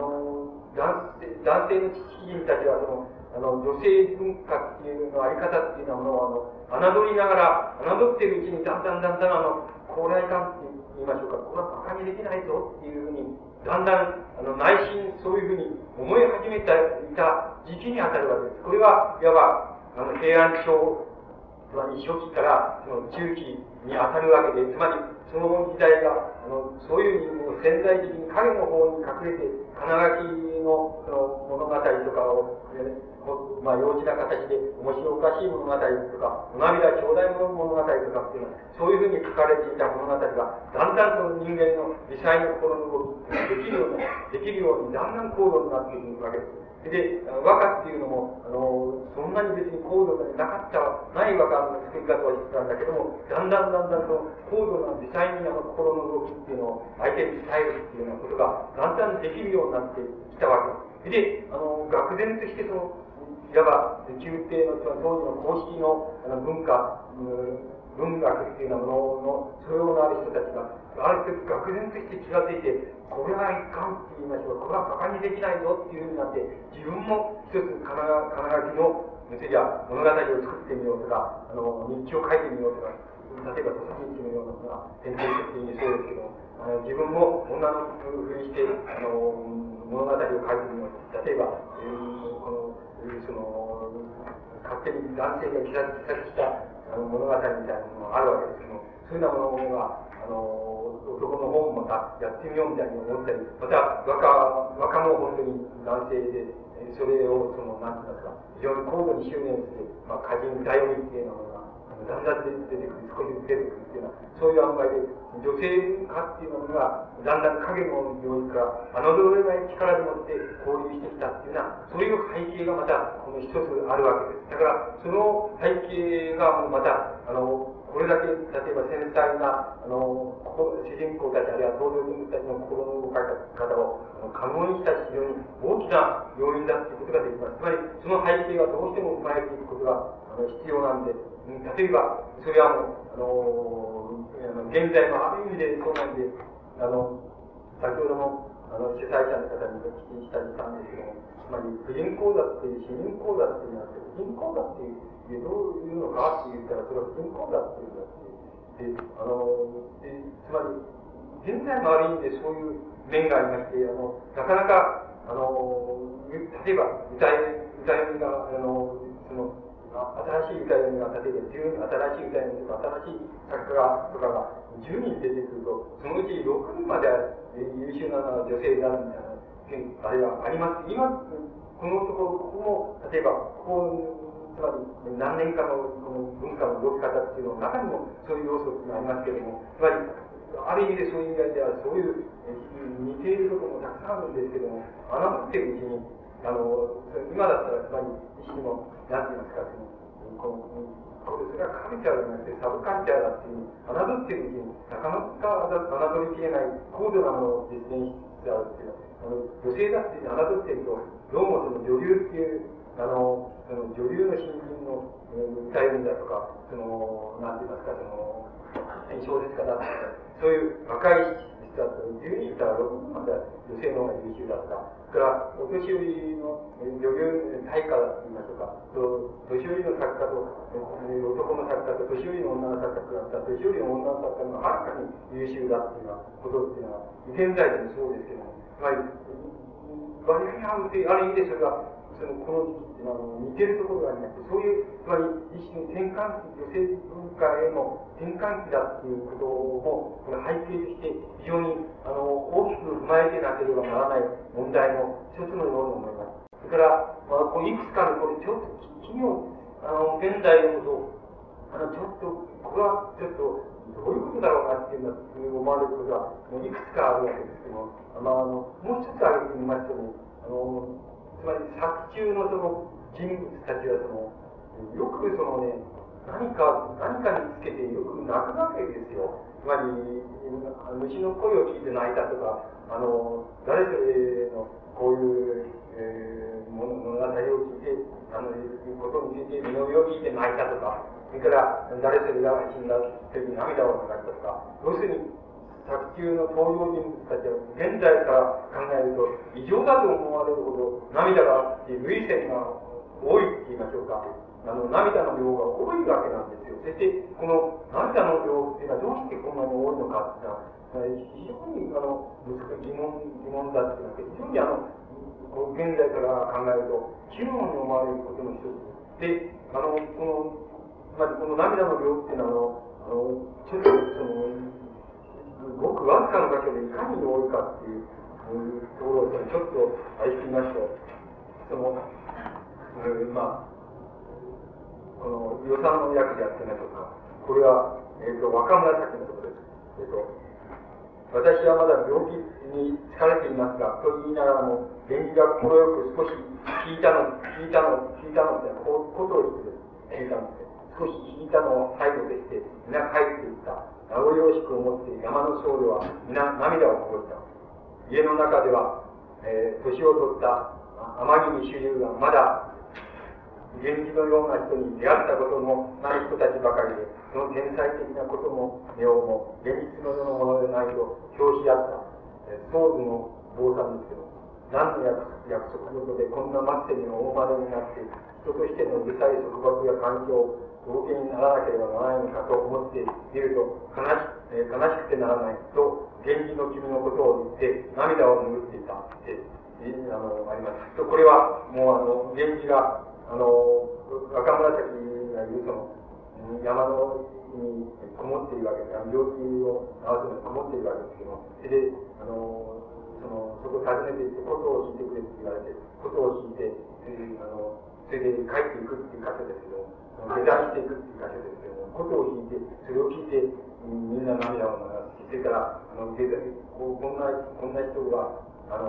男性の知識人たちは女性文化っていうのあり方っていうようなものを侮りながら、侮っているうちにだんだん、高麗感って言いましょうか、これは馬鹿にできないぞっていうふうに、だんだん、内心そういうふうに思い始めていた時期にあたるわけです。これが、いわば、平安朝、つまり初期から中期にあたるわけで、つまり、その時代が、そういう潜在的に影の方に隠れて、金書きの物語とかを、幼稚な形で面白おかしい物語とか、お涙頂戴物語とかっていうのは、そういうふうに書かれていた物語が、だんだんその人間の微細な心の動きができるように、だんだん高度になっていくわけです。で、和歌っていうのも、そんなに別に高度がない和歌の作り方をしてたんだけども、だんだんその高度な微細に心の動きっていうのを相手に伝えるっていうようなことが、だんだんできるようになってきたわけです。で、愕然としていわば、宮廷の当時の公式の文学っていうようなものの素養のある人たちが、ある時愕然として気がついて、これはいかんって言いましょうか、これは馬鹿にできないぞっていうふうになって、自分も一つ金書きの、物語を作ってみようとか、日記を書いてみようとか、例えば土佐日記のようなものが典型的にそうですけど、自分も女のふりして、物語を書いてみようと。例えば、勝手に男性が自殺した物語みたいなものがあるわけですけども、そういうようなものが、男の方もまたやってみようみたいに思ったり、また和歌も本当に男性で、それをなんて言いますか、非常に高度に修練して、歌人歌読みっていうようなものが、だんだん出てくる、少しずつ出てくるっていうような、そういう案外で、女性文化っていうものが、だんだん影の領域から侮れない力でもって交流してきたっていうような、そういう背景がまた、この一つあるわけです。だから、その背景がまた、これだけ、例えば繊細な、主人公たち、あるいは登場人物たちの心の動か方を可能にした非常に大きな要因だということができます。つまり、その背景がどうしても生まれていくことが必要なんで、例えば、それは現在のある意味でそうなんで、先ほども、主催者の方にお聞きしたりしたんですけども、つまり、婦人講座っていう、市民講座っていうのは、婦人講座っていう、どういうのかって言ったら、それは婦人講座っていうのだって、つまり、現在のある意味でそういう面がありまして、なかなか、例えば、歌読みが、新しい歌読みが、例えば新しい歌読みとか、新しい作家とかが10人出てくると、そのうち6人まで優秀な女性になるみたいな、あれはあります。今、このところ、ここも、例えば、つまり何年かのこの文化の動き方っていうのの中にもそういう要素っていうのがありますけれども、つまり、ある意味でそういう意味では、そういう似ているところもたくさんあるんですけども、侮っているうちに、今だったら、つまり、意識の、なんて言いますか、それはカルチャーじゃなくてサブカルチャーだっていう、侮っているうちになかなか侮りきれない高度なものを実現しつつあるっていう、女性だって侮っていると、どうもその女流っていう、女流の新人の歌読みだとか、なんて言いますか、小説家だとか、そういう若い人つだと、10人いたら6人まで女性の方が優秀だとか、それからお年寄りの女優大家だと言いましょうか、年寄りの作家と、男の作家と年寄りの女の作家とだったら、年寄りの女の作家のはるかに優秀だっていうようなことっていうのは、現在でもそうですけども、つまり、割合にある意味でそれが、この時期っていうのは似てるところがありまして、そういう、つまり一種の転換期、女性文化への転換期だっていうことも、これ背景として非常に大きく踏まえてなければならない問題の一つのように思います。それから、これいくつかのこれちょっと奇妙、現在のことちょっと、これはちょっと、どういうことだろうなっていうのは、思われることがいくつかあるわけですけども、もう一つ挙げてみましても、つまり作中のその人物たちはよく何かにつけてよく泣くわけですよ。つまり、虫の声を聞いて泣いたとか、誰それのこういう、物語を聞いて、いうことについて身の上を聞いて泣いたとか、それから誰それが死んだ時に涙を流したとか、要するに、作中の登場人物たちは現在から考えると異常だと思われるほど涙があって涙腺が多いって言いましょうか、涙の量が多いわけなんですよ。そしてこの涙の量っていうのはどうしてこんなに多いのかっていうのは非常に疑問だっていうのは非常に現在から考えると奇妙に思われることの一つで、つまりこの涙の量っていうのはちょっとごくわずかの場所でいかに多いかっていうところをちょっと愛してみましょう。この予算の役であってねとか、これは、若紫のところです。私はまだ病気に疲れていますが、と言いながらも、源氏が心よく少し聞いたのってことを言って聞いたので、少し聞いたのを最後でして、皆帰っていった。名残惜しく思って山の僧侶は皆涙をこぼした。家の中では、年を取った天城主流がまだ源氏のような人に出会ったことのない人たちばかりで、その天才的なこともネオも現実の世のものでないと評し合った。僧侶の坊さんですけど、何の約束事でこんな末世に大丸になって、人としての微細束縛や環境を同型にならなければならないのかと思ってみると悲しくてならないと源氏の君のことを言って涙を拭っていたってありますと、これはもう源氏が若紫がいる山のにこもっているわけです。病気を治すのにこもっているわけですけども、それでそこを訪ねていってことを聞いてくれって言われて、ことを聞いてそれで帰っていくっていう箇所ですけども、下山していくっていう箇所ですけども、ことを聞いて、それを聞いて、みんな涙を流すし、それから、こんな人が、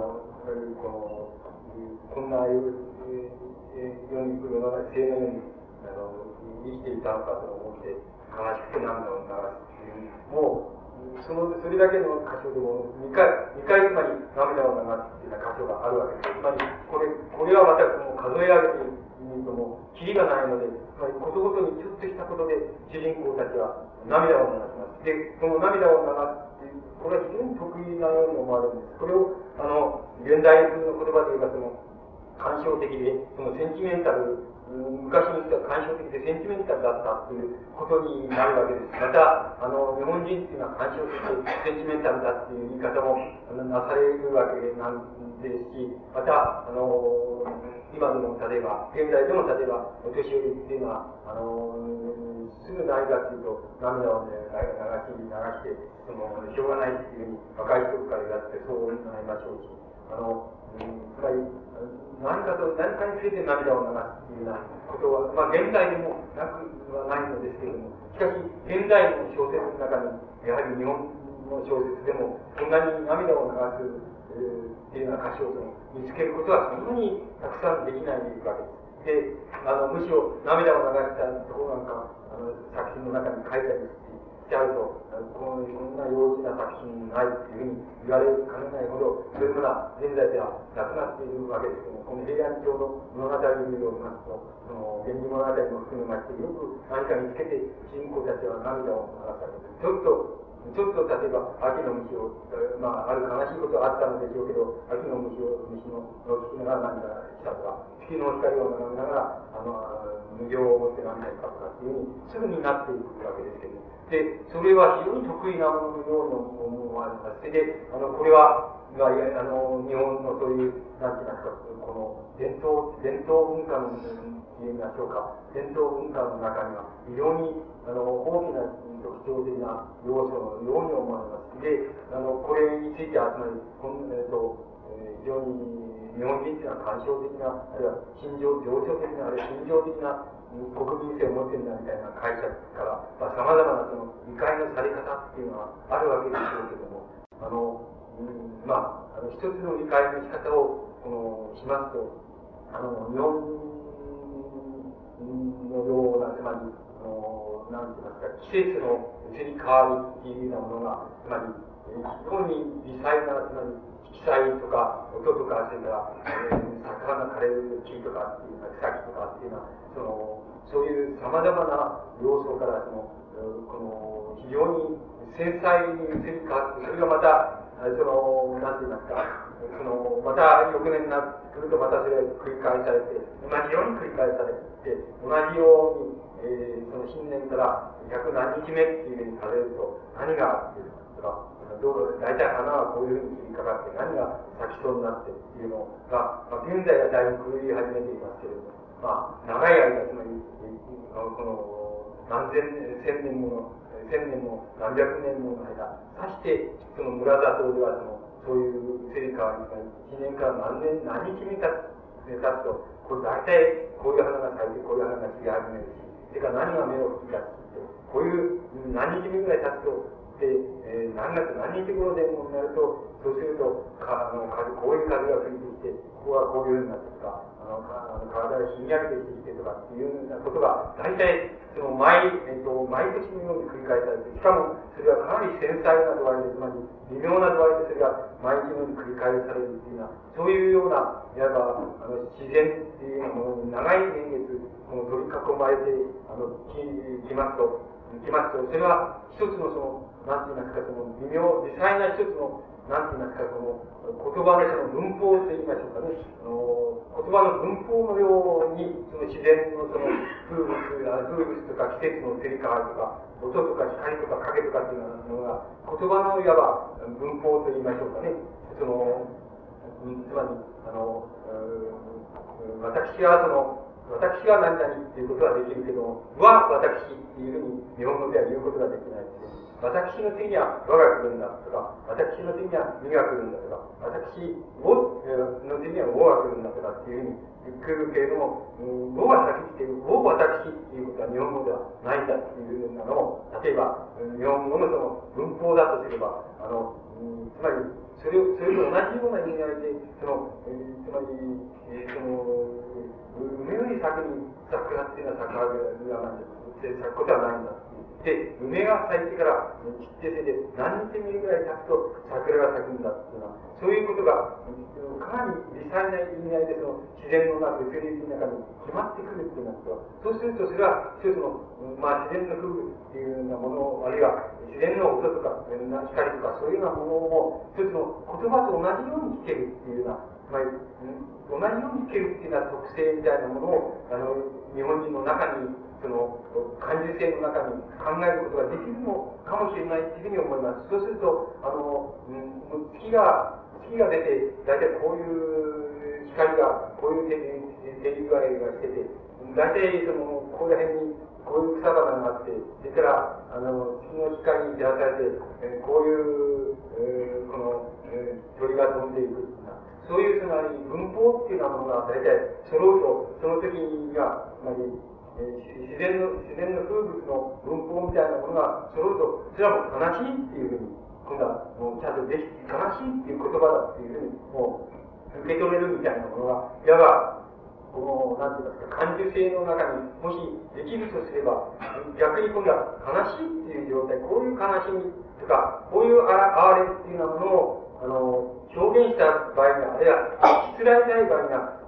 こんな世に来るのが生のように生きていたのかと思って、悲しくて涙を流すっていう、もう、それだけの箇所でも2回つまり涙を流すっていうような箇所があるわけです。つまり、これはまた数え上げてみるともう、キリがないので、つまりことごとにちょっとしたことで主人公たちは涙を流します。で、その涙を流すっていう、これは非常に得意なように思われるんです。これを、現代風の言葉で言えば感傷的で、センチメンタル、昔に言った感傷的でセンチメンタルだったということになるわけです。また、日本人っていうのは感傷的でセンチメンタルだっていう言い方もなされるわけなんですし、また、今でも例えば、現在でも例えば、お年寄りっていうのは、すぐ何かっていうと、涙を、流して、しょうがないっていうふうに若い人から言われて、そうなりましょうし、つまり、何かについて涙を流すっていうようなことは、現代でもなくはないのですけれども、しかし、現代の小説の中に、やはり日本の小説でも、こんなに涙を流すっていうような歌詞を見つけることはそんなにたくさんできないわけです。で、むしろ涙を流したところなんか、作品の中に書いたりしてあると、こんな幼稚な作品ないっていうふうに言われかねないほど、そういうものは現在ではなくなっているわけですけども、この平安京の物語を見るようになると、源氏物語も含めまして、よく何か見つけて、主人公たちは涙を流される。ちょっと、 ちょっと例えば秋の虫を、まあ、ある悲しいことがあったのでしょうけど、秋の虫の聞きながら何かしたとか、月の光を眺めながら、無常を持って何かしたとかっていうふうにすぐになっていくわけですけど、で、それは非常に得意なもののように思われます。で、これは、日本のそういう、なんて言いますか、この伝統文化の言いましょうか、伝統文化の中には非常に大きな特徴的な要素のように思われます。で、これについては、つまり、非常に日本人というのは感傷的な、あるいは情緒的な、あるいは心情的な国民性を持っているんだみたいな解釈から、さまざまなその理解のされ方っていうのはあるわけでしょうけども、一つの理解の仕方をしますと、日本のような、つまりなんて言いますか、季節の移り変わりっていうようなものが、つまり非常に微細な、つまり色彩とか音とか、それから魚枯れる木とかっていうのは、草木とかっていうのは、そういうさまざまな要素から非常に繊細に移り変わって、それがまたなんて言いますか、また翌年になってくると、またそれが繰り返されて、同じように繰り返されて、同じように、その新年から100何日目っていうふうにされると、何があってとか、大体花はこういうふうに切りかかって、何が咲きそうになってっていうのが、現在はだいぶ狂い始めていますけれども、長い間、つまり、何千年も何百年もの間、さして、その村里ではそういう移り変わりが1年から何日目経つと、これ大体こういう花が咲いて、こういう花が散り始めるし、それから何が目を吹き出すって、こういう何日目ぐらい経つと、何月何日頃でもなると、そうすると、こういう風が吹いてきて、ここはこういうふうになってとか、体がひんやりとしてきてとかっていうようなことが、大体、毎年のように繰り返されて、しかも、それはかなり繊細な度合いで、つまり、微妙な度合いでそれが毎日のように繰り返されるっていうような、そういうような、いわば、自然っていうものに長い年月、取り囲まれて、きますと、それは一つのなんて言いますか、微細な一つの、なんて言いますか、言葉の文法と言いましょうかね、言葉の文法のように、自然の風物とか季節の移り変わりとか、音とか光とか影とかっていうのが、言葉のいわば文法と言いましょうかね、つまり、私は何々っていうことはできるけども、私っていうふうに日本語では言うことができないので、私の次には我が来るんだとか、私の次には身が来るんだとか、私の次には我が来るんだとかっていうふうに来るけれども、我が先っていう、私っていうことは日本語ではないんだっていうようなのを、例えば日本語の文法だとすれば、つまりそれと同じような意味合いで、つまり、梅より先に桜っていうのは桜がないんだ。咲くことはないんだ。で、梅が咲いてから散ってで何日目ぐらい経つと桜が咲くんだっていうのは、そういうことがかなり微細な意味合いで自然の中、生理の中に決まってくるっていうのは、そうするとそれは一つの、自然の風物っていうようなものを、あるいは自然の音とか光とかそういうようなものを一つの言葉と同じように聞けるっていうような、つまり同じように聞けるっていうような特性みたいなものを日本人の中に感受性の中に考えることができるのかもしれないというふうに思います。そうすると月が出て、大体こういう光がこういう照り具合がしてて、大体ここら辺にこういう草花があって、それから月の光に照らされて、こういう鳥が飛んでいく。そういうつまり文法っていうようなものが大体揃うと、その時にはつまり自然の風物の文法みたいなものが揃うと、それはもう悲しいっていうふうに、今度はもうちゃんと悲しいっていう言葉だっていうふうにもう受け止めるみたいなものが、いわばなんて言いますか、感受性の中にもしできるとすれば、逆に今度は悲しいっていう状態、こういう悲しみとか、こういう哀れっていうようなものを表現した場合には、あるいはしつらえたい場合には、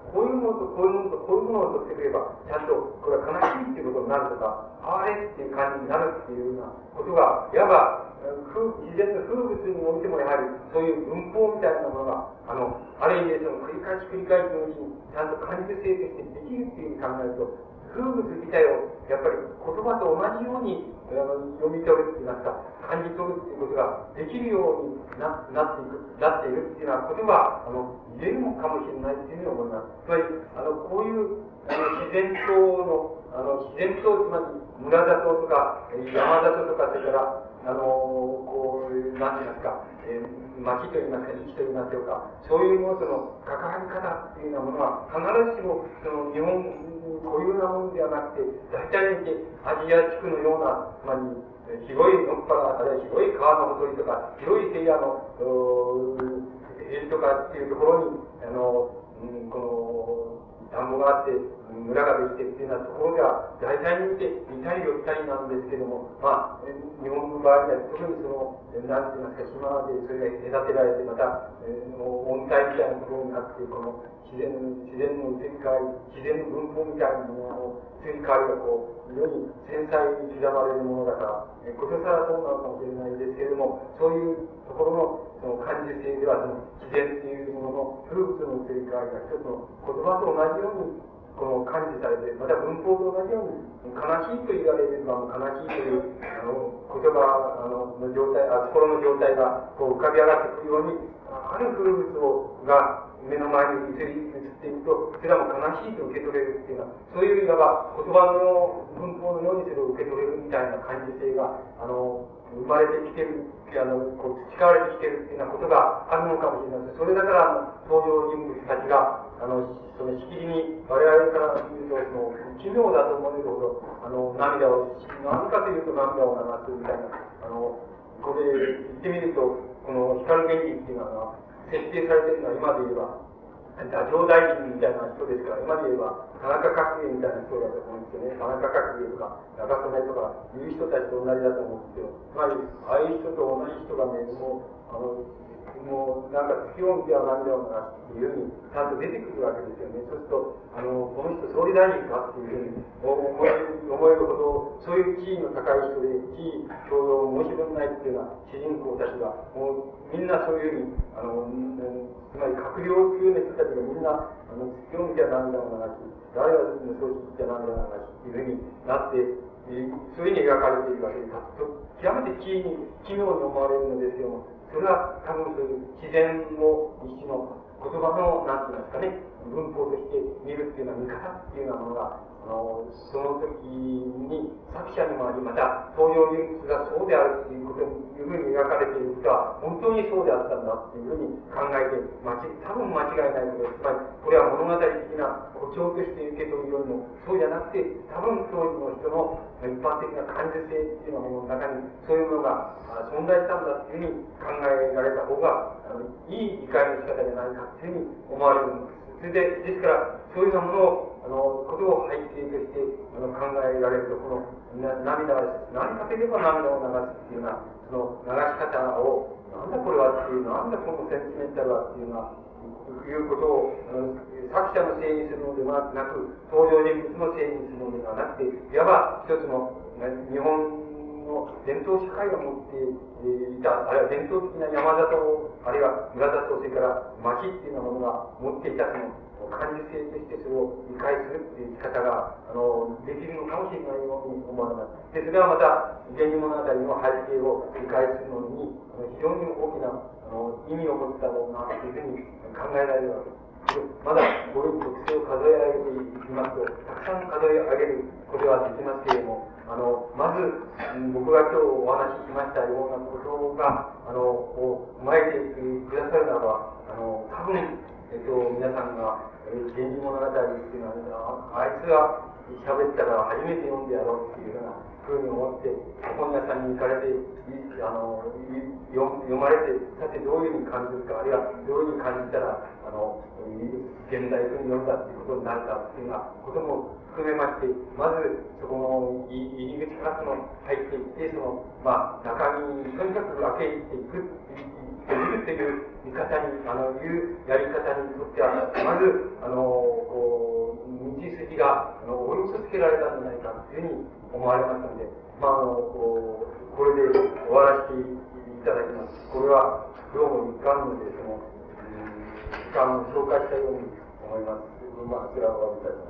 こういうものとこういうものとこういうものを取ってくれば、ちゃんとこれは悲しいっていうことになるとか、あれっていう感じになるっていうようなことが、いわば、自然の風物においてもやはり、そういう文法みたいなものが、ある意味でその繰り返しのうちに、ちゃんと感受性としてできるっていうふうに考えると、風物自体をやっぱり言葉と同じように読み取るって言いますか、感じ取るっていうことができるようになっているっていうようなことが言えるのかもしれないっていうふうに思います。つまりこういう自然とつまり村里とか山里とか、それからこうなんて言いますか、町といいますか、域といいますか、そういうものとの関わり方っていうようなものは必ずしもその日本固有なものではなくて、大体にアジア地区のような、つまり広い野っ原、あるいは広い川のほとりとか、広い平野の辺とかっていうところにこの田んぼがあって村ができてっていうようなところでは大体に似たり寄ったりなんですけども、まあ日本の場合には特にその何て言いますか、島でそれが隔てられて、また温帯みたいなところになって、この自然の移り変わり、自然の文法みたいなものの移り変わりがこう非常に繊細に刻まれるものだから、ことさらそうなのかもしれないですけれども、そういうところのその感受性では、その自然っていうものの風物の移り変わりが一つの言葉と同じようにこの感知されて、また文法と同じように悲しいと言われれば悲しいという言葉の状態、心の状態がこう浮かび上がってくるように、ある風物が目の前に映っていくと、それはもう悲しいと受け取れるっていうのは、そういういわば言葉の文法のようにそれを受け取れるみたいな感受性が生まれてきてる、こう培われてきてるっていうようなことがあるのかもしれません。それだから登場人物たちがそのしきりに我々から見ると奇妙だと思えるほど涙を、何かというと涙を流すみたいな、これ言ってみると、この光源氏っていうのは設定されているのは今で言えば太政大臣みたいな人ですから、今で言えば田中角栄みたいな人だと思うんですよね。田中角栄とか中曽根とかいう人たちと同じだと思うんですけど、つまりああいう人と同じ人がね、もうなんか月を見ては涙を流すっていうふうにちゃんと出てくるわけですよね。そうするとこの人総理大臣かっていうふうに思えるほど、そういう地位の高い人で地位教養を申し分ないっていうような主人公たちがもうみんなそういうふうにつまり閣僚級の人たちがみんな月を見ては涙を流し、誰がそうして涙を流しっていうふうになって、そういうふうに描かれているわけで、極めて奇妙に思われるのですけども、それは多分そういう自然を一種の言葉の何て言いますかね、文法として見るっていうような見方っていうようなものがその時に作者にもあり、また登場人物がそうであるっていうことにいうふうに描かれていることは本当にそうであったんだっていうふうに考えて多分間違いないことです。つまりこれは物語的な誇張として受け取るよりもそうじゃなくて、多分当時の人の一般的な感受性っていうものの中にそういうものが存在したんだっていうふうに考えられた方がいい理解の仕方じゃないかっていうふうに思われるんです。それで、ですから、そういうようなものことを背景として考えられると、この涙を、何かければ涙を流すっていうような、その流し方を、なんだこれはっていう、なんだこのセンチメンタルはっていうような、いうことを作者のせいにするのではなく、登場人物のせいにするのではなくて、いわば一つの日本の伝統社会が持っていた、あるいは伝統的な山里、あるいは村里、それから町っていうようなものが持っていたその感受性としてそれを理解するっていう生き方ができるのかもしれないように思われます。で、それはまた源氏物語の背景を理解するのに非常に大きな意味を持つだろうなというふうに考えられるわけです。まだこういう特性を数え上げていきますと、たくさん数え上げることはできますけれども、まず、僕が今日お話ししましたようなことが、を踏まえてくださるならば、多分、皆さんが、源氏物語っていうのは、あいつが喋ったら初めて読んでやろうっていうようなふうに思って、本屋さんに行かれて、読まれて、さてどういうふうに感じるか、あるいはどういうふうに感じたら、現代風に読んだっていうことになるかっていうようなことも含めまして、まずそこの入り口から入っていって、中身にとにかく開けていくってるという見方に、いうやり方にとっては、まず、道筋が、およそつけられたんじゃないかというふうに思われますので、これで終わらせていただきます。これは、どうも一貫のですね、時間を紹介したように思います。それはお詫びいたします。